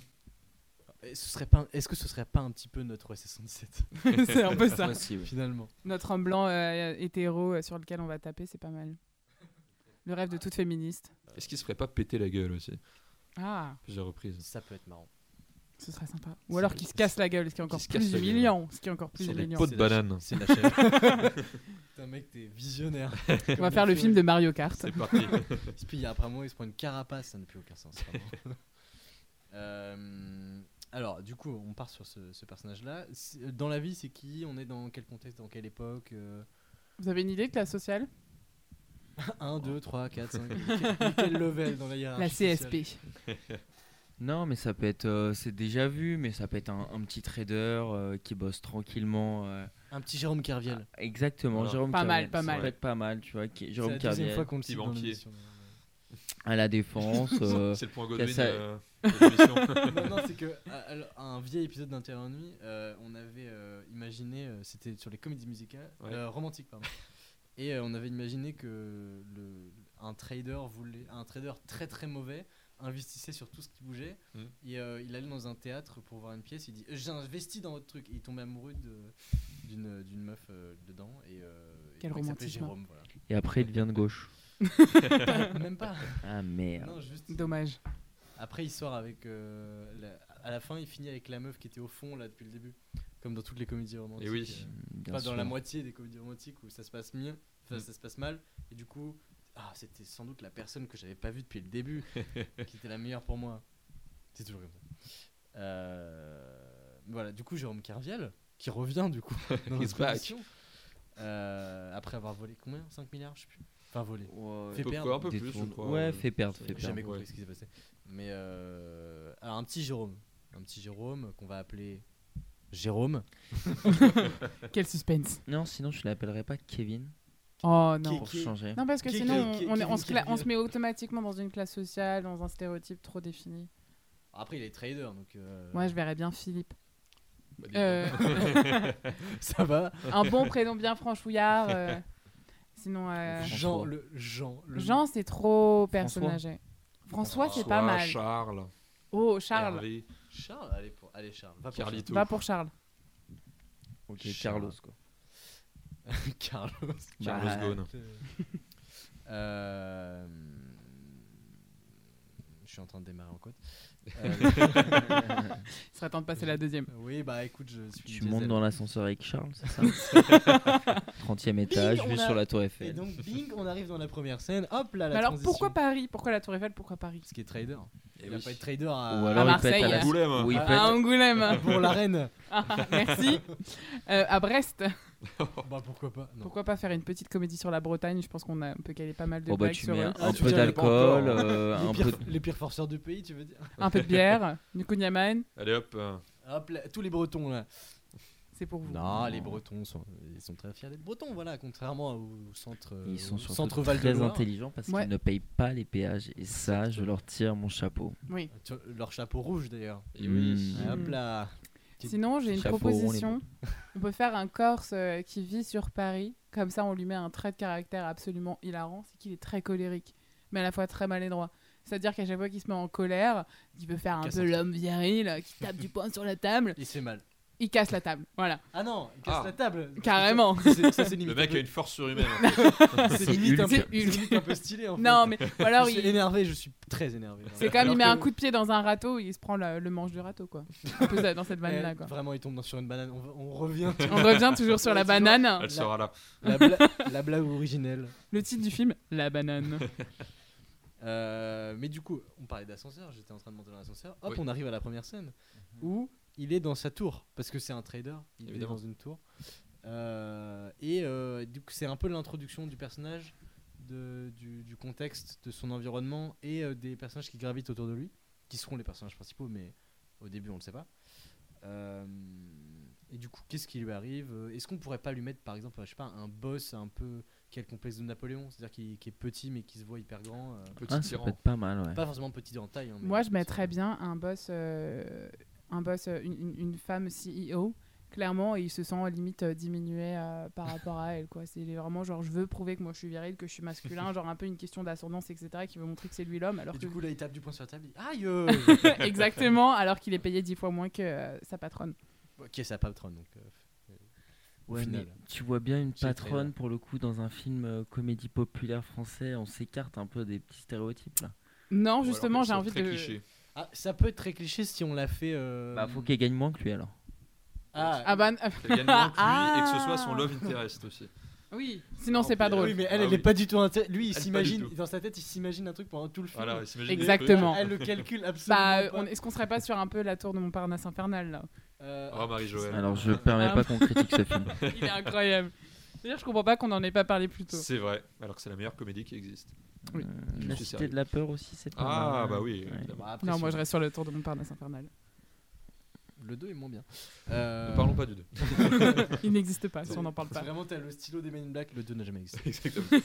Est-ce que ce serait pas un petit peu notre OSS117? C'est un peu ça aussi, oui. Finalement. Notre homme blanc hétéro sur lequel on va taper, c'est pas mal. Le rêve de toute féministe. Est-ce qu'il se ferait pas péter la gueule aussi? Ah. Plusieurs reprises. Ça peut être marrant. Ce serait sympa. Ou alors qu'il se casse la gueule, ce qui est encore plus humiliant. Sur les pots de banane. C'est la chaîne. Putain mec, t'es visionnaire. On va faire le film de Mario Kart. C'est parti. Et puis après moi il se prend une carapace, ça n'a plus aucun sens. Alors, du coup, on part sur ce personnage-là. Dans la vie, c'est qui? On est dans quel contexte? Dans quelle époque? Vous avez une idée de classe sociale? 1, 2, 3, 4, 5. Quel level dans la hiérarchie? La CSP. Non, mais ça peut être... c'est déjà vu, mais ça peut être un petit trader qui bosse tranquillement. Un petit Jérôme Kerviel. Exactement, Alors, Jérôme pas Kerviel. mal. Ça peut être pas mal, tu vois. Jérôme Kerviel. C'est la deuxième fois qu'on le cite dans l'émission. À la Défense. C'est le point Godwin ça... de l'émission. Non, c'est que un vieil épisode d'Intérieur Nuit, on avait imaginé, c'était sur les comédies musicales, romantiques pardon, et on avait imaginé que un trader très très mauvais investissait sur tout ce qui bougeait, et il allait dans un théâtre pour voir une pièce, il dit j'ai investi dans votre truc, et il tombait amoureux d'une meuf dedans, et quel romantisme. Jérôme, voilà. Et après il devient de gauche. Même pas. Ah merde. Non, juste... Dommage. Après il sort avec à la fin il finit avec la meuf qui était au fond là depuis le début, comme dans toutes les comédies romantiques. Et oui. bien Enfin, dans la sûr. moitié des comédies romantiques où ça se passe mieux, ça se passe mal, et du coup, c'était sans doute la personne que j'avais pas vue depuis le début qui était la meilleure pour moi. C'est toujours comme ça. Voilà, du coup, Jérôme Kerviel, qui revient du coup dans He's notre back. émission, après avoir volé combien 5 milliards, je sais plus. Enfin, volé. Ouais, Fait Un peu- perdre. un peu plus, je Détourne- crois. Ouais, fait perdre. J'ai jamais perdre, compris ouais. ce qui s'est passé. Mais alors un petit Jérôme qu'on va appeler Jérôme. Quel suspense. Non, sinon je l'appellerais pas Kevin Oh non. pour changer. Non, parce que Qui- sinon, qui- on, qui- on se qui- on se met automatiquement dans une classe sociale, dans un stéréotype trop défini. Après, il est trader, donc. Moi, je verrais bien Philippe. Bah, dis donc. Ça va. Un bon prénom bien franchouillard. Sinon, Jean, François. Jean, c'est trop François. personnagé. François, c'est François, pas mal. Charles, Oh, Charles. Hervé, Charles, allez Charles. Va pour Carlito. Va pour Charles. Ok, Charles. Carlos quoi. Charles. Carlos Bah, Ghosn. Je suis en train de démarrer en côte. Il serait temps de passer la deuxième. Oui, bah écoute, je suis. Tu diesel. montes dans l'ascenseur avec Charles, c'est ça 30e étage, Bing, vue on a- sur la tour Et Eiffel. donc, bing, on arrive dans la première scène. Hop là, la Mais alors, transition. pourquoi Paris? Pourquoi la Tour Eiffel? Pourquoi Paris? Parce qu'il est trader. Eh Il va oui. pas être trader à. Ou à alors il peut être Marseille. à la... Angoulême. Ou il peut À être... Angoulême. Pour la reine. Ah, merci. À Brest. Bah pourquoi pas. Non. Pourquoi pas faire une petite comédie sur la Bretagne? Je pense qu'on a un peu calé pas mal de Oh bah blagues tu sur mets eux. un tu peu veux dire, il y a pas d'alcool, encore, un peu... Les pires forceurs du pays, tu veux dire. Un peu de bière, du cognac, Allez hop. Hop là, tous les Bretons là. c'est pour vous. Non, les Bretons ils sont très fiers d'être Bretons, voilà, contrairement au centre. Ils sont au surtout centre Val de très Loire. intelligents parce Ouais. qu'ils ne payent pas les péages. Et ça, je leur tire mon chapeau. Oui. Leur chapeau rouge d'ailleurs. Et oui. Mm. Hop là. Sinon, j'ai une Chapeau rond, les proposition. On peut faire un Corse qui vit sur Paris. Comme ça, on lui met un trait de caractère absolument hilarant. C'est qu'il est très colérique, mais à la fois très maladroit. C'est-à-dire qu'à chaque fois qu'il se met en colère, il peut faire un Casse peu un l'homme viril qui tape du poing sur la table. Il se fait mal. Il casse la table. Voilà. Ah non, il casse Ah. la table. Carrément. Ça, c'est Le limite. mec un a peu- une force surhumaine. C'est limite un peu- C'est c'est limite un peu stylé en fait. Non, mais ou alors Je suis il. énervé, je suis très énervé. C'est comme il Alors met que- un coup de pied dans un râteau, il se prend le manche du râteau, quoi. Un peu ça, dans cette vanne-là, quoi. Vraiment, il tombe sur une banane. On revient. On revient toujours sur la banane. Elle sera là. La blague originelle. Le titre du film, La banane. Mais du coup, on parlait d'ascenseur. J'étais en train de monter dans l'ascenseur. Hop, Oui. on arrive à la première scène où il est dans sa tour parce que c'est un trader. Il Évidemment. est dans une tour. Du coup, c'est un peu l'introduction du personnage, du contexte, de son environnement et des personnages qui gravitent autour de lui, qui seront les personnages principaux, mais au début on le sait pas. Et du coup, qu'est-ce qui lui arrive? Est-ce qu'on pourrait pas lui mettre, par exemple, je sais pas, un boss un peu qui a le complexe de Napoléon, c'est-à-dire qui est petit mais qui se voit hyper grand, Petit Ah, ça tyran. peut être pas mal, ouais. pas forcément petit en taille. Hein, mais Moi, je mettrais bien un boss, une femme CEO, clairement, et il se sent limite diminué par rapport à elle, quoi. C'est vraiment genre, je veux prouver que moi je suis viril, que je suis masculin, genre un peu une question d'ascendance, etc., qui veut montrer que c'est lui l'homme, alors Et que. du coup, là, il tape du poing sur la table. Il dit, aïe. Exactement, alors qu'il est payé 10 fois moins que sa patronne. Qui est sa patronne donc. Au Ouais, final. mais tu vois bien une Chez le patronne trailer. pour le coup dans un film comédie populaire français, on s'écarte un peu des petits stéréotypes là. Non, Ou alors justement, qu'elles j'ai sont envie très de. clichés. Ah, ça peut être très cliché si on l'a fait. Bah faut qu'elle gagne moins que lui alors. Ah bah. Qu'elle gagne moins que lui et que ce Ah. soit son love interest aussi. Oui, sinon c'est pas drôle. Oui, mais elle, Ah elle oui. est pas du tout. Lui, il Elle, pas s'imagine du tout. dans sa tête, il s'imagine un truc pendant tout le film. Voilà, s'imagine des Exactement. Elle le calcule absolument Bah, pas. est-ce qu'on serait pas sur un peu la tour de Montparnasse infernale là? trucs. Oh Marie-Joëlle. Alors je permets pas qu'on critique ce film. Il est incroyable. D'ailleurs, je comprends pas qu'on en ait pas parlé plus tôt. C'est vrai, alors que c'est la meilleure comédie qui existe. Oui. La suis Cité sérieux. de la peur aussi c'est pas Ah mal. bah oui, Ouais. évidemment. Bah, après, Non, si moi on- je reste sur le tour de Montparnasse infernale. Le 2 est moins bien. Ne parlons pas du 2. Il n'existe pas si on n'en parle C'est pas. vraiment, t'as le stylo des Men in Black, le 2 n'a jamais existé. Exactement.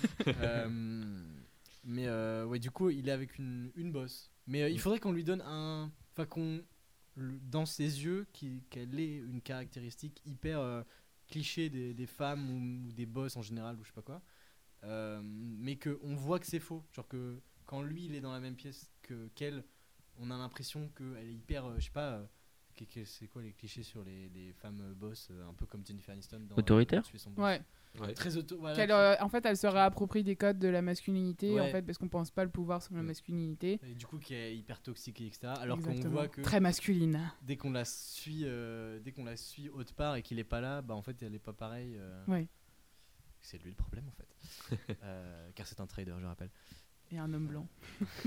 Mais ouais, du coup, il est avec une bosse. Mais il faudrait qu'on lui donne un. Enfin, dans ses yeux, qu'elle ait une caractéristique hyper cliché des femmes ou des boss en général, ou je sais pas quoi. Mais qu'on voit que c'est faux. Genre que quand lui, il est dans la même pièce qu'elle, on a l'impression qu'elle est hyper. Je sais pas. c'est quoi les clichés sur les femmes boss, un peu comme Jennifer Aniston dans Autoritaire. Tuer son boss. Ouais. Ouais. Très voilà, Qu'elle, en fait, elle se réapproprie des codes de la masculinité, Ouais. en fait, parce qu'on pense pas le pouvoir sur la masculinité. et du coup qui est hyper toxique et etc. Alors qu'on Exactement. voit que Très masculine. dès qu'on la suit autre part et qu'il est pas là, bah en fait elle est pas pareille. Ouais. C'est lui le problème en fait. Car c'est un trader, je rappelle. Et un homme blanc.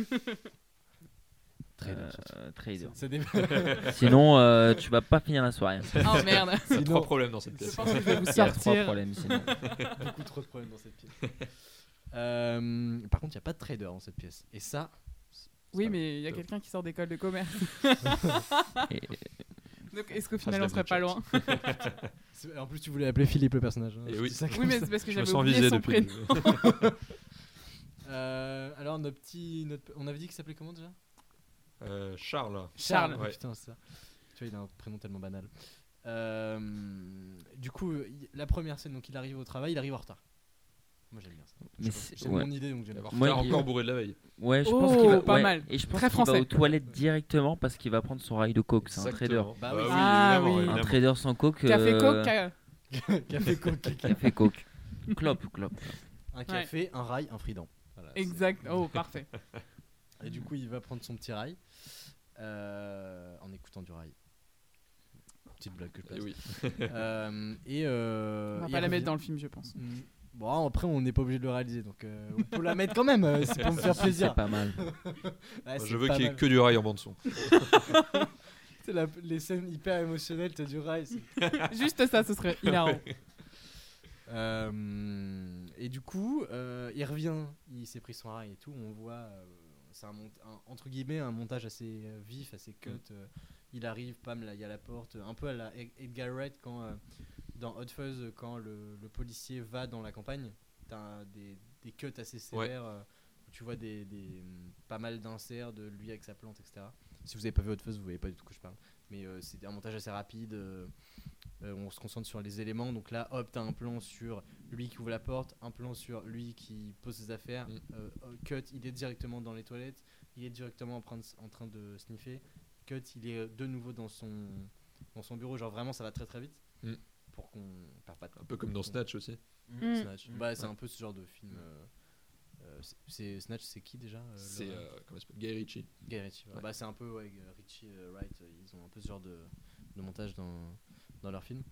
Trader. Trader. C'est des... Sinon, tu vas pas finir la soirée. Oh merde. Il y a Sinon- trois problèmes dans cette Je pièce. pense que je vais vous Il y a 3 sortir. problèmes sinon. beaucoup trop de problèmes dans cette pièce. Par contre, il n'y a pas de trader dans cette pièce. Et ça. Oui, mais il y a quelqu'un qui sort d'école de commerce. Et- Donc, est-ce qu'au Ça se final, on lève serait le pas chat. loin? En plus, tu voulais appeler Philippe le personnage. Hein. Et Je oui. dis ça Oui, comme mais ça. c'est parce que Je me j'avais sens oublié visé son depuis le prénom. début. Alors, on avait dit qu'il s'appelait comment déjà? Charles. Charles. Ouais. Putain, c'est ça. Tu vois, il a un prénom tellement banal. Du coup, la première scène, donc il arrive au travail, il arrive en retard. Moi j'aime bien ça. Mais C'est ouais. mon idée donc j'aime bien. D'avoir Moi, retard il- encore bourré de la veille. Ouais, je Oh, pense qu'il va pas ouais, mal. Et je pense Très qu'il va français. aux toilettes directement parce qu'il va prendre son rail de coke. C'est un trader. Exactement. Bah oui. Ah évidemment, oui. Un évidemment. trader sans coke. Café Coke, Café Coke, Café coke. Clope. un café, un rail, un frident. Voilà, c'est- exact. Oh, parfait. Et du coup, il va prendre son petit rail en écoutant du rail. Petite blague que je Eh passe. oui. On va il pas la mettre revient. dans le film, je pense. Bon, après, on n'est pas obligé de le réaliser, donc on peut la mettre quand même. C'est pour me faire plaisir. C'est pas mal. Ouais, c'est Je veux pas qu'il y ait mal. que du rail en bande son. C'est les scènes hyper émotionnelles, t'as du rail. c'est- Juste ça, ce serait hilarant. Et du coup, il revient, il s'est pris son rail et tout. On voit, c'est entre guillemets un montage assez vif, assez cut. Il arrive, pam, là, il y a la porte, un peu à la Edgar Wright quand dans Hot Fuzz, quand le policier va dans la campagne, t'as des cuts assez sévères. Où tu vois pas mal d'inserts de lui avec sa plante, etc. Si vous avez pas vu Hot Fuzz, vous voyez pas du tout de quoi je parle. Mais c'est un montage assez rapide. On se concentre sur les éléments. Donc là, hop, t'as un plan sur lui qui ouvre la porte, un plan sur lui qui pose ses affaires. Cut, il est directement dans les toilettes. Il est directement en train de sniffer. Cut, il est de nouveau dans son bureau. Genre vraiment, ça va très très vite. Pour qu'on perd pas de temps. Un peu comme dans Snatch aussi. Snatch. Bah, c'est un peu ce genre de film. C'est Snatch, c'est qui déjà C'est comment il s'appelle, Guy Ritchie. Guy Ritchie. Ouais. Bah, c'est un peu Ritchie, Wright, ils ont un peu ce genre de montage dans leur film.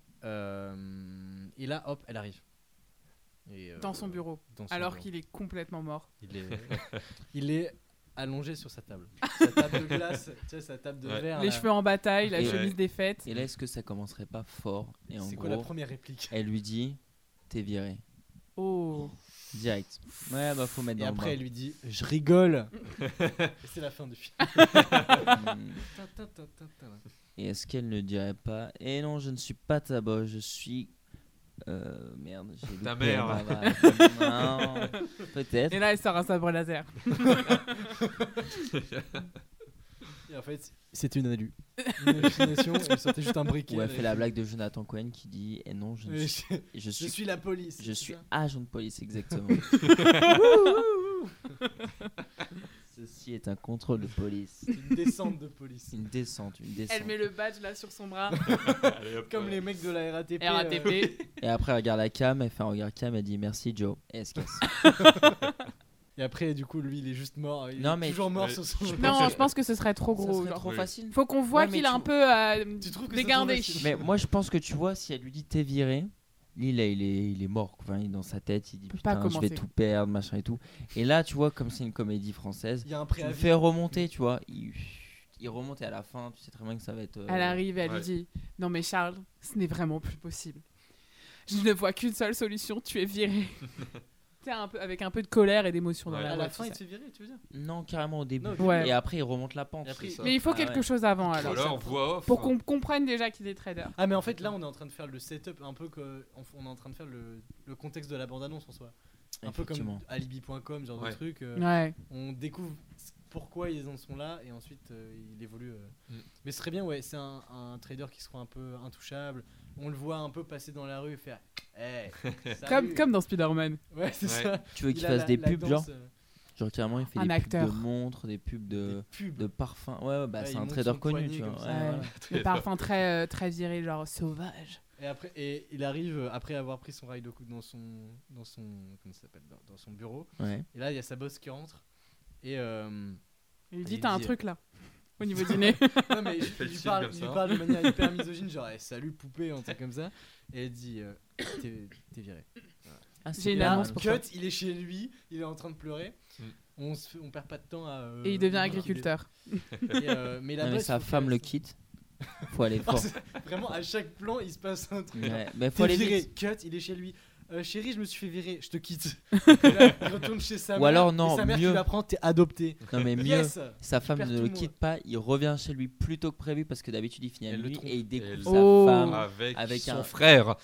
Et là, hop, elle arrive. Et, Dans son bureau. dans son Alors bureau. qu'il est complètement mort. Il est allongé sur sa table. Sa table de glace, tu sais, sa table de verre. Les là. cheveux en bataille, la Et- chemise défaite. Et là, est-ce que ça commencerait pas fort? Et en C'est quoi la gros, première réplique? elle lui dit t'es viré. Oh. Direct. Ouais, bah faut mettre Et dans après, le elle lui dit je rigole. Et c'est la fin du film. bain. Et est-ce qu'elle ne dirait pas eh non, je ne suis pas ta boss, je suis. Merde, j'ai Ta loupé mère. ma vanne. Non, peut-être. Et là, elle sort un sabre laser. Et en fait, c'était une une hallucination. Elle sortait juste un briquet. Ou elle avec- fait la blague de Jonathan Cohen qui dit eh non, je ne Oui, suis. Je je suis. suis la police. Je c'est suis ça agent de police, exactement. Ceci est un contrôle de police. C'est une descente de police. Une descente. Elle met le badge là sur son bras. Allez, hop, Comme les mecs de la RATP. RATP. Et après, elle regarde la cam, elle fait un regard cam, elle dit merci Joe. Et elle se casse. Et après, du coup, lui, il est juste mort. Il Non, est mais toujours mort Ouais, sur son. Non, je pense que ce serait trop Ça gros. serait genre. trop Oui. facile. Faut qu'on voit Ouais, mais qu'il a tu- un peu Tu trouves que dégardé. c'est trop Mais moi, je pense que tu vois, si elle lui dit t'es viré, lui, là, il est mort. Enfin, il est dans sa tête, il dit peut pas putain, je vais commencer. tout perdre, machin et tout. Et là, tu vois, comme c'est une comédie française, Il y a un tu le préavis. fais remonter, tu vois. Il remonte et à la fin, tu sais très bien que ça va être. Elle arrive et elle Ouais. lui dit non mais Charles, ce n'est vraiment plus possible. Je ne vois qu'une seule solution, tu es viré. Tu sais, avec un peu de colère et d'émotion dans Ouais. la À voix. la fin, tu il sais. se fait virer, tu veux dire Non, carrément au début. Non, Ouais. Et après, il remonte la pente. Et après, c'est ça. Mais il faut Ah quelque ouais. chose avant Ou alors. alors voix off. Pour qu'on comprenne déjà qu'il est trader. Ah, mais en fait, là, on est en train de faire le setup un peu que. On est en train de faire le contexte de la bande-annonce en soi. Un peu comme Effectivement. alibi.com, genre Ouais. de truc. Ouais. On découvre pourquoi ils en sont là et ensuite il évolue. Mais ce serait bien, ouais, c'est un trader qui se croit un peu intouchable. On le voit un peu passer dans la rue et faire hey, salut. Comme dans Spider-Man. Ouais, c'est Ouais. ça. Tu veux Il qu'il a fasse la- des la pubs, danse, genre Genre carrément il fait Un des acteur. pubs de montres, des pubs de parfums. Ouais, bah Ouais, c'est il un monte trader son connu, poignet tu vois. comme ça. Ouais, Ouais. voilà. Le parfum très viril, genre sauvage. Et il arrive après avoir pris son ride dans son comment ça s'appelle dans son bureau. Ouais. Et là il y a sa boss qui rentre et Il lui dit il t'as un dit, truc là au niveau du nez. non mais il lui Félicite parle, comme il lui ça. parle de manière hyper misogyne, genre salut poupée, un truc comme ça. Et elle dit t'es viré. Ah, J'ai une Et là, annonce pour cut, toi. il est chez lui, il est en train de pleurer. Mm. On perd pas de temps à. Et il devient liquider. agriculteur. Mais la Non, mais boss, sa faut femme qu'elle- le quitte. Faut aller Oh, fort. Vraiment, à chaque plan, il se passe un truc. Ouais, mais faut T'es aller viré, vite. cut, il est chez lui. Chérie, je me suis fait virer, je te quitte. Et là, il retourne chez sa Ou mère. alors, et non, sa mère mieux. qui l'apprend, t'es adopté. Non mais mieux, Yes. sa femme perds ne tout le le quitte pas, il revient chez lui plus tôt que prévu parce que d'habitude il finit à Elle le nuit trompe. et il découvre Elle- sa Oh. femme. Avec Avec son un- frère.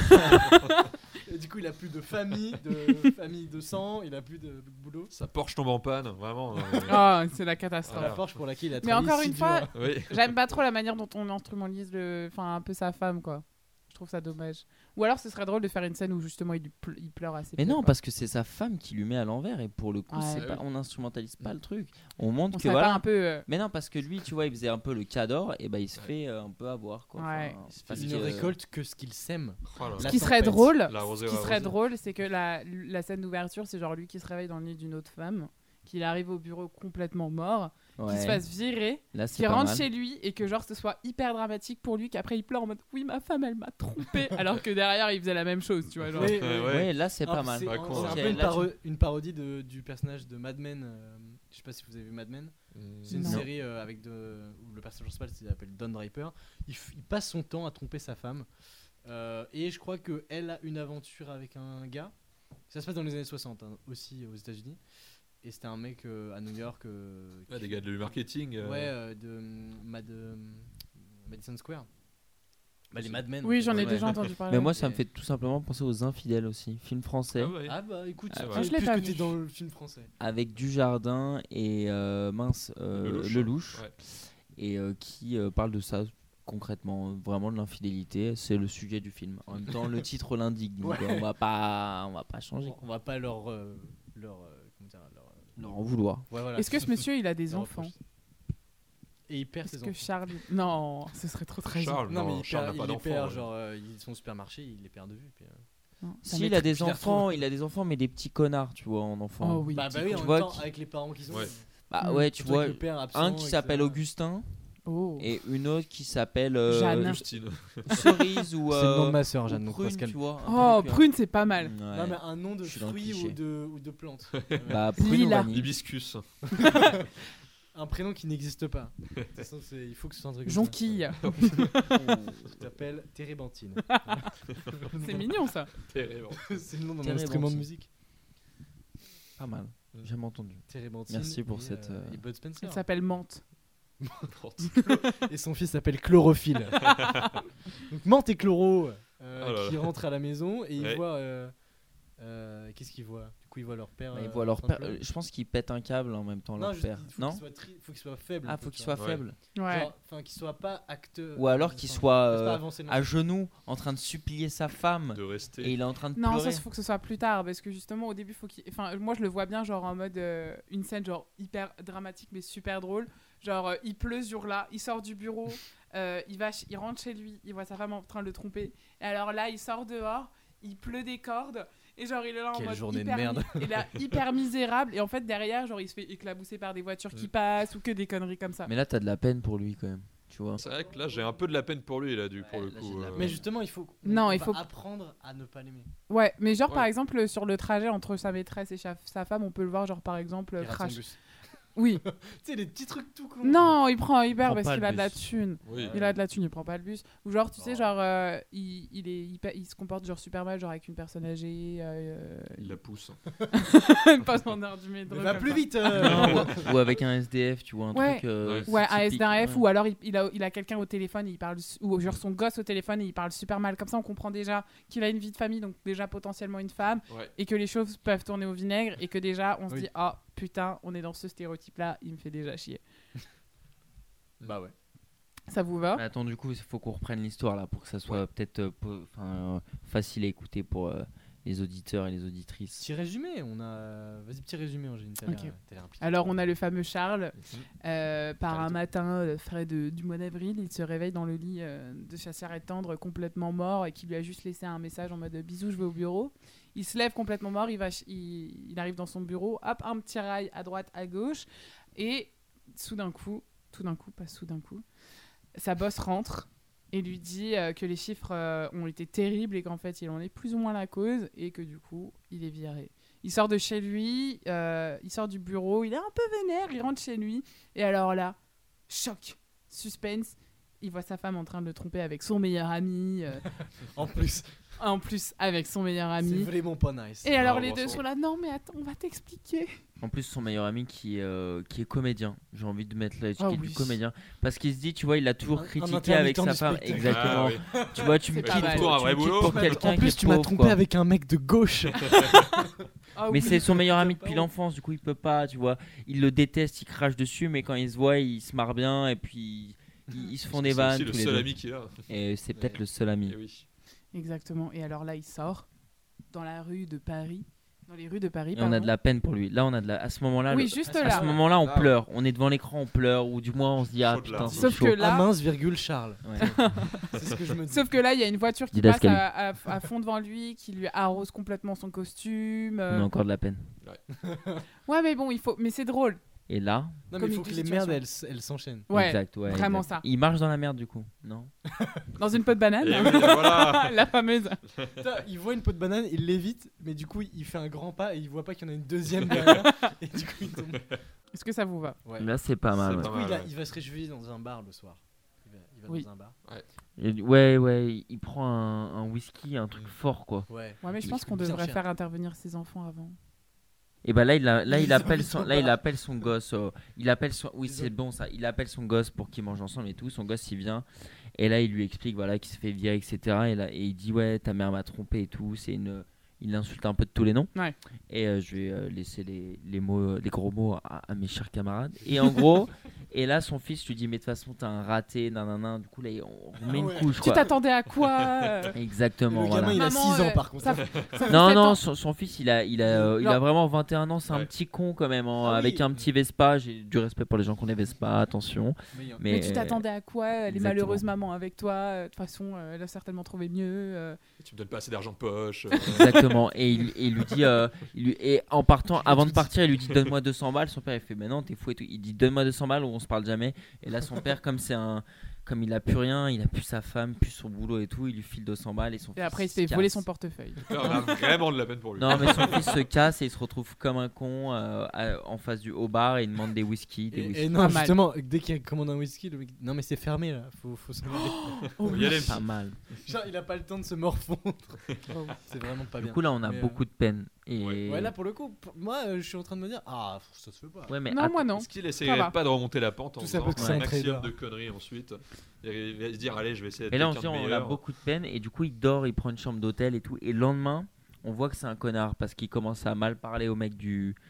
Et du coup, il a plus de famille, de sang, il a plus de boulot. Sa Porsche tombe en panne, vraiment. Oh, c'est la catastrophe. La Porsche pour laquelle il a Mais travaillé encore si une dur. fois, Oui. j'aime pas trop la manière dont on instrumentalise enfin un peu sa femme quoi. Je trouve ça dommage. Ou alors ce serait drôle de faire une scène où justement il pleure assez. Mais peu, non, quoi. parce que c'est sa femme qui lui met à l'envers et pour le coup, Ouais. c'est Ah pas, oui. on instrumentalise pas le truc. On montre On que serait voilà. pas un peu. Mais non, parce que lui, tu vois, il faisait un peu le cador et bah il se fait un peu avoir quoi. Ouais. Parce Il que- ne récolte que ce qu'il sème. Oh là Ce là. qui serait tempête. drôle, L'arroseur ce qui serait arrosé. drôle, c'est que la scène d'ouverture, c'est genre lui qui se réveille dans le lit d'une autre femme, qu'il arrive au bureau complètement mort, Ouais. qu'il se fasse virer, Là, c'est qu'il pas rentre mal. chez lui et que genre ce soit hyper dramatique pour lui, qu'après il pleure en mode oui ma femme elle m'a trompé, alors que derrière il faisait la même chose, tu vois genre. Oui, Ouais, ouais. Ouais, là c'est Alors, pas mal. C'est Pas un, con, c'est hein. un Ok, peu là, une parodie du personnage de Mad Men. Je sais pas si vous avez vu Mad Men. C'est une Non. série où le personnage principal s'appelle Don Draper. Il passe son temps à tromper sa femme. Et je crois qu'elle a une aventure avec un gars. Ça se passe dans les années 60, hein, aussi aux États-Unis. Et c'était un mec à New York. Ah, des gars de marketing. Ouais, de Madison Square. Bah, les Mad Men. en Oui fait. j'en ai Ouais. déjà entendu parler. Mais moi, ça Et- me fait tout simplement penser aux Infidèles aussi, film français Ah ouais. Ah bah écoute, Ah, c'est ouais. Je l'ai plus pas que vu. t'es dans le film français. avec Dujardin et Lelouch. Ouais. Et qui parle de ça concrètement, vraiment de l'infidélité. C'est le sujet du film. En même temps, le titre l'indique, donc Ouais. on va pas changer. On va pas leur comment dire, Leur en vouloir. Ouais, voilà. Est-ce que ce monsieur il a des Leur enfants? reproche. Et il perd Est-ce ses que enfants. Charles Non, ce serait trop tragique. Charles, Non, mais non, il Charles perd, n'a pas il les perd, d'enfant. genre ils sont au supermarché, il les perd de vue. Puis, Non, ça Si, il m'étonne. a des je les enfants, retrouve. il a des enfants, mais des petits connards, tu vois, en enfant. Oh oui. bah oui, en tu même vois temps, qui- avec les parents qu'ils ont. Ouais. Bah Mm. ouais, tu Surtout vois, avec le père absent, un qui s'appelle etc. Augustin Oh. et une autre qui s'appelle Jeanne. Justine. Cerise ou C'est le nom de ma ou sœur, Jeanne, donc on va se Prune, calmer. tu vois. Oh, un truc, prune c'est pas mal. ouais. Non, mais un nom de Je suis dans le fruit cliché. ou de plante. Bah, Prune ou Lila. vanille. Hibiscus. Un prénom qui n'existe pas. De toute façon, il faut que ce soit un truc. comme Jonquille. ça. Tu t'appelles Térébenthine. C'est mignon ça. Terrible. C'est le nom d'un Térébenthine. instrument de musique. Pas mal, jamais entendu. Térébenthine. Merci pour et, cette, et Bud Spencer. Elle s'appelle Menthe. Et son fils s'appelle Chlorophylle. Donc Menthe et Chloro Oh là qui là. rentrent à la maison et ils Ouais. voient. Qu'est-ce qu'ils voient? Du coup, ils voient leur père. Bah, ils voient leur en train de père. pleurer. Je pense qu'ils pètent un câble en même temps, Non, leur je père. dis, faut Non qu'il soit faut qu'il soit faible. Ah, un peu, faut tu qu'il vois. soit Ouais. faible. Ouais. Genre, enfin, qu'il soit pas acteur. Ou alors qu'il enfin, soit qu'il fasse pas avancer à genoux en train de supplier sa femme De et rester. il est en train de Non, pleurer. ça, il faut que ce soit plus tard parce que justement au début, faut qu'il. Enfin, moi je le vois bien, genre en mode une scène genre hyper dramatique mais super drôle. Genre il pleut ce jour-là, il sort du bureau, il rentre chez lui, il voit sa femme en train de le tromper. Et alors là, il sort dehors, il pleut des cordes. Et genre il est là en Quelle mode journée de hyper, merde. il est là, hyper misérable. Et en fait derrière, genre il se fait éclabousser par des voitures qui passent ou que des conneries comme ça. Mais là, t'as de la peine pour lui quand même. Tu vois. C'est vrai que là, j'ai un peu de la peine pour lui, là, pour Ouais, le là, coup. j'ai de la Mais justement, il faut. Non, on il va faut- apprendre à ne pas l'aimer. Ouais, mais genre par Ouais. exemple sur le trajet entre sa maîtresse et sa femme, on peut le voir genre par exemple Il rate son crash. bus. Oui. Tu sais, les petits trucs tout cons. Non, il prend Uber prend parce pas qu'il le a de la bus. thune. Oui. Il a de la thune, il prend pas le bus. Ou genre, tu sais, Oh. genre, il se comporte genre super mal, genre avec une personne âgée. Il la pousse. il passe en heure du métro. Mais va comme plus ça. vite. Non, ou avec un SDF, tu vois, un Ouais. truc. Ouais, un typique, SDF, ouais. ou alors il a quelqu'un au téléphone, et il parle, ou genre son gosse au téléphone, et il parle super mal. Comme ça, on comprend déjà qu'il a une vie de famille, donc déjà potentiellement une femme, Ouais. et que les choses peuvent tourner au vinaigre, et que déjà on se Oui. dit, ah putain, on est dans ce stéréotype-là, il me fait déjà chier. Bah ouais. Ça vous va? Mais attends, du coup, il faut qu'on reprenne l'histoire là pour que ça soit peut-être facile à écouter pour les auditeurs et les auditrices. Petit résumé, on a. Vas-y, petit résumé, Angéline. T'as Ok. l'air impliquée. Alors, on a le fameux Charles. Par un Charles. matin frais du mois d'avril, il se réveille dans le lit de sa sœur tendre complètement mort et qui lui a juste laissé un message en mode bisous, je vais au bureau. Il se lève complètement mort, il arrive dans son bureau, hop, un petit rail à droite, à gauche, et tout d'un coup, sa boss rentre et lui dit que les chiffres ont été terribles et qu'en fait il en est plus ou moins la cause et que du coup il est viré. Il sort de chez lui, il sort du bureau, il est un peu vénère, il rentre chez lui et alors là, choc, suspense, il voit sa femme en train de le tromper avec son meilleur ami, En plus, avec son meilleur c'est ami. vraiment pas nice. Et alors Ah, les bon deux sang. sont là, non mais attends, on va t'expliquer. En plus, son meilleur ami qui est comédien. J'ai envie de mettre là, qui Ah est oui. du comédien. Parce qu'il se dit, tu vois, il a toujours Un critiqué avec intermittent sa du femme. spectacle. Exactement. Ah, oui. Tu vois, tu me C'est quittes pas mal. Pour un vrai tu me quittes boulot. pour quelqu'un En qui plus, est tu m'as pauvre, trompé quoi. avec un mec de gauche. Ah Mais oui. c'est son meilleur ami Pas depuis ouf. l'enfance, du coup il peut pas, tu vois. Il le déteste, il crache dessus, mais quand il se voit, il se marre bien et puis ils se font des C'est vannes aussi tous le les seul deux. ami qu'il a. Et c'est peut-être le seul ami. Eh oui. Exactement. Et alors là, il sort dans la rue de Paris, dans les rues de Paris. Et on a pardon. de la peine pour lui. Là, on a de la. À ce moment-là, Oui, le- juste à là. ce moment-là, on Ah ouais. pleure. On est devant l'écran, on pleure, ou du moins on se dit ah Chaud de putain, larmes. c'est Sauf chaud. que là, Ah mince, virgule Charles. Ouais. C'est ce que je me dis. Sauf que là, il y a une voiture qui passe Didascalie. à fond devant lui, qui lui arrose complètement son costume. On a encore de la peine. Ouais, mais bon, il faut. Mais c'est drôle. Et là, Non, mais il faut Comique que de les merdes, situation. elles s'enchaînent. Ouais, exact, ouais, vraiment exact. ça. Il marche dans la merde du coup, non? Dans une peau de banane. Et oui, voilà. La fameuse. Putain, il voit une peau de banane, il l'évite, mais du coup, il fait un grand pas et il voit pas qu'il y en a une deuxième derrière. Et du coup, il tombe. Est-ce que ça vous va? Ouais. Là, c'est pas mal. C'est ouais. pas Du coup, mal, ouais. il va se réjouir dans un bar le soir. Il va Oui. dans un bar. Et ouais, il prend un whisky, un truc fort quoi. Ouais. Ouais, mais je Il pense coûte qu'on bien devrait cher. faire intervenir ses enfants avant. Et bah là, il Ils appelle habitent son, au là, il bar. appelle son gosse. Oui, c'est bon ça. Il appelle son gosse pour qu'ils mangent ensemble et tout. Son gosse, il vient. Et là, il lui explique voilà qu'il se fait virer, etc. Et il dit ouais, ta mère m'a trompé et tout. Il l'insulte un peu de tous les noms. Ouais. Et je vais laisser les mots, les gros mots à mes chers camarades. Et en gros, et là, son fils lui dit mais de toute façon, t'es un raté, nanana. Du coup là, on remet ouais. une couche Tu quoi. t'attendais à quoi Exactement. Le Voilà. gamin, il a Maman, 6 ans par contre. ça fait Non, 7 non, ans. son fils, il a vraiment 21 ans, c'est un Ouais. petit con quand même, hein, Ah oui. avec un petit Vespa. J'ai du respect pour les gens qui ont des Vespa, attention. Mais tu t'attendais à quoi? Elle est exactement. malheureuse maman avec toi. De toute façon, elle a certainement trouvé mieux. Tu me donnes pas assez d'argent de poche. Exactement. Et il lui dit, et en partant, avant de partir, il lui dit donne-moi 200 balles. Son père, il fait mais non, t'es fou et tout. Il dit donne-moi 200 balles ou on se parle jamais. Et là, son père, comme il a plus rien, il a plus sa femme, plus son boulot et tout, il lui file 200 balles et son Et fils après, il se se fait voler casse. son portefeuille. Là, on a vraiment de la peine pour lui. Non, mais son fils se casse et il se retrouve comme un con en face au bar et il demande des whisky. Et non, Pas mal. justement, dès qu'il commande un whisky, le mec dit, non, mais c'est fermé là, faut s'en aller. Faut y aller. Pas mal. Genre, il a pas le temps de se morfondre. C'est vraiment pas Du bien. coup, là, on a Mais, beaucoup de peine. Et... Ouais, là pour le coup, moi je suis en train de me dire, ah, ça se fait pas. Ouais, mais Non, moi non. Est-ce qu'il Ça essaierait va. pas de remonter la pente en Tout ça faisant parce que c'est un un maximum trader. de conneries ensuite? Il va se dire allez, je vais essayer Et d'être là, on se quelqu'un dit, de on a meilleur. beaucoup de peine. Et du coup, il dort, il prend une chambre d'hôtel et tout. Et le lendemain, on voit que c'est un connard parce qu'il commence à mal parler au mec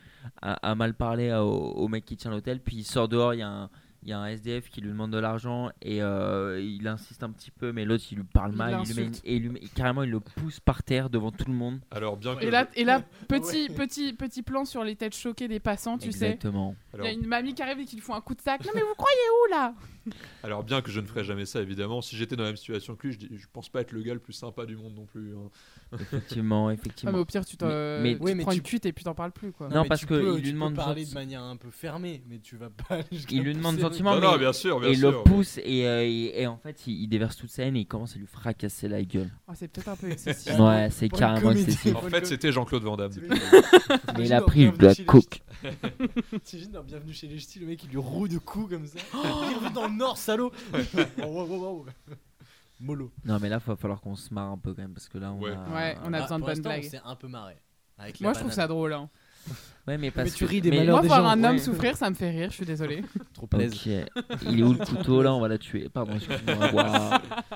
à mal parler au mec qui tient l'hôtel. Puis il sort dehors, il y a un SDF qui lui demande de l'argent et il insiste un petit peu, mais l'autre il lui parle Il mal, l'insulte. carrément il le pousse par terre devant tout le monde. Alors bien que Et là, petit plan sur les têtes choquées des passants, tu sais. Exactement. Il y alors, a une mamie qui arrive et qui lui font un coup de sac. Non mais vous croyez où là? alors bien que je ne ferais jamais ça évidemment, si j'étais dans la même situation que lui, je pense pas être le gars le plus sympa du monde non plus. Hein. Effectivement, Ah, effectivement. mais au pire, tu t'en Mais- Oui, mais prends tu- une cuite et puis t'en parles plus quoi. Non, mais parce tu que peux- il lui tu demande peux parler gentil- de manière un peu fermée, mais tu vas pas. jusqu'à Il lui demande pousser le- gentiment, Non, mais- non, bien sûr, bien Et il sûr. le pousse et en fait il déverse toute sa haine et il commence à lui fracasser la gueule. Oh, c'est peut-être un peu excessif. Ouais, c'est Pour une carrément comédie. excessif. En fait, c'était Jean-Claude Van Damme. Mais il a pris de la coke. T'imagines dans Bienvenue chez les Ch'tis, le mec il lui roue de coups comme ça. Il revient dans le nord, salaud. Oh, wow. Mollo. Non mais là il va falloir qu'on se marre un peu quand même parce que là on Ouais. a... Ouais, on a besoin de pour bonnes l'instant, blagues. on s'est un peu marré. Avec Moi, la je trouve banane. ça drôle. Hein. Ouais mais parce tu que... ris des mais- malheurs Moi, des voir gens, un homme ouais. souffrir, ça me fait rire. Je suis désolée. Trop plaisir. Ok. Il est où le couteau là? On va la tuer. Pardon, excuse-moi. Waouh.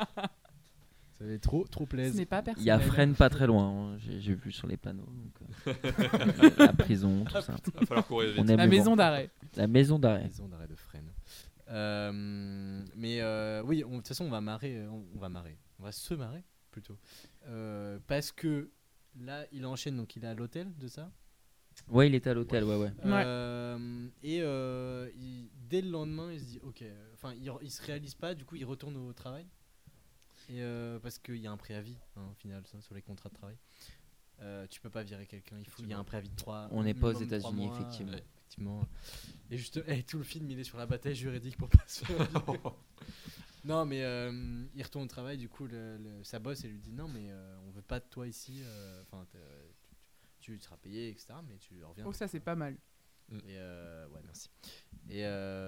Ça fait trop Ce plaisir. n'est pas Il y a personnel. Fresnes pas très loin. Hein. J'ai vu sur les panneaux. Donc, la prison, tout ça. Il va falloir courir vite. On aime La le maison vent. d'arrêt. La maison d'arrêt. Maison d'arrêt de Fresnes. Mais oui, de toute façon, on va marrer. On va se marrer plutôt. Parce que là, il enchaîne, donc il est à l'hôtel de ça. Ouais, il était à l'hôtel, ouais. Dès le lendemain, il se dit ok. Enfin, il se réalise pas, du coup, il retourne au travail. Et parce qu'il y a un préavis, au final, ça, sur les contrats de travail. Tu peux pas virer quelqu'un, il y a un préavis de 3 On n'est pas aux États-unis, mois, effectivement. Et juste, tout le film, il est sur la bataille juridique pour pas se faire virer. Non, mais il retourne au travail, du coup, sa boss, elle lui dit non, mais on veut pas de toi ici. Enfin, tu seras payé, etc. Mais tu reviens. Oh, ça, c'est pas mal. Et ouais, merci. Et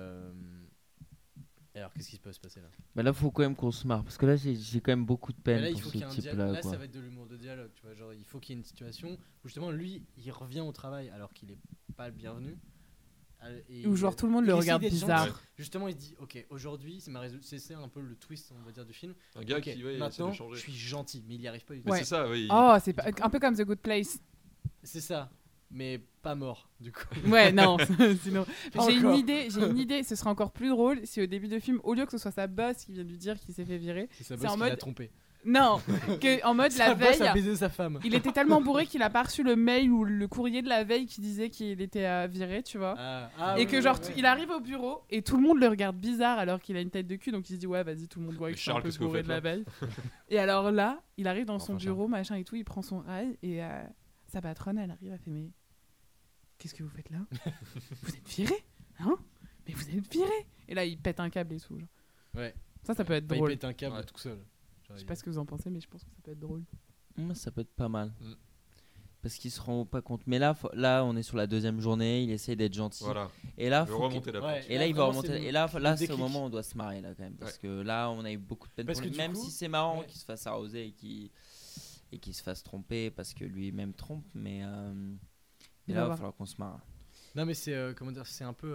alors, qu'est-ce qui peut se passer là ? Bah là, faut quand même qu'on se marre parce que là, j'ai quand même beaucoup de peine là, il pour faut ce qu'il y ait un type-là. Là, quoi. ça va être de l'humour de dialogue, tu vois. Genre, il faut qu'il y ait une situation où justement, lui, il revient au travail alors qu'il est pas le bienvenu. Ou genre tout le monde le regarde bizarre. Justement, il se dit ok, aujourd'hui, c'est un peu le twist, on va dire, du film. Un gars okay, qui essaie maintenant, de changer. je suis gentil, mais il y arrive pas du tout. Mais c'est ça, oui. Oh, c'est un peu comme The Good Place. C'est ça. Mais pas mort, du coup. Ouais, non, sinon. J'ai une idée, ce serait encore plus drôle si au début du film, au lieu que ce soit sa boss qui vient lui dire qu'il s'est fait virer, c'est sa boss qui l'a trompé. Non, en mode la veille, a baisé sa femme. Il était tellement bourré qu'il a pas reçu le mail ou le courrier de la veille qui disait qu'il était viré, tu vois. Et que genre, il arrive au bureau et tout le monde le regarde bizarre alors qu'il a une tête de cul, donc il se dit ouais, vas-y, tout le monde voit que je suis un peu bourré de la veille. Et alors là, il arrive dans son bureau, machin et tout, il prend son rail et sa patronne, elle arrive, elle fait mais qu'est-ce que vous faites là ? Vous êtes viré, hein ? Mais vous êtes viré. Et là, il pète un câble et tout. Genre. Ouais. Ça peut être drôle. Il pète un câble tout seul. Je sais pas ce que vous en pensez, mais je pense que ça peut être drôle. Ça peut être pas mal. Parce qu'il se rend pas compte. Mais là, on est sur la deuxième journée. Il essaye d'être gentil. Voilà. Et là, il va remonter la pente. Et là, il va remonter. Et là, c'est au moment où on doit se marrer là quand même. Parce que là, on a eu beaucoup de peine. Pour lui. Même si c'est marrant qu'il se fasse arroser et qu'il se fasse tromper parce que lui-même trompe, mais là, il va falloir qu'on se marre. Non, mais c'est comment dire, c'est un peu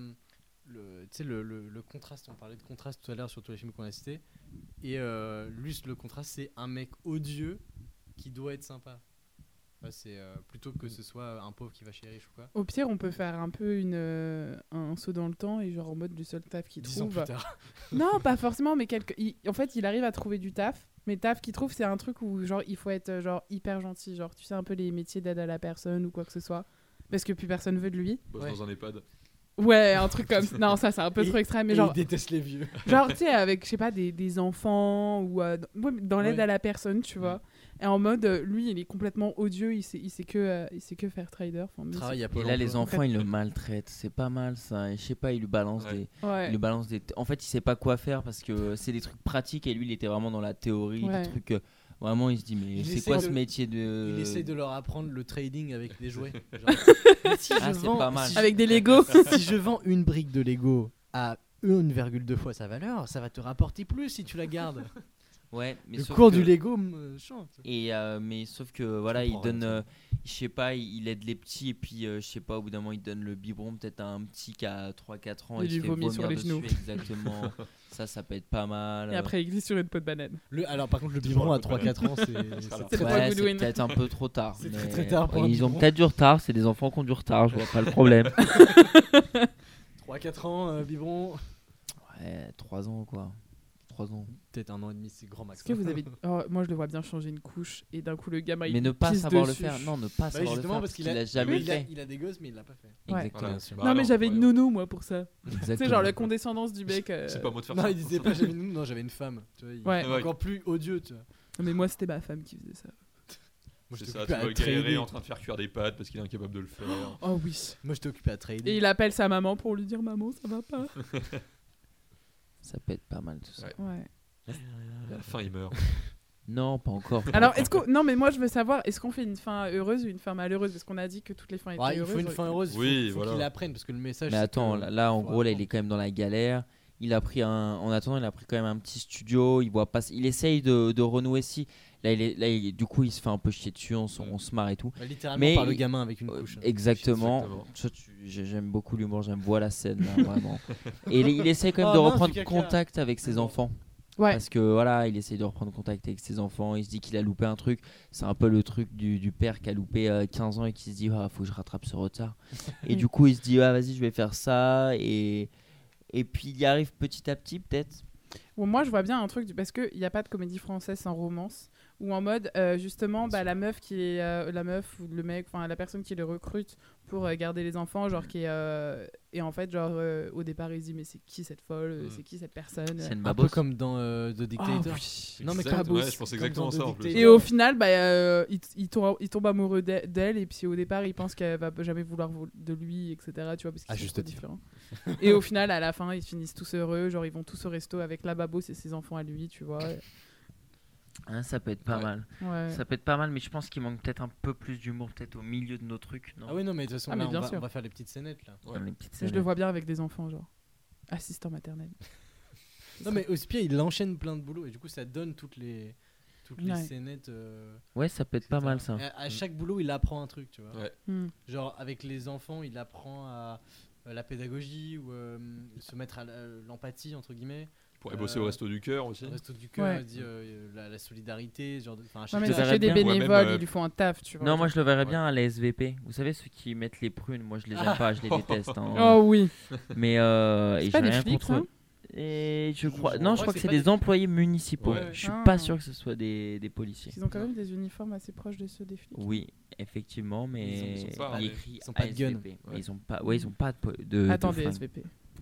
le contraste. On parlait de contraste tout à l'heure sur tous les films qu'on a cités. Et lui, le contraste, c'est un mec odieux qui doit être sympa. Ouais, c'est plutôt que ce soit un pauvre qui va chez les riches ou quoi. Au pire, on peut faire un peu un saut dans le temps et genre en mode le seul taf qu'il trouve. 10 ans plus tard. Non, pas forcément, mais en fait, il arrive à trouver du taf. Mais taf qu'il trouve, c'est un truc où genre il faut être genre hyper gentil, genre tu sais un peu les métiers d'aide à la personne ou quoi que ce soit, parce que plus personne veut de lui. Bosse dans un EHPAD. Ouais, un truc comme ça. Non, ça c'est un peu trop extrême, mais genre. Il déteste les vieux. Genre tu sais avec je sais pas des enfants ou dans l'aide à la personne, tu vois. Et en mode lui il est complètement odieux, il sait que faire trader. Et là les enfants ils le maltraitent, c'est pas mal ça. Et je sais pas, il lui balance des en fait il sait pas quoi faire parce que c'est des trucs pratiques et lui il était vraiment dans la théorie, des trucs vraiment il se dit mais c'est quoi ce métier de. Il essaye de leur apprendre le trading avec des jouets. C'est pas mal. Avec des Lego. Si je vends une brique de Lego à 1,2 fois sa valeur, ça va te rapporter plus si tu la gardes. Ouais, mais le cours du Lego me chante. Et mais sauf que voilà, il donne je sais pas, il aide les petits et puis je sais pas, au bout d'un moment il donne le biberon peut-être à un petit qui a 3-4 ans et il se fait vomir sur les genoux. Exactement. ça peut être pas mal. Et après il glisse sur une peau de banane. Alors par contre le biberon à 3-4 ans c'est peut-être un peu trop tard. C'est très tard pour ils ont peut-être du retard, c'est des enfants qui ont du retard, je vois pas le problème. 3-4 ans biberon. Ouais, 3 ans quoi. 3 ans. Peut-être 1 an et demi, c'est grand max. Est-ce que vous avez moi je le vois bien changer une couche et d'un coup le gamin mais ne pas savoir le faire. Non, ne pas savoir le faire parce qu'il a jamais fait. Il a des gosses mais il l'a pas fait. Exactement. Voilà. Non mais j'avais une nounou moi pour ça. Tu sais genre la condescendance du mec. C'est pas moi de faire ça. Non, ça. il disait pas j'avais une nounou, non, j'avais une femme, tu vois. Encore plus odieux, tu vois. Mais moi c'était ma femme qui faisait ça. Moi, c'est ça, tu vois galérer en train de faire cuire des pâtes parce qu'il est incapable de le faire. Oh oui. Moi j'étais occupé à trader. Et il appelle sa maman pour lui dire maman ça va pas. Ça peut être pas mal tout ça. Ouais. À la fin il meurt. Non, pas encore. Alors non mais moi je veux savoir, est-ce qu'on fait une fin heureuse ou une fin malheureuse, parce qu'on a dit que toutes les fins étaient heureuses. Il faut une fin heureuse. Oui, faut qu'il apprenne parce que le message. Mais attends, là en gros là il est quand même dans la galère. Il a pris en attendant, il a pris quand même un petit studio. Il voit pas. Il essaye de renouer si. Là, du coup, il se fait un peu chier dessus. On se marre et tout. Littéralement mais par le gamin avec une couche. Exactement. J'aime beaucoup l'humour. J'aime voir la scène là, vraiment. Et il essaye quand même de reprendre contact avec ses enfants. Ouais. Parce que voilà, il essaye de reprendre contact avec ses enfants. Il se dit qu'il a loupé un truc. C'est un peu le truc du père qui a loupé 15 ans et qui se dit faut que je rattrape ce retard. Et du coup, il se dit vas-y, je vais faire ça et puis il y arrive petit à petit peut-être. Bon, moi, je vois bien un truc, parce qu'il n'y a pas de comédie française sans romance, où en mode, justement, la meuf qui est... la meuf ou le mec, enfin, la personne qui le recrute pour garder les enfants, genre, qui est... et en fait, genre, au départ, il se dit, mais c'est qui cette folle C'est qui cette personne C'est une Un peu babos. comme dans The Dictator. Non, mais Exact, comme ouais, je pense exactement ça en plus. Et au final, il tombe amoureux d'elle, et puis au départ, il pense qu'elle va jamais vouloir de lui, etc. Tu vois, parce qu'ils sont juste trop titre. différents. Et au final, à la fin, ils finissent tous heureux, genre ils vont tous au resto avec la babos et ses enfants à lui, tu vois. Hein, ça peut être pas mal. Ouais. Ça peut être pas mal, mais je pense qu'il manque peut-être un peu plus d'humour, peut-être au milieu de nos trucs. Non Ah oui, non, mais de toute façon, Ah, là, mais bien on sûr. va faire les petites scénettes là. Dans les petites Je scènes. le vois bien avec des enfants, genre assistant maternel. Non, mais aussi pire, il enchaîne plein de boulot et du coup, ça donne toutes les Ouais. scénettes. Ouais, ça peut être pas etc. mal ça. Et à chaque boulot, il apprend un truc, tu vois. Ouais. Hmm. Genre, avec les enfants, il apprend à la pédagogie ou se mettre à l'empathie, entre guillemets. Il pourrait bosser au Resto du Cœur aussi. Le resto du cœur, Ouais. il dit la solidarité, genre. Enfin, à Ouais, chaque mais Je c'est verrais que des bien. Ouais, bénévoles, même, ils lui font un taf, tu vois. Non, moi je le verrais Ouais. bien à la SVP. Vous savez, ceux qui mettent les prunes, moi je les aime pas, je les déteste. Hein. Oh oui. Mais et pas j'ai des rien flics, contre ça eux. Et je crois, Je non, crois je crois que que c'est c'est pas des employés municipaux. Ouais. Je suis Ah. pas sûr que ce soit des policiers. Ils ont quand même des uniformes assez proches de ceux des flics. Oui, effectivement, mais Ils sont pas il armés. écrit Ils ont pas de gun. ASVP. Ouais. Ils ont pas, ouais, ils ont pas de Attendez, fringues. SVP.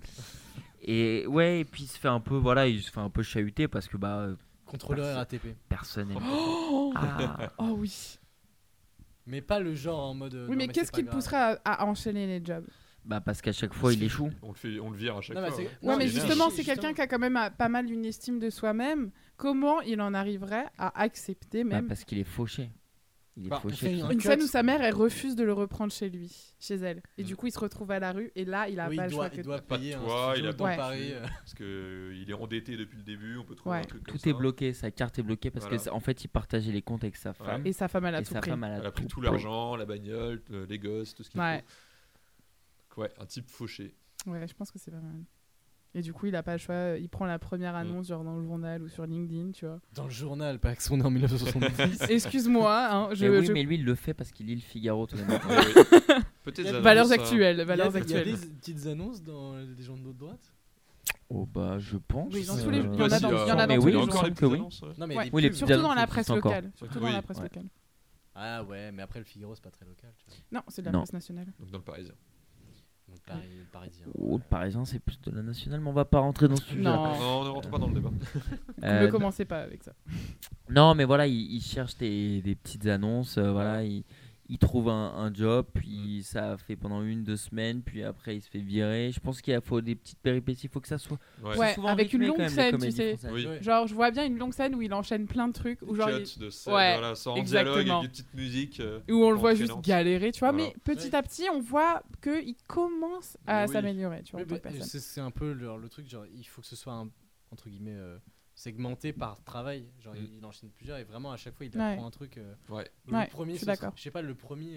Et ouais, et puis il se fait un peu, voilà, il se fait un peu chahuter parce que contrôleur RATP. personne aime. Oh, Ah. oh oui. Mais pas le genre en mode. Oui, mais qu'est-ce qui te poussera à enchaîner les jobs? Bah parce qu'à chaque fois il échoue. On le vire à chaque Non, mais fois. c'est- ouais. Ouais, Non, mais c'est justement, génial. c'est quelqu'un qui a quand même pas mal une estime de soi-même. Comment il en arriverait à accepter Bah, même parce qu'il est fauché. Il est Bah, on fauché. fait tout un ça. une cut. scène où sa mère elle refuse de le reprendre chez lui, chez elle, et du coup il se retrouve à la rue et là il a Oui, pas il le doit, choix que il doit Pas de payer un toit, studio il a dans pas de Paris. Parce qu'il est endetté depuis le début, on peut trouver Ouais. un truc comme Tout est ça. bloqué, sa carte est bloquée parce Voilà. que en fait il partageait les comptes avec sa femme. et sa femme elle a Et tout sa pris. femme Elle a pris tout pris. l'argent, la bagnole, les gosses, tout ce qu'il Ouais. faut. Ouais, un type fauché. Ouais, je pense que c'est pas mal. Et du coup il a pas le choix, il prend la première annonce genre dans le journal ou sur LinkedIn, tu vois. Dans le journal, pas que son est en 1970. Excuse-moi, hein, Mais oui, mais lui il le fait parce qu'il lit le Figaro tous les matins. Peut-être Valeurs annonces, actuelles, Il y a valeurs actuelles. des petites annonces dans des journaux de droite. Oh bah je pense. Oui, dans tous les- il y en a Vas-y, dans- il y en a mais dans oui, tous les il me jours. semble que oui. Non, mais Ouais. des Oui, les pubs. petites Surtout annonces, dans la ça presse existe encore. locale. Surtout dans Oui. la presse Ouais. locale. Ah ouais, mais après le Figaro, c'est pas très local. Tu vois. Non, c'est de la Non. presse nationale. Donc dans le Parisien. Donc le Parisien. Oh, le Parisien c'est plus de la nationale, mais on va pas rentrer dans ce sujet. Non. Non, on ne rentre pas dans le débat. Ne commencez pas avec ça. Non, mais voilà, il cherche des petites annonces. Voilà, il trouve un job, puis ça fait pendant 1-2 semaines, puis après il se fait virer. Je pense qu'il faut des petites péripéties. Il faut que ça soit. Ouais. Ouais, souvent avec une rythmé, longue quand même, les scène, tu comédies sais. françaises. Oui. Ouais. Genre, je vois bien une longue scène où il enchaîne plein de trucs, où, genre, Cut de scène, Ouais, voilà, sans exactement. dialogue, avec des petites musiques. où on le voit juste entraînantes. galérer, tu vois. Voilà. Mais petit Ouais. à petit, on voit qu'il commence à Mais oui. s'améliorer, tu vois, Oui, en tant que bah, personne. c'est un peu le truc, genre il faut que ce soit entre guillemets segmenté par travail. Genre il enchaîne plusieurs et vraiment à chaque fois il Ouais. apprend un truc. Ouais. Ouais, Le premier, je suis ce serait- d'accord. je sais pas, le premier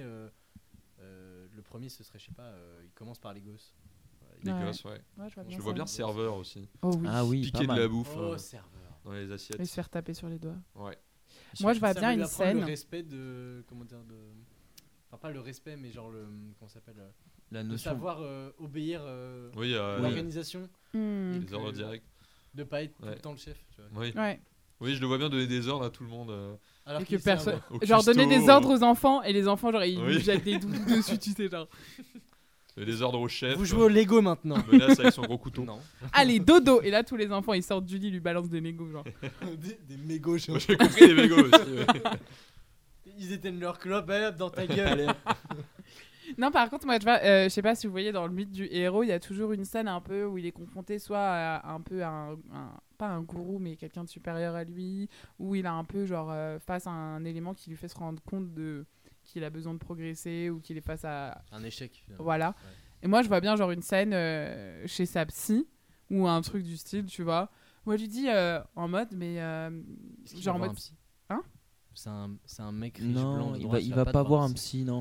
ce serait, je sais pas, il commence par les gosses. Les Ouais. gosses, ouais. Ouais, je vois Je bien le vois ça. bien serveur aussi. Oh oui. Ah oui, Piquer pas de mal. la bouffe Oh, serveur. dans les assiettes. Et se faire taper sur les doigts. Ouais. Moi, je vois Ça bien lui une apprend scène. Le respect de. Comment dire de... Enfin, pas le respect, mais genre le. Comment ça s'appelle La de notion. savoir obéir Oui, l'organisation, Hmm. les ordres directs. de pas être tout Ouais. le temps le chef. Tu vois. Oui. Ouais. Oui, je le vois bien donner des ordres à tout le monde. Alors Et qu'il que sait personne. avoir- Au Genre donner cuistot, des ordres aux enfants et les enfants, genre, ils Oui. lui jettent des doudous dessus, tu sais, genre. Des ordres au chef. Vous jouez au Lego maintenant. Menace avec son gros couteau. Non. Allez, dodo! Et là, tous les enfants, ils sortent du lit, lui balancent des Legos, genre. des mégots. Moi, j'ai compris les mégots aussi. ouais. Ils éteignent leur clope, allez, hop, dans ta gueule. Non, par contre, moi, je sais pas si vous voyez dans le mythe du héros, il y a toujours une scène un peu où il est confronté soit à un peu à pas un gourou, mais quelqu'un de supérieur à lui, où il a un peu, genre, face à un élément qui lui fait se rendre compte qu'il a besoin de progresser ou qu'il est face à. Un échec. Finalement. Voilà. Et moi, je vois bien, genre, une scène chez sa psy ou un truc du style, tu vois. Moi, je lui dis en mode, mais. Est-ce qu'il Genre va en voir mode. un psy Hein C'est un mec riche blanc. Non, de il droite, va pas de voir un psy, non.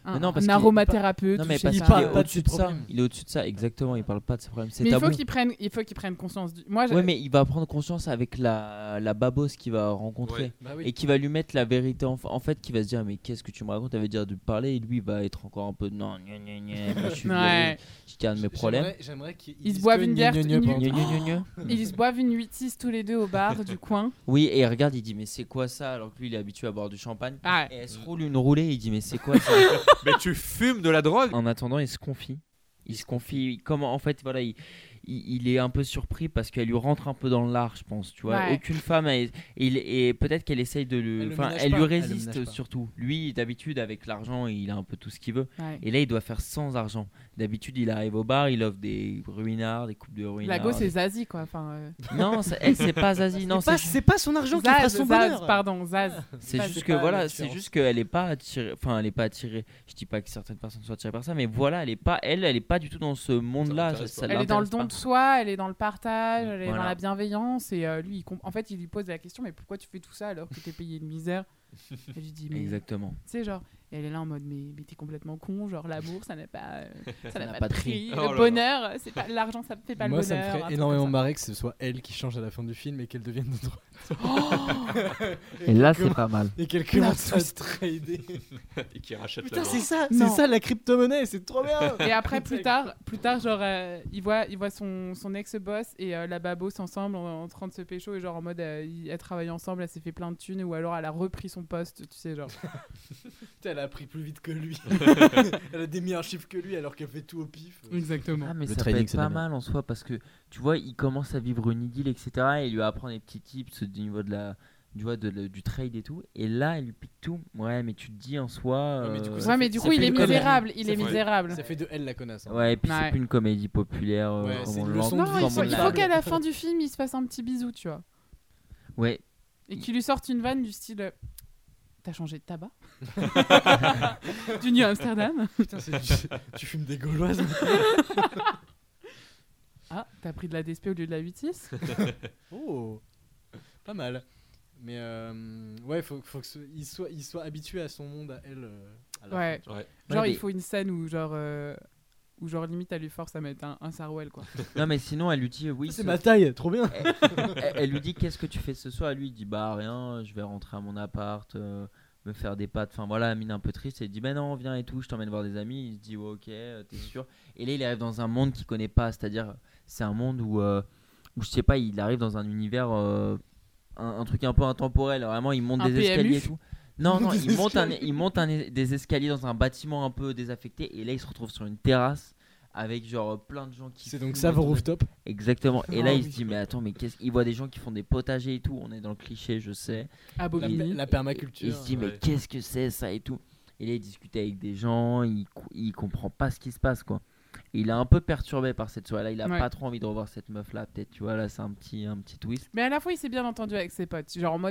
Mais non, parce un qu'il- aromathérapeute. Non, mais je sais parce il qu'il parle est pas de au-dessus ses de ça. problèmes. Il est au-dessus de ça, exactement. Il parle pas de ses problèmes. C'est Mais il tabou. faut qu'il prenne conscience. Moi, Ouais, mais il va prendre conscience avec la babos qu'il va rencontrer. Ouais. Bah oui. Et qui va lui mettre la vérité en fait, qui va se dire mais qu'est-ce que tu me racontes, elle va dire de parler et lui il va être encore un peu non gna, gna, gna, moi, je suis Ouais. je garde mes problèmes. J'aimerais qu'ils Ils se disent boivent que une gna, bière, gna, une gna, nuit. pardon. Gna, gna, gna, gna. Ils se boivent une 8-6 tous les deux au bar du coin. Oui, et il regarde, il dit mais c'est quoi ça, alors que lui il est habitué à boire du champagne. Ah, Et elle se roule une roulée, il dit mais c'est quoi ça. Mais tu fumes de la drogue. En attendant, il se confie. Il se confie. Comment en fait, voilà, il est un peu surpris parce qu'elle lui rentre un peu dans l'art, je pense. Tu vois, Ouais. aucune femme, et peut-être qu'elle essaye de Elle le. le Enfin, ménage elle pas, lui elle le résiste ménage pas. surtout. Lui, d'habitude, avec l'argent, il a un peu tout ce qu'il veut. ouais. Et là, il doit faire sans argent. D'habitude, il arrive au bar, il offre des ruinards, des coupes de ruinards. La go, c'est Zazie, quoi. Enfin, Non, elle, c'est pas Zazie. Non, C'est pas son argent qui fera son bonheur. pardon, Zaz. C'est Ça, juste c'est que pas voilà, la c'est différence. juste qu'elle est pas attirée. Enfin, elle est pas attirée. Je dis pas que certaines personnes sont attirées par ça, mais voilà, elle est pas du tout dans ce monde-là. l'intéresse pas. Ça Elle est dans le l'intéresse don pas. de soi, elle est dans le partage, elle est Voilà. dans la bienveillance. Et lui, en fait, il lui pose la question, mais pourquoi tu fais tout ça alors que t'es payé de misère? Elle lui dit, mais tu Exactement. sais, genre, et elle est là en mode, mais t'es complètement con, genre l'amour, ça n'a pas de prix. Oh Le là là. bonheur, c'est pas l'argent, ça fait pas Moi, le ça me bonheur. un ferait truc énormément comme marrer que ce soit elle qui change à la fin du film et qu'elle devienne de droite. Et là, c'est pas mal. Et qu'elle commence à se trader. Et qui rachète Putain, la c'est drogue. ça, Non. c'est ça la crypto-monnaie, c'est trop bien. Et après, plus tard genre, il voit son ex-boss et la babos ensemble en train de se pécho et genre en mode, elle travaille ensemble, elle s'est fait plein de thunes ou alors elle a repris son poste, tu sais, genre. Putain, elle a appris plus vite que lui. Elle a des meilleurs chiffres que lui alors qu'elle fait tout au pif. Exactement. Ah, mais Le ça peut trading, être c'est pas de la mal en soi parce que tu vois, il commence à vivre une idylle, etc. Et il lui apprend des petits tips au niveau de la. Tu vois, du trade et tout. Et là, elle lui pique tout. Ouais, mais tu te dis en soi. Ouais, mais du coup, Ouais, mais du ça coup, fait il est une comédie. misérable. Il Ça est fait- misérable. Ça fait de elle la connasse. hein. Ouais, et puis Ouais. c'est plus une comédie populaire. Ouais, comme c'est on une l'entend, leçon Non, de comme vie, on il c'est faut l'a. qu'à la fin du film, il se fasse un petit bisou, tu vois. Ouais. Et qu'il lui sorte une vanne du style t'as changé de tabac du New Amsterdam. Putain, tu fumes des gauloises. Ah, t'as pris de la DSP au lieu de la 8-6. Oh, pas mal. Mais ouais, faut qu'il soit habitué à son monde, à elle. À la Ouais. fin. Ouais. Genre, Ouais, il mais- faut une scène où genre limite elle lui force à mettre un sarouel, quoi. Non, mais sinon, elle lui dit oui. C'est ma taille, trop bien. Elle lui dit qu'est-ce que tu fais ce soir. Lui il dit bah rien, je vais rentrer à mon appart, me faire des pâtes. Enfin voilà, mine un peu triste. Elle dit bah non, viens et tout, je t'emmène voir des amis. Il se dit ouais, ok, t'es sûr. Et là il arrive dans un monde qu'il connaît pas, c'est-à-dire c'est un monde où je sais pas, il arrive dans un univers, un truc un peu intemporel. Vraiment, il monte Un des PMU. escaliers et tout. Non, non, Des il monte des escaliers dans un bâtiment un peu désaffecté. Et là il se retrouve sur une terrasse. Avec genre plein de gens qui C'est donc fument ça vos autour de- rooftop. Exactement. Et Oh là, il oui. se dit, mais attends, mais qu'est-ce qu'il voit des gens qui font des potagers et tout. On est dans le cliché, je sais. À La, Bobigny. la Et permaculture. il se dit, mais ouais. qu'est-ce que c'est ça et tout. Et là, il discute avec des gens, il comprend pas ce qui se passe, quoi. Et il est un peu perturbé par cette soirée-là. Il a Ouais. pas trop envie de revoir cette meuf-là, peut-être. Tu vois, là, c'est un petit twist. Mais à la fois, il s'est bien entendu avec ses potes. Genre en mode,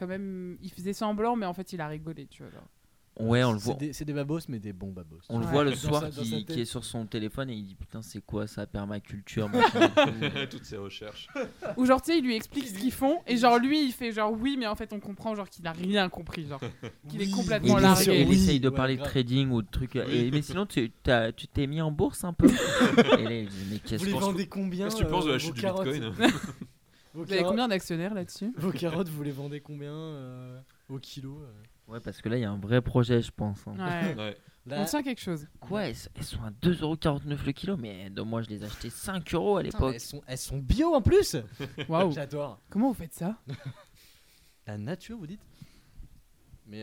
il faisait semblant, mais en fait, il a rigolé, tu vois. Genre. Ouais, on le voit. C'est des babos, mais des bons babos. On le Ouais. voit le Dans soir sa- dans sa qui tête. est sur son téléphone et il dit putain c'est quoi ça permaculture machin et tout. Toutes ces recherches. Ou genre, tu sais, il lui explique ce qu'ils font, et genre, lui, il fait genre oui, mais en fait, on comprend, genre, qu'il a rien compris, genre. Qu'il est Oui, complètement Et bien largué. sûr, il oui. essaye de Ouais, parler de grave. trading ou de trucs. Mais sinon, tu t'es mis en bourse un peu. Et là, il dit, mais Vous qu'est-ce les que vendez combien Qu'est-ce que tu penses de la vos chute du carottes bitcoin? Vos Vous avez carottes- combien d'actionnaires là-dessus? Vos carottes, vous les vendez combien au kilo Ouais, parce que là, il y a un vrai projet, je pense. hein. Ouais. Ouais. Là, On tient quelque chose. Quoi, elles sont à 2,49€ le kilo, mais moi, je les achetais 5€ à putain, l'époque. elles sont bio en plus. Waouh. J'adore. Comment vous faites ça? La nature, vous dites. Mais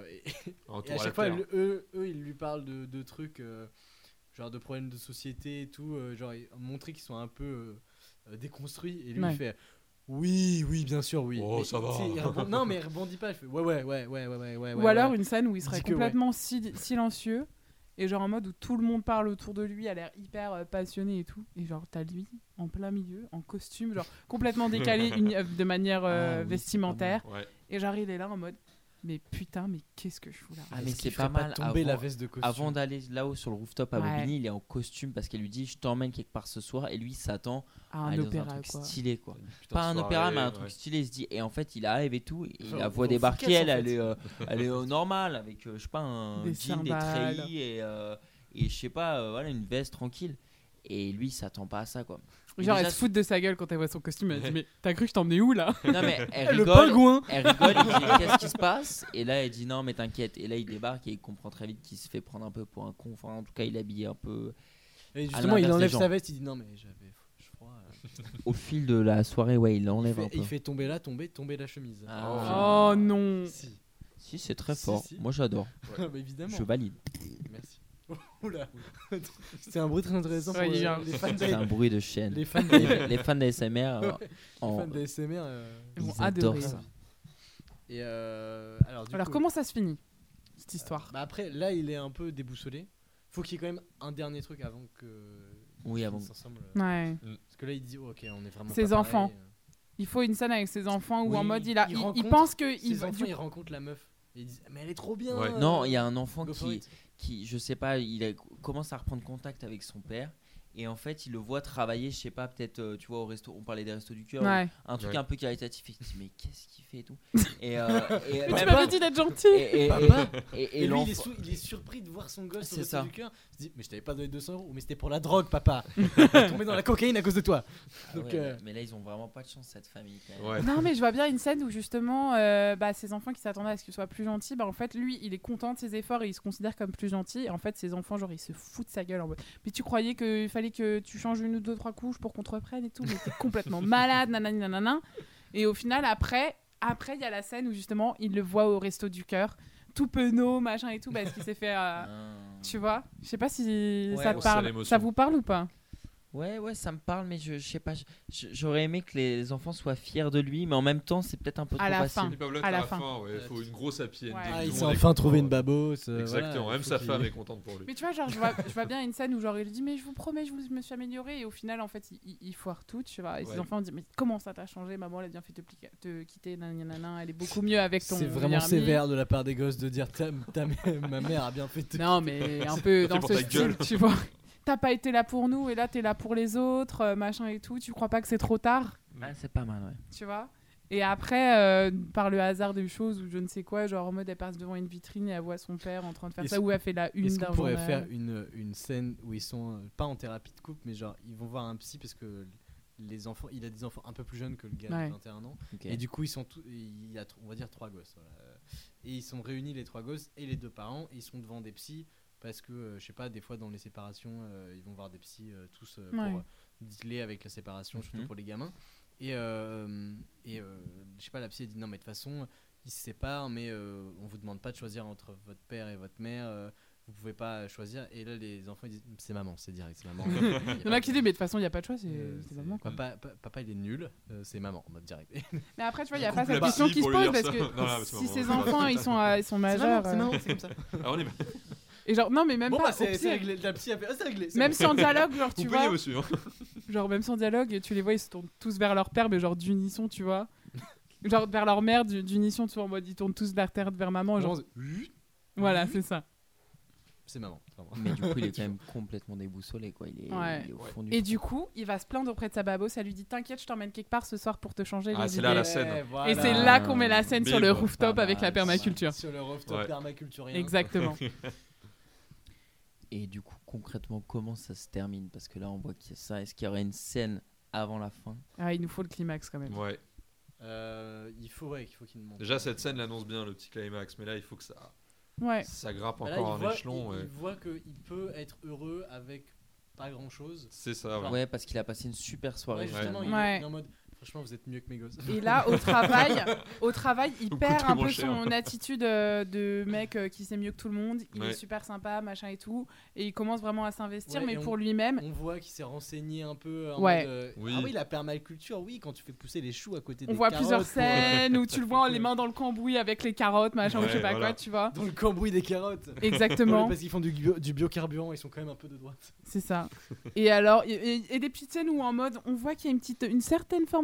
En et tour à à chaque la fois, terre. eux, ils lui parlent de trucs, genre de problèmes de société et tout, genre montrer qu'ils sont un peu déconstruits. Et lui, Ouais. il fait oui, bien sûr, oui. Oh, Mais, ça tu va. sais, non, mais il rebondit pas. Il fait ouais. Ou alors une scène où il serait Dis que ouais. complètement silencieux et genre en mode où tout le monde parle autour de lui, a l'air hyper passionné et tout. Et genre t'as lui en plein milieu, en costume, genre complètement décalé de manière Ah oui, vestimentaire. Ouais. Et genre il est là en mode mais putain, mais qu'est-ce que je fous là? Ah, mais Est-ce qu'il c'est pas ferait mal. tomber la Avant, veste de costume. avant d'aller là-haut sur le rooftop à Ouais. Bobigny, il est en costume parce qu'elle lui dit je t'emmène quelque part ce soir et lui il s'attend À à un aller dans un opéra, truc quoi. stylé quoi. Putain, Pas un soirée, opéra mais un ouais. truc stylé, il se dit et en fait il arrive et tout et il Enfin, la on voit va au débarquer, Fouquet's, elle, en elle fait. est elle est normale avec je sais pas un Des jean, des cymbales. treillis et je sais pas voilà une veste tranquille et lui il s'attend pas à ça quoi. Et Genre, déjà, elle se fout de sa gueule quand elle voit son costume. Elle dit, mais t'as cru que je t'emmenais où là? non mais elle Le rigole, pingouin. elle rigole, il dit qu'est-ce qui se passe et là elle dit non mais t'inquiète et là il débarque et il comprend très vite qu'il se fait prendre un peu pour un con, enfin en tout cas il est habillé un peu Et à justement, il l'inverse enlève des gens. sa veste, il dit non, mais j'avais froid. au fil de la soirée ouais il l'enlève un peu. Il fait tomber là, tomber la chemise. Ah. Oh non! Si. Si, c'est très Si, fort. si. Moi, j'adore. Bah, évidemment. Je valide. Merci. Oula. C'est un bruit très intéressant pour Ouais, il les vient. fans C'est un bruit de chaîne. les fans de- Les fans d'ASMR, les en... fans d'ASMR. Ils vont ils adorent adorer. ça. Et alors, du Alors, coup, comment ça se finit, cette histoire? bah après, là, il est un peu déboussolé. Faut qu'il y ait quand même un dernier truc avant que. Oui, qu'ils avant. finissent ensemble. Ouais. Parce que là, il dit oh, ok, on est vraiment. Ses pas pareil. enfants. Il faut une scène avec ses enfants où Oui, en mode il rencontre pense que il Ses va. enfants, ils rencontrent la meuf. Et ils disent mais elle est trop bien. Ouais. Non, il y a un enfant Go for qui, it. je sais pas, commence à reprendre contact avec son père. Et en fait, il le voit travailler, je sais pas, peut-être, tu vois, au resto, on parlait des restos du cœur, Ouais. un truc Ouais. un peu caritatif. Il se dit, mais qu'est-ce qu'il fait et tout. Et, Mais tu même m'avais dit d'être gentil. Papa. et Et lui, l'enfant- il est surpris de voir son gosse C'est au resto ça. du cœur. Il se dit mais je t'avais pas donné 200 €, mais c'était pour la drogue, papa. Je suis tombé dans la cocaïne à cause de toi. Ah Donc, ouais, mais là, ils ont vraiment pas de chance, cette famille. Quand même. Ouais. Non, mais je vois bien une scène où justement, ses enfants qui s'attendaient à ce qu'il soit plus gentil, bah en fait, lui, il est content de ses efforts et il se considère comme plus gentil. Et en fait, ses enfants, genre, ils se foutent de sa gueule en mode. Mais tu croyais qu'il fallait que tu changes une ou deux, trois couches pour qu'on te reprenne et tout, mais t'es complètement malade, nanani, nanana. Et au final, après, il y a la scène où justement, il le voit au resto du cœur, tout penaud, machin et tout, parce qu'il s'est fait. Ah. Tu vois? Je sais pas si Ouais, ça on te sent parle. l'émotion. Ça vous parle ou pas? Ouais, ça me parle, mais je sais pas. J'aurais aimé que les enfants soient fiers de lui, mais en même temps, c'est peut-être un peu À trop la facile. fin. Il est pas bloqué À à la la fin. fin, ouais. Il faut une grosse happy ending. Ouais. Ah, Tout il le s'est monde est enfin content. trouvé une babos. Exactement, voilà, même faut sa qu'il- femme est contente pour lui. Mais tu vois, genre, je vois bien une scène où genre il dit mais je vous promets, je me suis amélioré et au final en fait il foire tout, tu vois. Et ses Ouais. enfants disent mais comment ça t'a changé, maman elle a bien fait te quitter, nanana, elle est beaucoup mieux avec ton. C'est vraiment meilleur ami. sévère de la part des gosses de dire ma mère a bien fait. de- Non mais un peu Ça fait dans pour ce ta style, gueule. tu vois. T'as pas été là pour nous et là t'es là pour les autres, machin et tout. Tu crois pas que c'est trop tard, Ah, c'est pas mal, ouais. tu vois. Et après, par le hasard des choses ou je ne sais quoi, genre en mode elle passe devant une vitrine et elle voit son père en train de faire Est-ce- ça ou elle fait la une Est-ce d'un qu'on pourrait journal. faire une scène où ils sont pas en thérapie de couple, mais genre ils vont voir un psy parce que les enfants, il a des enfants un peu plus jeunes que le gars Ouais. de 21 ans. Ok. Et du coup, ils sont il y a, on va dire 3 gosses. Voilà. Et ils sont réunis les 3 gosses et les 2 parents. Et ils sont devant des psys parce que, je sais pas, des fois dans les séparations, ils vont voir des psys tous Ouais. pour dealer avec la séparation, surtout Mhm. pour les gamins. Et je sais pas, la psy elle dit non, mais de toute façon, ils se séparent, mais on vous demande pas de choisir entre votre père et votre mère. Vous pouvez pas choisir. Et là, les enfants ils disent c'est maman, c'est direct, c'est maman. Il y en a qui disent mais de toute façon il y a pas de choix, c'est maman. quoi. Papa il est nul, c'est maman en mode direct. Mais après, tu vois, il n'y a Du pas coup, cette la question psy qui se pour lui pose dire parce ça. que Non, non, mais c'est si marrant, ses c'est enfants ils sont majeurs. c'est comme ça. Ah, on est Et genre, non, mais même Bon pas. bah au c'est pire, réglé, la psy a fait c'est réglé. c'est même bon. sans dialogue, genre, Vous tu payez, vois, monsieur. hein. genre, même sans dialogue, tu les vois, ils se tournent tous vers leur père, mais genre d'unisson, tu vois. Genre vers leur mère d'unisson, tu vois, en mode ils tournent tous vers maman. Genre, voilà, c'est ça. C'est maman. vraiment. Mais du coup, il est quand même complètement déboussolé, quoi. Il est, Ouais. il est au fond du Et trou. du coup, il va se plaindre auprès de sa babo, ça lui dit t'inquiète, je t'emmène quelque part ce soir pour te changer Ah, les c'est là idées. la scène. Voilà. Et c'est là qu'on met la scène sur le Bim. rooftop Pas avec la mal, permaculture. Sur le rooftop Ouais. permaculturien. Exactement. Et du coup, concrètement, comment ça se termine? Parce que là, on voit qu'il y a ça. Est-ce qu'il y aurait une scène avant la fin? Ah, il nous faut le climax quand même. Ouais. Il faut qu'il monte. Déjà, cette scène l'annonce bien, le petit climax. Mais là, il faut que Ouais. ça grappe Bah là, encore il un voit- échelon. il ouais. voit qu'il peut être heureux avec pas grand chose. C'est ça, ouais. Ouais, parce qu'il a passé une super soirée. Justement, finalement. Ouais. il est en mode franchement, vous êtes mieux que mes gosses. Et là, au travail, il Vous perd coûtez un moins peu cher. son attitude de mec qui sait mieux que tout le monde. Il Ouais. est super sympa, machin et tout. Et il commence vraiment à s'investir, Ouais, mais et pour lui-même. On voit qu'il s'est renseigné un peu. En Ouais. mode, Oui. Ah oui, la permaculture, oui, quand tu fais pousser les choux à côté des On voit carottes. plusieurs pour- scènes où tu le vois les mains dans le cambouis avec les carottes, machin, ou je sais Ouais, pas voilà. quoi, tu vois. Dans le cambouis des carottes. Exactement. Parce qu'ils font du biocarburant, ils sont quand même un peu de droite. C'est ça. Et alors, et des petites scènes où en mode, on voit qu'il y a une certaine forme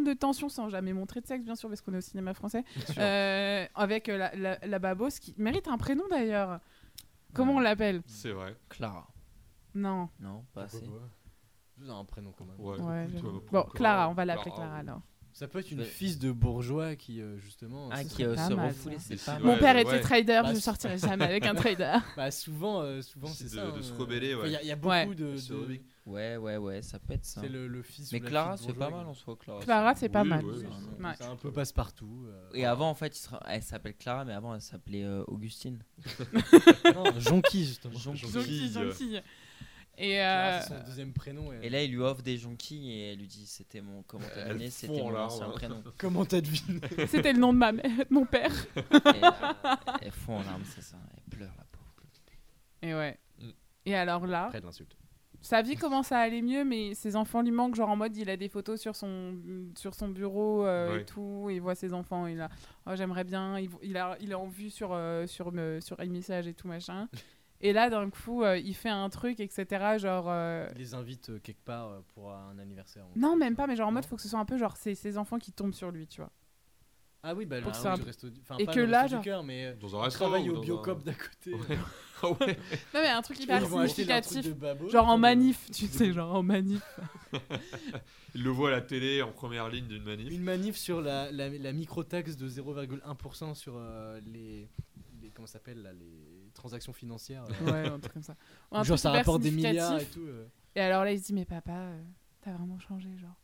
de tension sans jamais montrer de sexe, bien sûr, parce qu'on est au cinéma français, avec la babose qui mérite un prénom d'ailleurs. Comment on l'appelle? C'est vrai. Clara. Non. Non, pas assez. Vous avez un prénom quand même. Ouais, toi, bon, pourquoi Clara, on va l'appeler Clara oui. alors. Ça peut être une Mais- fille de bourgeois qui justement. Ah, ce qui serait- pas se mal, refoulait, ça. c'est pas Ouais, Mon mal. père ouais. était trader, Bah, je sortirai jamais avec un trader. Bah souvent c'est C'est ça. de se rebeller, ouais. Il y a beaucoup Ouais. de. Se rebeller. Ouais, ça peut être ça. C'est le fils. Mais ou la Clara, fille c'est pas bourgeois, mal en soi, Clara. Clara, c'est pas Oui, mal. ouais, Ouais. C'est un peu passe-partout. Et avant, en fait, elle s'appelle Clara, mais avant, elle s'appelait Augustine. Non, Jonquille justement. Jonquille. Et Clara, c'est son deuxième prénom. Et là, il lui offre des jonquilles et elle lui dit c'était mon comment t'as Elle deviné, fond c'était en mon larmes. ancien prénom. Comment t'as deviné? c'était le nom de de mon père. Et elle fond en larmes, c'est ça. Elle pleure, la pauvre. Et ouais. Mm. Et alors là, Après de l'insulte. sa vie commence à aller mieux, mais ses enfants lui manquent, genre en mode il a des photos sur son bureau Ouais. et tout, il voit ses enfants, il a oh, j'aimerais bien, il est en vue sur iMessage et tout machin. Et là d'un coup il fait un truc etc. genre Il les invite quelque part pour un anniversaire. non même pas, mais genre en mode faut que ce soit un peu genre c'est ses enfants qui tombent sur lui, tu vois. Ah oui, bah Pour le que ça- resto du... enfin, et pas que le là, resto du genre- cœur, mais Dans un on restaurant. travaille ou au dans Biocop un- d'à côté. Ouais. Ah ouais. Non mais un truc Tu vois, hyper ils vont acheter leur truc significatif, de babo, genre en comme, manif, tu sais, genre en manif. Il le voit à la télé en première ligne d'une manif. Une manif sur la micro-taxe de 0,1% sur les comment ça s'appelle là, les transactions financières. Ouais, un truc comme ça. Un Genre truc ça hyper rapporte des significatif. milliards et tout. Et alors là il se dit mais papa, t'as vraiment changé genre.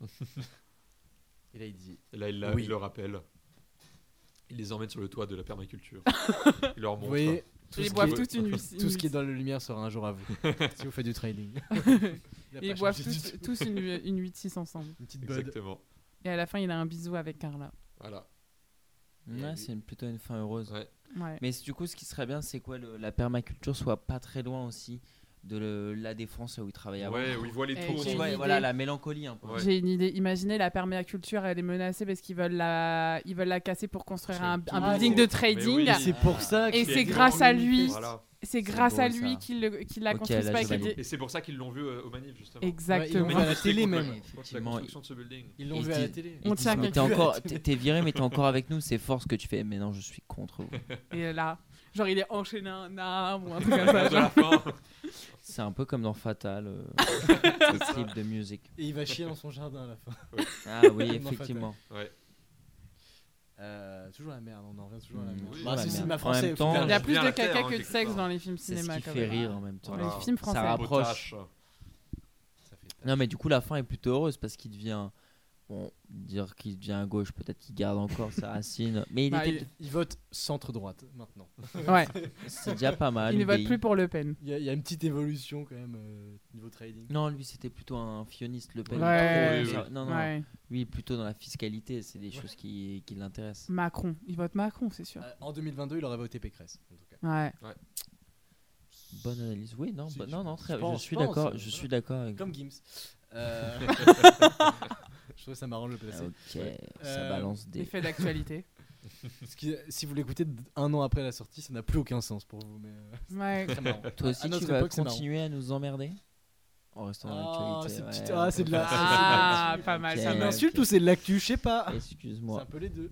Et là il dit Et là, Oui. il le rappelle. Il les emmène sur le toit de la permaculture. Il leur vous montre. voyez Ils ce qui boivent est- toute une tout ce qui est dans la lumière sera un jour à vous si vous faites du trading. Ils boivent tous une 8-6 ensemble. une petite bud. Exactement. Et à la fin, il a un bisou avec Carla. Voilà. Ouais, c'est plutôt une fin heureuse. Ouais. Ouais. Mais du coup, ce qui serait bien, c'est quoi la permaculture soit pas très loin aussi de la défense où il travaille avant. Ouais, où il voit les Et tours. j'ai Ouais, une voilà, idée. la mélancolie un peu. Ouais. J'ai une idée. Imaginez la permaculture, elle est menacée parce qu'ils veulent la casser pour construire un Ah, building c'est- de trading. mais oui. C'est pour ça Et qu'il c'est est grâce à lui. Voilà. C'est C'est grâce à beau, lui ça. qu'il l'a Ok, construit. là, c'est pas je qu'il valide. dit- Et c'est pour ça qu'ils l'ont vu au manif, justement. Exactement. Ouais, ils l'ont vu à la Manifester télé contre même. contre la Effectivement, construction de ce building. Ils l'ont Et vu il à la dit- télé. On Ils tient disent, mais quelqu'un. t'es viré, mais t'es encore avec nous, c'est fort ce que tu fais. Mais non, je suis contre vous. Et là, genre, il est enchaîné à un arbre ou un truc comme ça. De la genre. fin. C'est un peu comme dans Fatal, ce trip de musique. Et il va chier dans son jardin à la fin. Ah oui, Dans effectivement. Ouais. Toujours la merde, on en revient toujours à la merde. Oui, Bah, la c'est le merde. cinéma En français. même au temps, final. Il y a je plus viens à de la terre, caca hein, que de quelque sexe part. dans les films C'est ce cinéma. qui quand fait même. rire en même temps. Dans les films français. Ça rapproche. Potache. Ça fait Non, mais du coup, la fin est plutôt heureuse parce qu'il devient. Bon, dire qu'il devient à gauche, peut-être qu'il garde encore sa racine. Mais il Bah, était. Il vote centre-droite maintenant. Ouais, C'est déjà pas mal. il ne vote vieillit. plus pour Le Pen. Il y a une petite évolution quand même niveau trading. Non, lui, c'était plutôt un fioniste, Le Pen. Ouais. Ça- Non, non. Ouais. Lui, plutôt dans la fiscalité, c'est des choses qui l'intéressent. Macron. Il vote Macron, c'est sûr. En 2022, il aurait voté Pécresse en tout cas. Ouais. Bonne analyse. Oui, non, Si, bah- je non, non, pense- très, je je pense, suis je pense, d'accord. voilà. Je suis d'accord avec. Comme Gims. Je trouve ça marrant de le placer. Ok, ça Euh, balance des. Effet d'actualité. Si vous l'écoutez un an après la sortie, ça n'a plus aucun sens pour vous. Mais Ouais. très marrant. Toi aussi, À notre tu vas époque, c'est marrant. continuer à nous emmerder en restant dans Ah, l'actualité. c'est ouais, petite- ah, c'est de la- Ah, pas mal. Ok. Ça C'est une me- insulte ou c'est de l'actu, je sais pas. C'est Excuse-moi. un peu les deux.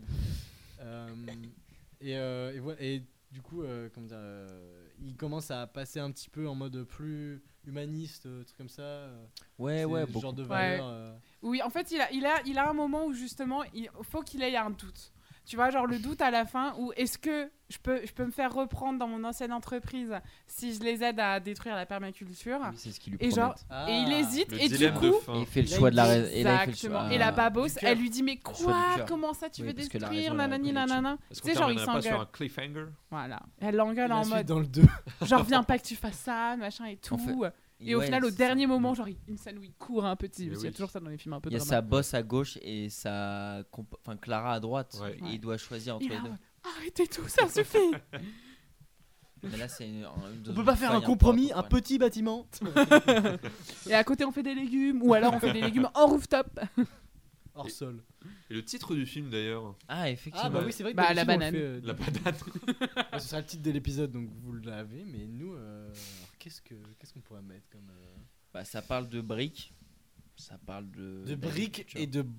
Et voilà. Et du coup, comment dire, il commence à passer un petit peu en mode plus humaniste, truc comme ça. Ouais, C'est ouais, ce beaucoup. genre de Ouais. valeur. Oui, en fait, il a un moment où justement, il faut qu'il ait un doute. Tu vois, genre le doute à la fin, où est-ce que je peux me faire reprendre dans mon ancienne entreprise si je les aide à détruire la permaculture. Oui, c'est ce qu'il lui Et genre, promettent. et il hésite, Le et du dilemme de coup, fin. Et il fait le il a choix une de la. idée. Et là, il fait le exactement. choix. Et la Ah. babos, du cœur. elle lui dit mais Le choix du quoi? cœur. Comment ça tu Oui, veux parce que la détruire raison, elle nanani aurait pu nanana. Est-ce Tu qu'on sais, genre il terminerait pas sur s'engueule. un cliffhanger? Voilà. Elle l'engueule La en suite mode dans le 2. genre viens pas que tu fasses ça, machin et tout. En fait, Et au ouais, final, au c'est dernier ça. moment, genre une scène où il court un petit. Mais Parce qu'il y a oui. toujours ça dans les films un peu Il y a drama. sa bosse à gauche et sa enfin Clara à droite. Ouais. Et il doit choisir entre Il les a- deux. Arrêtez tout, ça suffit. Mais là, c'est On peut pas faire un compromis, un petit bâtiment. Et à côté, on fait des légumes. Ou alors, on fait des légumes en rooftop. Hors sol. Et le titre du film d'ailleurs, Ah, effectivement. Ah bah oui, c'est vrai que Bah, la d'habitude, on le banane. fait, la banane. ce sera le titre de l'épisode, donc vous l'avez. Mais nous, alors, qu'est-ce qu'on pourrait mettre comme Bah, ça parle de briques. Ça parle de. de briques d'agriculture. et de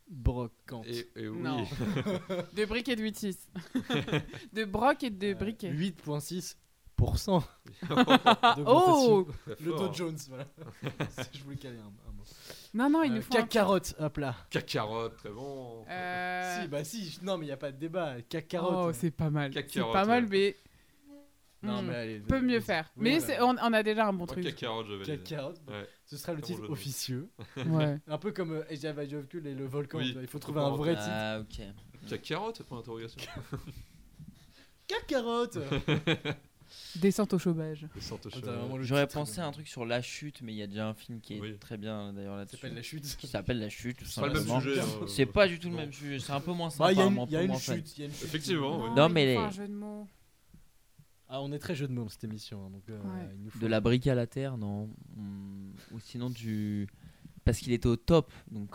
brocante. Et oui. Non. De briques et de 8,6. De broc et de briquet. 8,6% Oh Très Le fort. Dow Jones, voilà. Je voulais caler un mot. Non, il nous faut un CAC carotte, hop là. Cacarotte, très bon. Si, non mais il y a pas de débat. CAC carotte. Oh, c'est pas mal. Cac C'est carotte, pas mal, ouais. mais Non mais allez. peut mieux faire. Oui, Mais voilà. on a déjà un bon Moi, truc. cacarotte, je CAC valide. carotte. Ouais. Ce sera le Très bon titre jeu de mots. officieux. Ouais. Un peu comme Asia Vajovkul et le volcan. Oui. tu vois, il faut trouver un vrai titre. Ah, ok. Cacarotte, point d'interrogation. CAC carotte. Descente au chômage. Le centre Ah, t'as cheval. vraiment le J'aurais titre, pensé mais- à un truc sur la chute, mais il y a déjà un film qui est Oui. très bien d'ailleurs Ça là-dessus. s'appelle La Chute. Qui s'appelle La Chute, tout C'est pas le même simplement. sujet. C'est pas du tout le Non. même sujet, c'est un peu moins Bah, sympa. il y a apparemment, une, il y a pour une moi, en fait. chute. Il y a une chute. Effectivement, oui. Non, mais il faut les- un jeu de mots. Ah, on est très jeu de mots dans cette émission. Donc, Ouais. il nous faut... De la brique à la terre, non. Ou sinon du. Parce qu'il était au top, donc.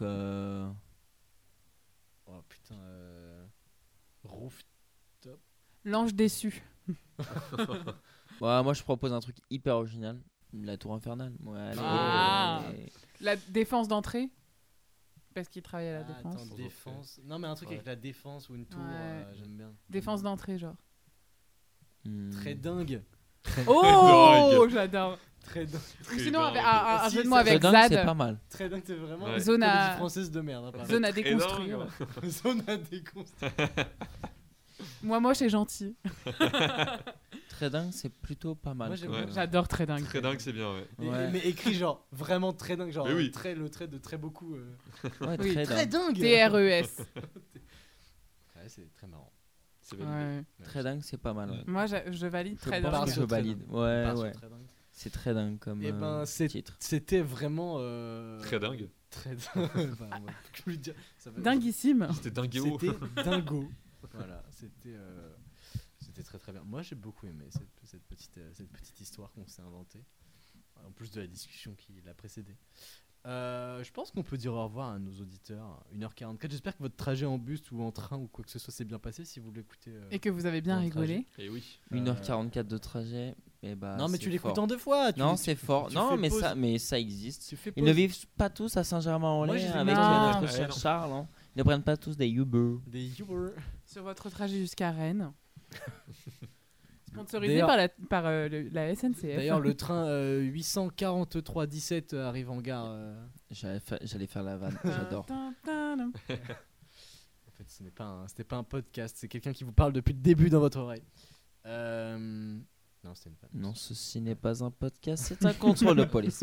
Oh putain. Roof. L'ange déçu. Ouais, moi je propose un truc hyper original. La tour infernale. Ouais, allez. Ah. La défense d'entrée. Parce qu'il travaille à la Ah, défense. attends, défense. Non, mais un truc Ouais. avec la défense ou une tour, Ouais. j'aime bien. Défense d'entrée, genre. Très dingue. Oh, j'adore. Très dingue. Ou sinon, dingue. un Si, jeu de mots ça- avec C'est dingue, c'est Zad. pas mal. Très dingue, c'est vraiment Ouais. une Zone à- comédie française de merde. Apparemment. Zone à Très déconstruire. dingue. Zone à déconstruire. Moi, moche et gentil. Très dingue, c'est plutôt pas mal. Moi, j'aime comme, bien. J'adore très dingue. Très dingue, c'est bien, ouais. Et- Mais écrit genre vraiment très dingue, genre Mais oui. le trait de très beaucoup. Ouais, Oui, très dingue. dingue. TRES. Ouais, c'est très marrant. C'est validé. Ouais. Très dingue, c'est pas mal. Ouais. Moi, je valide Je très pense Part que dingue. je sur très valide. dingue. Ouais, Part sur ouais. très dingue. C'est très dingue comme Eh ben, titre. C'était vraiment Très dingue. très dingue. Enfin, moi, je voulais dire, ça va- Dinguissime. C'était dingueo. C'était dingo. Voilà, c'était très très bien. Moi j'ai beaucoup aimé cette petite histoire qu'on s'est inventée, en plus de la discussion qui l'a précédée. Je pense qu'on peut dire au revoir à nos auditeurs. 1h44. J'espère que votre trajet en bus ou en train ou quoi que ce soit s'est bien passé si vous l'écoutez. Et que vous avez bien Dans le rigolé. Et oui. 1h44 de trajet. Et bah, non mais c'est tu l'écoutes fort. en deux fois. Non, c'est fort. tu Non, fais mais pause. ça existe. Tu fais Ils pause. ne vivent pas tous à Moi, Saint-Germain-en-Laye je les avec Non. notre Ouais, cher non. Charles. Hein. Ils ne prennent pas tous des Uber. Des Uber. Sur votre trajet jusqu'à Rennes. Sponsorisé D'ailleurs- par la SNCF. D'ailleurs le train 843-17 arrive en gare. J'allais faire la vanne. J'adore. En fait, c'était pas un podcast, c'est quelqu'un qui vous parle depuis le début dans votre oreille. Non, c'était une fan. Non, ceci n'est pas un podcast, c'est un contrôle de police.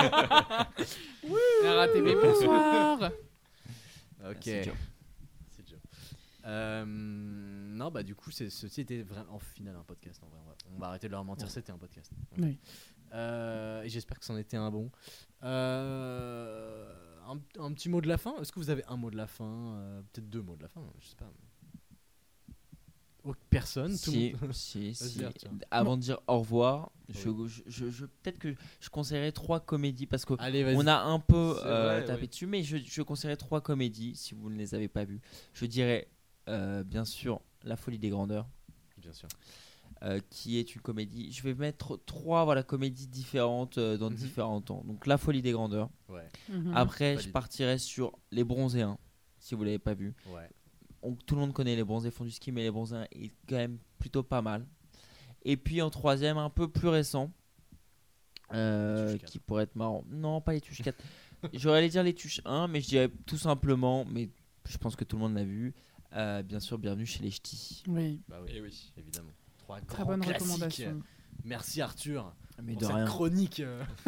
RATV, bonsoir. Ok. C'est dur. C'est dur. Non, bah du coup, ceci était vraiment en final un podcast. En vrai, on va arrêter de leur mentir, c'était un podcast. Oui. Et j'espère que c'en était un bon. Un petit mot de la fin. Est-ce que vous avez un mot de la fin Peut-être deux mots de la fin, je sais pas. Oh, personne, tout le Si, monde. si, si. Vas-y, Arthur. Avant de dire au revoir, Oui. peut-être que je conseillerais 3 comédies parce que Allez, vas-y. on a un peu C'est vrai, tapé oui. dessus, mais je conseillerais 3 comédies si vous ne les avez pas vues. Je dirais bien sûr La Folie des Grandeurs, Bien sûr. qui est une comédie. Je vais mettre 3 comédies différentes dans Mhm. différents temps. Donc La Folie des Grandeurs. Ouais. Mhm. Après, je Valide. partirais sur Les Bronzés 1, si vous l'avez pas vu. Ouais. Tout le monde connaît Les Bronzés font du ski, mais Les Bronzés 1 est quand même plutôt pas mal. Et puis en troisième, un peu plus récent, Les Tuches 4. qui pourrait être marrant. Non, pas Les Tuches 4. J'aurais allé dire Les Tuches 1, mais je dirais tout simplement, mais je pense que tout le monde l'a vu, bien sûr, Bienvenue chez les Ch'tis. Oui, Bah oui, Et oui. évidemment. Trois très grands bonne classiques. recommandation. Merci Arthur Mais pour de cette rien. chronique.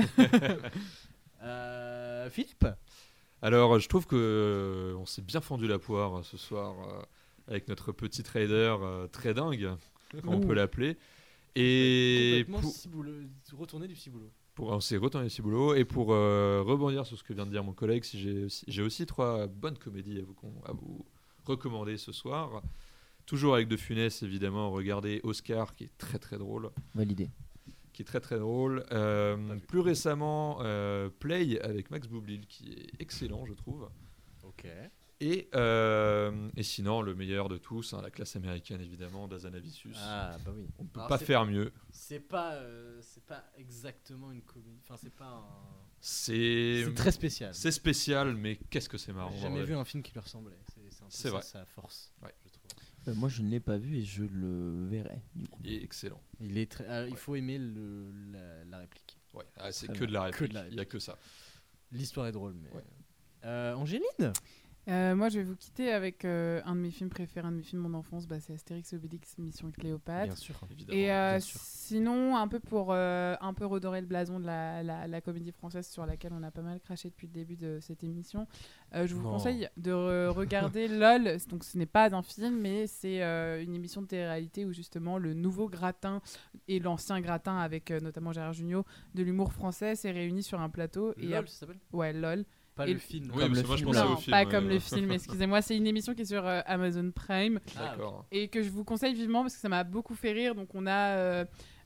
Philippe. Alors, je trouve que on s'est bien fendu la poire ce soir avec notre petit trader très dingue, comme on Ouh. peut l'appeler. Et Complètement pour, cibouleux, retourner du ciboulot. on s'est retourné les ciboulot. Et pour rebondir sur ce que vient de dire mon collègue, si j'ai aussi 3 bonnes comédies à vous recommander ce soir. Toujours avec De Funès, évidemment. Regardez Oscar, qui est très très drôle. Validé. Qui est très très drôle. Plus récemment, Play avec Max Boublil, qui est excellent, je trouve. Ok. Et sinon, le meilleur de tous, La classe américaine, évidemment, d'Azanavicius. Ah bah oui. On ne peut pas faire mieux. C'est pas exactement une comédie. Enfin, c'est pas un. C'est très spécial. C'est spécial, mais qu'est-ce que c'est marrant. J'ai jamais vu un film qui lui ressemblait. C'est vrai. Sa force. Ouais. Je trouve. Moi, je ne l'ai pas vu et je le verrai. Du coup. Il est excellent. Il faut aimer la réplique. Ouais. C'est que de la réplique. Il n'y a que ça. L'histoire est drôle, mais. Ouais. Angéline. Moi, je vais vous quitter avec un de mes films préférés, un de mes films de mon enfance, c'est Astérix et Obélix, Mission Cléopâtre. Bien sûr, évidemment. Et bien sûr. Sinon, un peu pour un peu redorer le blason de la comédie française sur laquelle on a pas mal craché depuis le début de cette émission, je vous conseille de regarder LOL. Donc, ce n'est pas un film, mais c'est une émission de télé-réalité où justement le nouveau gratin et l'ancien gratin, avec notamment Gérard Jugnot, de l'humour français, s'est réuni sur un plateau. LOL, ça s'appelle ? Ouais, LOL. Pas le film. Oui, comme le film. Je pensais non, au film, pas comme le film, excusez-moi. C'est une émission qui est sur Amazon Prime. D'accord. Et que je vous conseille vivement parce que ça m'a beaucoup fait rire. Donc on a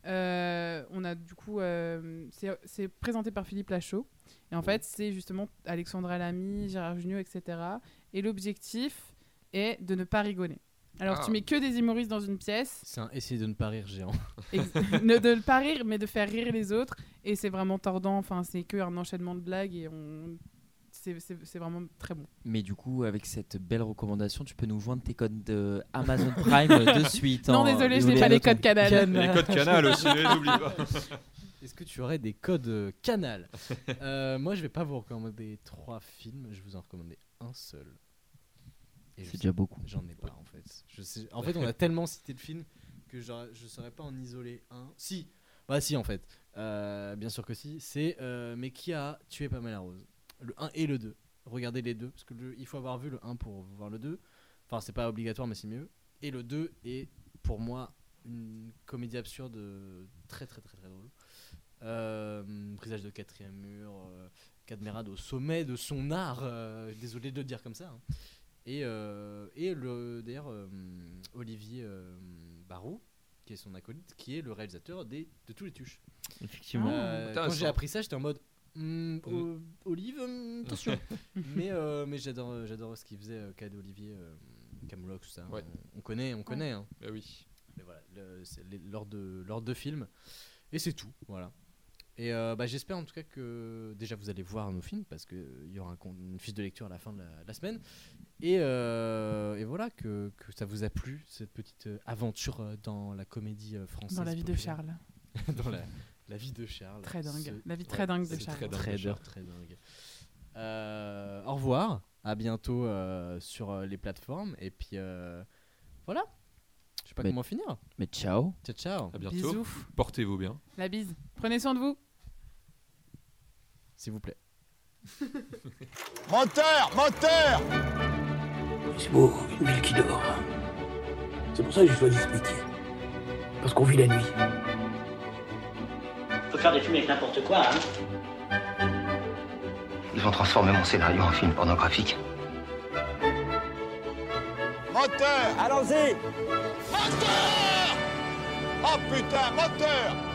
du coup... c'est présenté par Philippe Lachaud. Et en fait, c'est justement Alexandra Lamy, Gérard Jugnot, etc. Et l'objectif est de ne pas rigoler. Alors tu mets que des humoristes dans une pièce. C'est un essayer de ne pas rire géant. De ne pas rire, mais de faire rire les autres. Et c'est vraiment tordant. Enfin, c'est qu'un enchaînement de blagues et c'est vraiment très bon. Mais du coup, avec cette belle recommandation, tu peux nous joindre tes codes de Amazon Prime de suite. Non, désolé, je n'ai pas les codes Canal. Les codes Canal aussi, n'oublie pas. Est-ce que tu aurais des codes Canal? Moi, je vais pas vous recommander 3 films, je vais vous en recommander un seul. C'est déjà beaucoup. J'en ai pas en fait. En fait, on a tellement cité de films que je saurais pas en isoler un. Si, bah si en fait. Bien sûr que si. C'est mais qui a tué Pamela Rose? Le 1 et le 2. Regardez les deux parce que il faut avoir vu le 1 pour voir le 2. Enfin, c'est pas obligatoire, mais c'est mieux. Et le 2 est pour moi une comédie absurde très très très très drôle. Brisage de quatrième mur, Cadmerade au sommet de son art. Désolé de le dire comme ça. Hein. Et d'ailleurs Olivier Barou, qui est son acolyte, qui est le réalisateur de Tous les Tuches. Effectivement. Quand j'ai appris ça, j'étais en mode Olive, attention. mais j'adore ce qu'il faisait, Cadet Olivier, Camelot, tout ça. Ouais. On connaît. Hein. Bah oui. Mais voilà, c'est lors de films. Et c'est tout, voilà. Et j'espère en tout cas que déjà vous allez voir nos films parce qu'il y aura une fiche de lecture à la fin de la semaine. Et voilà, que ça vous a plu, cette petite aventure dans la comédie française. Dans la vie de Charles. Dans la vie de Charles. Très dingue. La vie très dingue de Charles. Très dingue. Au revoir, à bientôt sur les plateformes. Et puis voilà. Je sais pas comment finir. Mais ciao. Ciao. À bientôt. Bisous. Portez-vous bien. La bise. Prenez soin de vous. S'il vous plaît. Moteur! C'est beau, une ville qui dort. C'est pour ça que j'ai choisi ce métier. Parce qu'on vit la nuit. Faut faire des films avec n'importe quoi, hein. Ils vont transformer mon scénario en film pornographique. Moteur! Allons-y! Moteur! Oh putain, moteur!